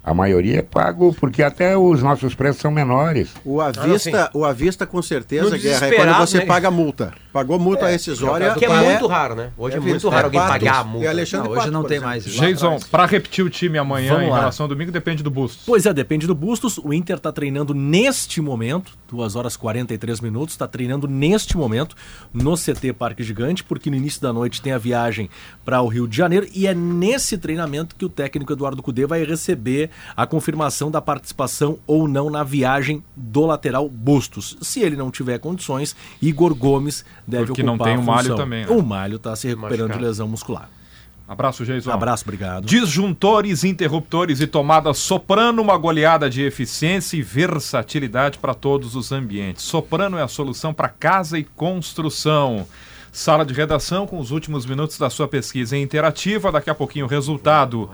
A maioria é pago porque até os nossos preços são menores. O à vista, o à vista com certeza, No Guerra, é quando você né? paga a multa. Pagou multa É, rescisória. Que é muito raro, né? Hoje é, muito raro alguém Patos pagar a multa. E Alexandre Não, hoje Pato, não por tem exemplo. mais isso. Jason, para repetir o time amanhã Vamos em lá. relação ao domingo, depende do Bustos. Pois é, depende do Bustos. O Inter está treinando neste momento, duas horas e quarenta e três minutos, está treinando neste momento no C T Parque Gigante, porque no início da noite tem a viagem para o Rio de Janeiro e é nesse treinamento que o técnico Eduardo Cudê vai receber a confirmação da participação ou não na viagem do lateral Bustos. Se ele não tiver condições, Igor Gomes deve Porque ocupar não tem a o Malho função. também, né? O Malho está se recuperando Machucado. de lesão muscular. Abraço, Jason. Abraço, obrigado. Disjuntores, interruptores e tomadas Soprano, uma goleada de eficiência e versatilidade para todos os ambientes. Soprano é a solução para casa e construção. Sala de redação com os últimos minutos da sua pesquisa interativa. Daqui a pouquinho o resultado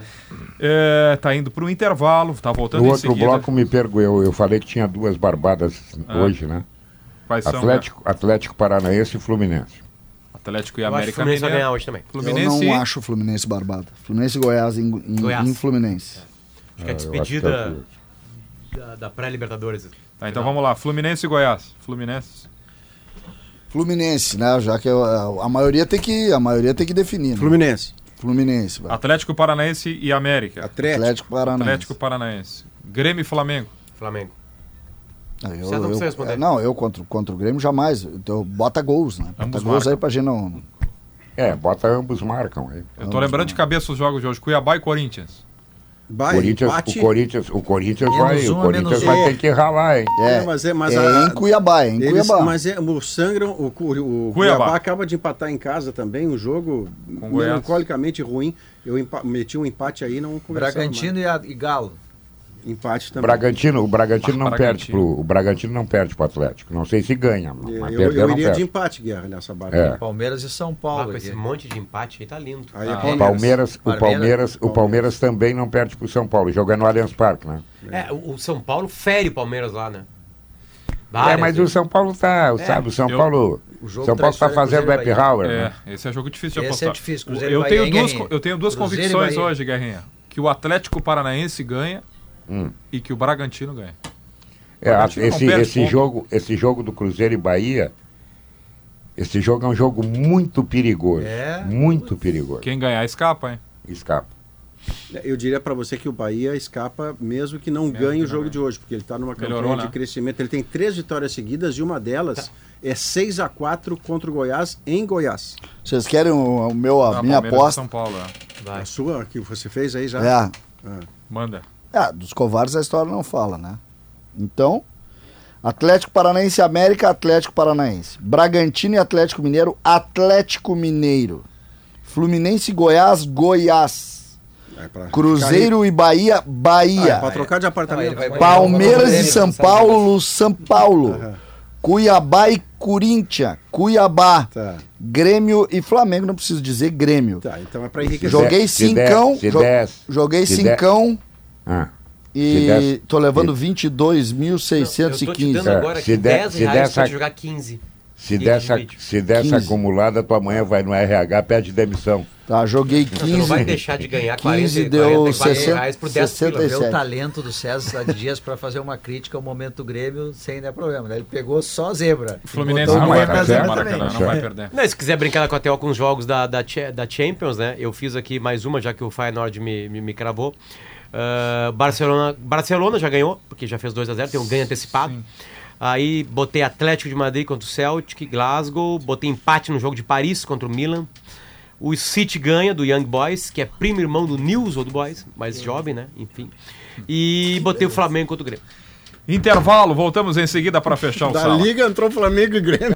está indo para o intervalo, está voltando No em outro seguida. bloco me pergo, eu, eu falei que tinha duas barbadas Ah. hoje, né? Quais são, Atlético, Atlético Paranaense e Fluminense. né? Atlético e Eu acho que o América Fluminense vai Mineiro. ganhar hoje também. Fluminense Eu não acho o Fluminense barbada. Fluminense e Goiás em, em, Goiás. em Fluminense. Acho que é a Ah, eu acho despedida que da, da pré-Libertadores. Tá, então vamos lá. Fluminense e Goiás. Fluminense. Fluminense, né? Já que a, a maioria tem que a maioria tem que definir. Né? Fluminense. Fluminense, vai. Atlético Paranaense e América. Atlético. Atlético Paranaense. Atlético Paranaense. Grêmio e Flamengo. Flamengo. Ah, eu, Você não precisa eu- responder. é, não, eu contra, contra o Grêmio jamais. Então, bota gols, né? Bota Ambos gols marcam. aí pra gente não. É, bota ambos marcam aí. Eu tô lembrando de cabeça os jogos de hoje. Cuiabá e Corinthians. Vai, Corinthians, empate. o Corinthians, o Corinthians Menos vai, um, o Corinthians menos vai um. ter que ralar, hein? É, É, mas é- mas é a- em Cuiabá, é em Eles, Cuiabá. mas é, o Sangram, o, Cu- o Cuiabá. Cuiabá acaba de empatar em casa também, um jogo Com Goiás. melancolicamente ruim. Eu empa- meti um empate aí, não conversamos Bragantino e, a- e Galo. mais. Empate O também. Bragantino, o Bragantino não Bragantino. perde pro, o Bragantino não perde pro Atlético. Não sei se ganha, mas Eu, perder eu não iria de perde. empate, Guerra, nessa barra. É. Palmeiras e São Ah, Paulo. com aqui. esse monte de empate aí tá lindo. Aí é Ah, Palmeiras. Palmeiras, o Palmeiras. Palmeiras, o Palmeiras também não perde pro São Paulo, jogando no Allianz Parque, né? É, o, o São Paulo fere o Palmeiras lá, né? É, Várias mas o vezes. São Paulo tá, sabe, o São Eu- Paulo, O jogo São Paulo tá transfere fazendo Cruzeiro e happy Bahia. hour, É, né? esse é jogo difícil de Esse apostar. é difícil, Cruzeiro eu e tenho Bahia, duas, hein, co- eu tenho duas Cruzeiro e convicções Bahia. hoje, Guerrinha. Que o Atlético Paranaense ganha Hum. e que o Bragantino ganha. É, Bragantino não esse, perde esse, ponto. jogo, esse jogo do Cruzeiro e Bahia, esse jogo é um jogo muito perigoso. É. Muito perigoso. Quem ganhar escapa, hein? Escapa. Eu diria pra você que o Bahia escapa mesmo que não ganhe que o jogo não ganhe. de hoje, porque ele tá numa campanha Melhorou, de né? crescimento. Ele tem três vitórias seguidas e uma delas é seis a quatro contra o Goiás em Goiás. Vocês querem o, o meu, a Ah, minha Palmeiras e aposta? São Paulo, é. Vai. A sua que você fez aí já? É. Ah. Manda. Ah, dos covardes a história não fala, né? Então, Atlético Paranaense e América, Atlético Paranaense. Bragantino e Atlético Mineiro, Atlético Mineiro. Fluminense e Goiás, Goiás. É pra Cruzeiro e Bahia, ficar... ah, Bahia. é pra trocar de apartamento. Não, ele vai- Palmeiras Grêmio, e São sabe? Paulo, São Paulo. Aham. Cuiabá e Corinthians, Cuiabá. Tá, Grêmio e Flamengo, não preciso dizer Grêmio. tá, então é pra enriquecer. Joguei se der- cincão, se jo- der- joguei se der- cincão Ah, se e der- tô levando vinte e dois mil seiscentos e Eu tô te quinze. dando agora É, aqui se der- dez se reais der pra essa- te jogar quinze. se E dessa, divide. se dessa quinze. acumulada, tua manhã vai no R H, pede demissão. Tá, joguei Não, você não vai quinze. deixar de ganhar quinze quarenta, deu quarenta e quatro sessenta, reais por dez sessenta e pila. Ver o sete. talento do César Dias para fazer uma crítica ao momento do Grêmio sem dar problema. Né? Ele pegou só zebra. O Fluminense Botou não o vai Grêmio na perder, zebra Maracanã, também. não vai perder. Não, se quiser brincar com a T O com os jogos da, da, Cha- da Champions, né? Eu fiz aqui mais uma, já que o Feyenoord me, me, me cravou. Ah, Barcelona, Barcelona já ganhou, porque já fez dois a zero, tem um ganho antecipado. Sim. Aí botei Atlético de Madrid contra o Celtic, Glasgow. Botei empate no jogo de Paris contra o Milan. O City ganha do Young Boys, que é primo irmão do News Old Boys, mais jovem, né? Enfim. E botei o Flamengo contra o Grêmio. Intervalo, voltamos em seguida para fechar o Da sala. Liga entrou Flamengo e Grêmio.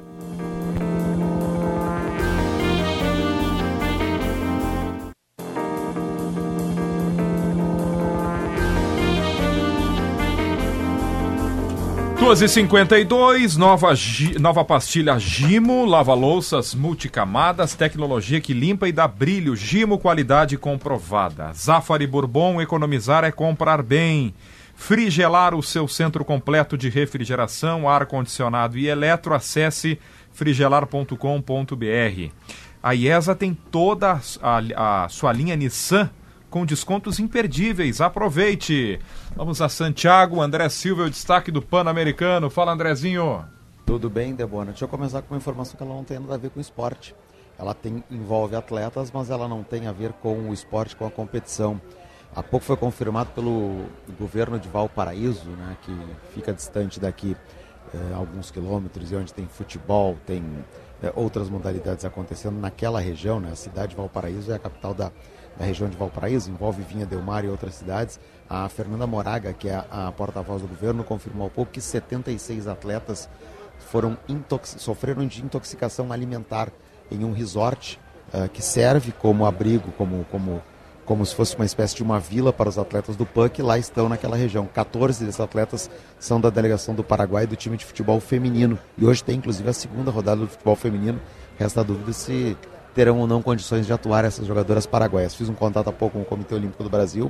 duas e cinquenta e dois, nova, Gi- nova pastilha Gimo, lava-louças multicamadas, tecnologia que limpa e dá brilho. Gimo, qualidade comprovada. Zafari Bourbon, economizar é comprar bem. Frigelar, o seu centro completo de refrigeração, ar-condicionado e eletro. Acesse frigelar ponto com ponto br. A IESA tem toda a, a sua linha Nissan com descontos imperdíveis. Aproveite! Vamos a Santiago, André Silva, o destaque do Pan-Americano. Fala, Andrezinho. Tudo bem, Debona? Deixa eu começar com uma informação que ela não tem nada a ver com esporte. Ela tem, envolve atletas, mas ela não tem a ver com o esporte, com a competição. Há pouco foi confirmado pelo governo de Valparaíso, né, que fica distante daqui eh, alguns quilômetros, e onde tem futebol, tem eh, outras modalidades acontecendo naquela região, né? A cidade de Valparaíso é a capital da, da região de Valparaíso, envolve Vinha Del Mar e outras cidades. A Fernanda Moraga, que é a, a porta-voz do governo, confirmou há pouco que setenta e seis atletas foram intox- sofreram de intoxicação alimentar em um resort uh, que serve como abrigo, como, como, como se fosse uma espécie de uma vila para os atletas do P U C, lá estão naquela região. quatorze desses atletas são da delegação do Paraguai, do time de futebol feminino. E hoje tem inclusive a segunda rodada do futebol feminino. Resta a dúvida se terão ou não condições de atuar essas jogadoras paraguaias. Fiz um contato há pouco com o Comitê Olímpico do Brasil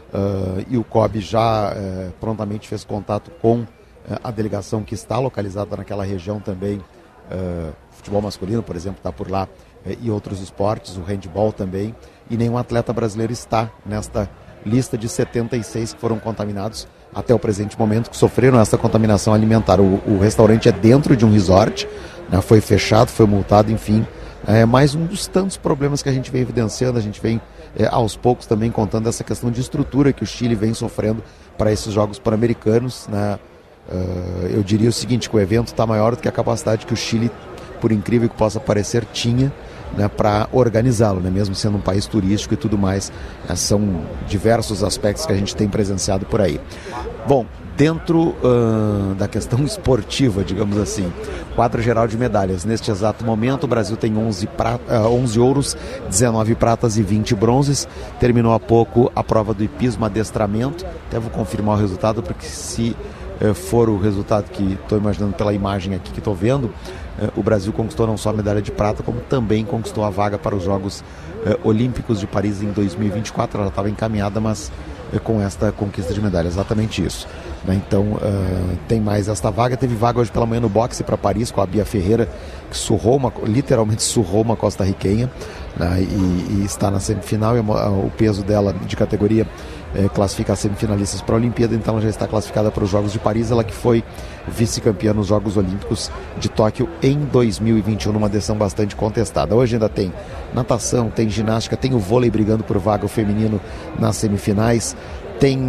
uh, e o C O B já uh, prontamente fez contato com uh, a delegação que está localizada naquela região também. Uh, futebol masculino, por exemplo, está por lá, uh, e outros esportes, o handball também, e nenhum atleta brasileiro está nesta lista de setenta e seis que foram contaminados até o presente momento, que sofreram essa contaminação alimentar. O, o restaurante é dentro de um resort, né, foi fechado, foi multado, enfim, é mais um dos tantos problemas que a gente vem evidenciando. A gente vem é, aos poucos também contando essa questão de estrutura que o Chile vem sofrendo para esses Jogos Pan-Americanos, né? Uh, eu diria o seguinte, que o evento está maior do que a capacidade que o Chile, por incrível que possa parecer, tinha, né, para organizá-lo, né, mesmo sendo um país turístico e tudo mais. Né, são diversos aspectos que a gente tem presenciado por aí. Bom, dentro uh, da questão esportiva, digamos assim, quadro geral de medalhas. Neste exato momento, o Brasil tem onze, prata, uh, onze ouros, dezenove pratas e vinte bronzes. Terminou há pouco a prova do hipismo adestramento. Até vou confirmar o resultado, porque se for o resultado que estou imaginando pela imagem aqui que estou vendo, o Brasil conquistou não só a medalha de prata, como também conquistou a vaga para os Jogos Olímpicos de Paris em dois mil e vinte e quatro. Ela estava encaminhada, mas com esta conquista de medalha, exatamente isso. Então uh, tem mais esta vaga. Teve vaga hoje pela manhã no boxe para Paris com a Bia Ferreira, que surrou uma, literalmente surrou uma costarriquenha, né, e, e está na semifinal. E o peso dela de categoria É, classifica as semifinalistas para a Olimpíada, então ela já está classificada para os Jogos de Paris, ela que foi vice-campeã nos Jogos Olímpicos de Tóquio em dois mil e vinte e um, numa decisão bastante contestada. Hoje ainda tem natação, tem ginástica, tem o vôlei brigando por vaga, o feminino nas semifinais, tem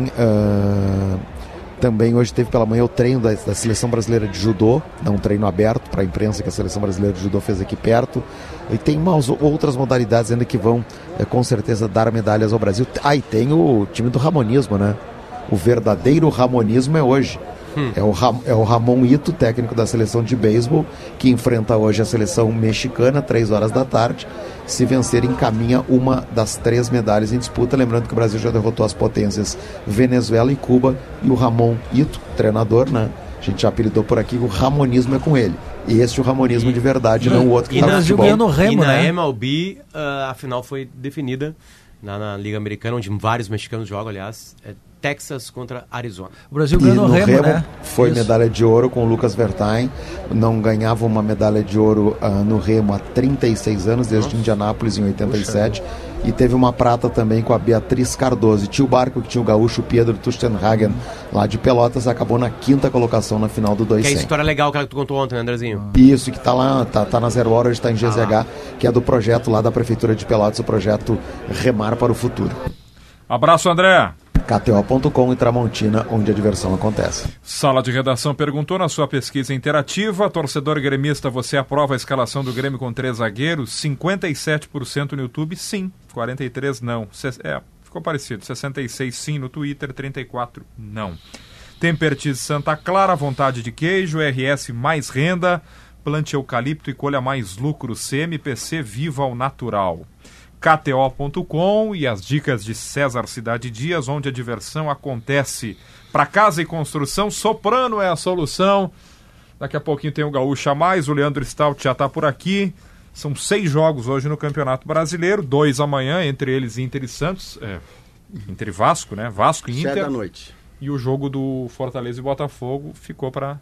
uh, também hoje teve pela manhã o treino da, da Seleção Brasileira de Judô, um treino aberto para a imprensa que a Seleção Brasileira de Judô fez aqui perto. E tem umas outras modalidades ainda que vão, é, com certeza, dar medalhas ao Brasil. Ah, e tem o time do ramonismo, né? O verdadeiro ramonismo é hoje. Hum. É, o Ram, é o Ramon Ito, técnico da seleção de beisebol, que enfrenta hoje a seleção mexicana, três horas da tarde. Se vencer, encaminha uma das três medalhas em disputa. Lembrando que o Brasil já derrotou as potências Venezuela e Cuba. E o Ramon Ito, treinador, né? A gente já apelidou por aqui, o ramonismo é com ele. E esse é o ramonismo e, de verdade, e, não o outro que está no futebol. No Remo, e na né? M L B, uh, a final foi definida na, na Liga Americana, onde vários mexicanos jogam, aliás. É Texas contra Arizona. O Brasil ganhou no, no Remo, Remo, né? Foi Isso. medalha de ouro com o Lucas Vertain. Não ganhava uma medalha de ouro uh, no Remo há trinta e seis anos, desde Nossa. Indianápolis em oitenta e sete. Puxa. E teve uma prata também com a Beatriz Cardoso. E tinha o barco que tinha o gaúcho Pedro Tustenhagen, lá de Pelotas, acabou na quinta colocação na final do dois cem. Que é a história legal que tu contou ontem, né, Andrezinho? Isso, que tá lá, tá, tá na Zero Hora, hoje tá em G Z H, ah, que é do projeto lá da Prefeitura de Pelotas, o projeto Remar para o Futuro. Abraço, André. K T O ponto com e Tramontina, onde a diversão acontece. Sala de Redação perguntou na sua pesquisa interativa: torcedor gremista, você aprova a escalação do Grêmio com três zagueiros? cinquenta e sete por cento no YouTube, sim. quarenta e três por cento não. É, ficou parecido. sessenta e seis por cento sim no Twitter, trinta e quatro por cento não. Tempertiz Santa Clara, vontade de queijo, R S mais renda, plante eucalipto e colha mais lucro, C M P C viva ao natural. K T O ponto com e as dicas de César Cidade Dias, onde a diversão acontece. Para casa e construção, Soprano é a solução. Daqui a pouquinho tem o Gaúcha Mais, o Leandro Stout já está por aqui. São seis jogos hoje no Campeonato Brasileiro, dois amanhã, entre eles Inter e Santos, é, entre Vasco, né? Vasco e Inter. Sete da noite. E o jogo do Fortaleza e Botafogo ficou para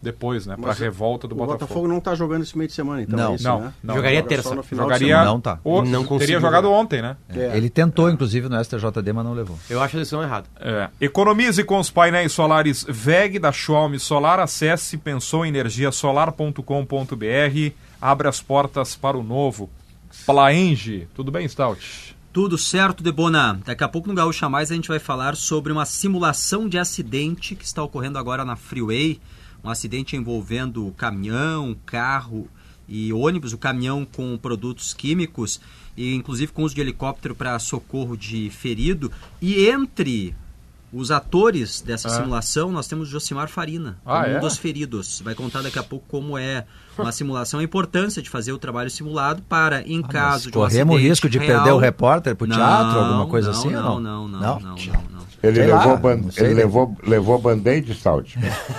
depois, né? Pra Mas revolta do o Botafogo. Botafogo não tá jogando esse meio de semana, então. Não. é isso, Não, né? não. Jogaria Joga terça. só no final de Jogaria. semana. Não tá. O, Não teria conseguiu jogado jogar. ontem, né? É, Ele tentou, inclusive, no S T J D, mas não levou. Eu acho a decisão errada. É. Economize com os painéis solares V E G da Schwalm Solar. Acesse pensou energia solar ponto com ponto b r. Abre as portas para o novo. Plaenge. Tudo bem, Stout? Tudo certo, Debona. Daqui a pouco no Gaúcha Mais a gente vai falar sobre uma simulação de acidente que está ocorrendo agora na Freeway. Um acidente envolvendo caminhão, carro e ônibus. O caminhão com produtos químicos e inclusive com uso de helicóptero para socorro de ferido. E entre os atores dessa Ah. simulação nós temos Josimar Farina, Ah, um é? dos feridos. Vai contar daqui a pouco como é uma simulação, a importância de fazer o trabalho simulado para, em Ah, caso mas de um corremos acidente risco de real... perder o repórter pro Não, teatro, alguma coisa não, assim não, ou não, não? não, Não? não, não, não. Ele Sei levou, lá, ban- não sei, ele né? levou, levou band-aid, Salt?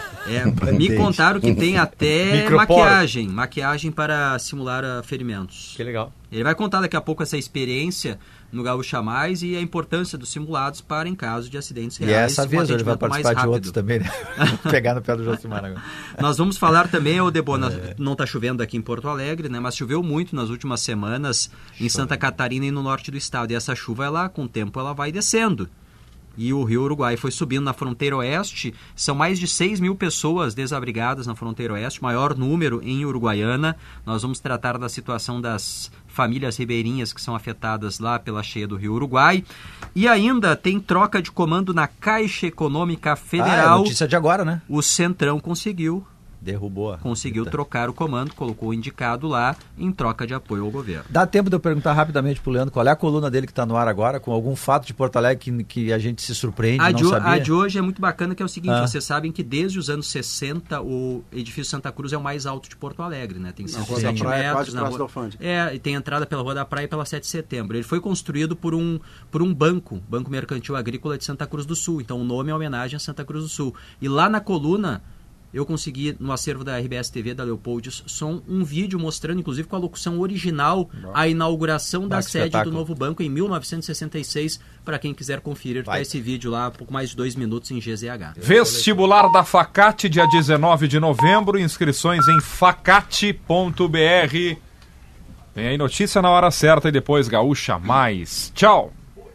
É, me contaram que tem até Microporo. maquiagem, maquiagem para simular ah, ferimentos. Que legal. Ele vai contar daqui a pouco essa experiência no Gaúcha Mais e a importância dos simulados para em caso de acidentes E reais. essa um vez ele vai atendimento mais participar de rápido. outros também, né? Pegar no pé do Josimar agora. Nós vamos falar também, ô Debona, não está chovendo aqui em Porto Alegre, né? Mas choveu muito nas últimas semanas em Santa Catarina e no norte do estado. E essa chuva, ela, com o tempo, ela vai descendo. E o Rio Uruguai foi subindo na fronteira oeste. São mais de seis mil pessoas desabrigadas na fronteira oeste, maior número em Uruguaiana. Nós vamos tratar da situação das famílias ribeirinhas que são afetadas lá pela cheia do Rio Uruguai. E ainda tem troca de comando na Caixa Econômica Ah, é Federal. notícia de agora, né? O Centrão conseguiu Derrubou. a- conseguiu Eita. trocar o comando, colocou o indicado lá em troca de apoio ao governo. Dá tempo de eu perguntar rapidamente pro Leandro qual é a coluna dele que está no ar agora, com algum fato de Porto Alegre que, que a gente se surpreende, A não de, ho- sabia? a de hoje é muito bacana, que é o seguinte, Ah. vocês sabem que desde os anos sessenta o edifício Santa Cruz é o mais alto de Porto Alegre, né? Tem Na cento e Rua da sete Praia, metros. quase na atrás rua- da Alfândega. É, e tem entrada pela Rua da Praia e pela sete de setembro. Ele foi construído por um, por um banco, Banco Mercantil Agrícola de Santa Cruz do Sul. Então o nome é homenagem a Santa Cruz do Sul. E lá na coluna, eu consegui, no acervo da R B S T V, da Leopoldes Som, um vídeo mostrando, inclusive com a locução original, a inauguração da Ah, que sede do espetáculo. novo banco em mil novecentos e sessenta e seis. Para quem quiser conferir, tá Vai. esse vídeo lá, pouco mais de dois minutos em G Z H. Vestibular da Facate, dia dezenove de novembro. Inscrições em facate ponto b r. Tem aí notícia na hora certa e depois Gaúcha Mais. Tchau!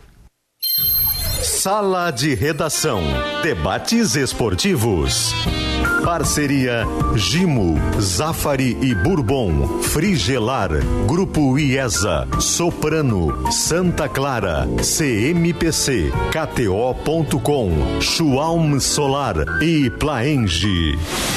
Sala de Redação. Debates esportivos. Parceria Gimo, Zafari e Bourbon, Frigelar, Grupo IESA, Soprano, Santa Clara, C M P C, K T O ponto com, Schwalm Solar e Plaenge.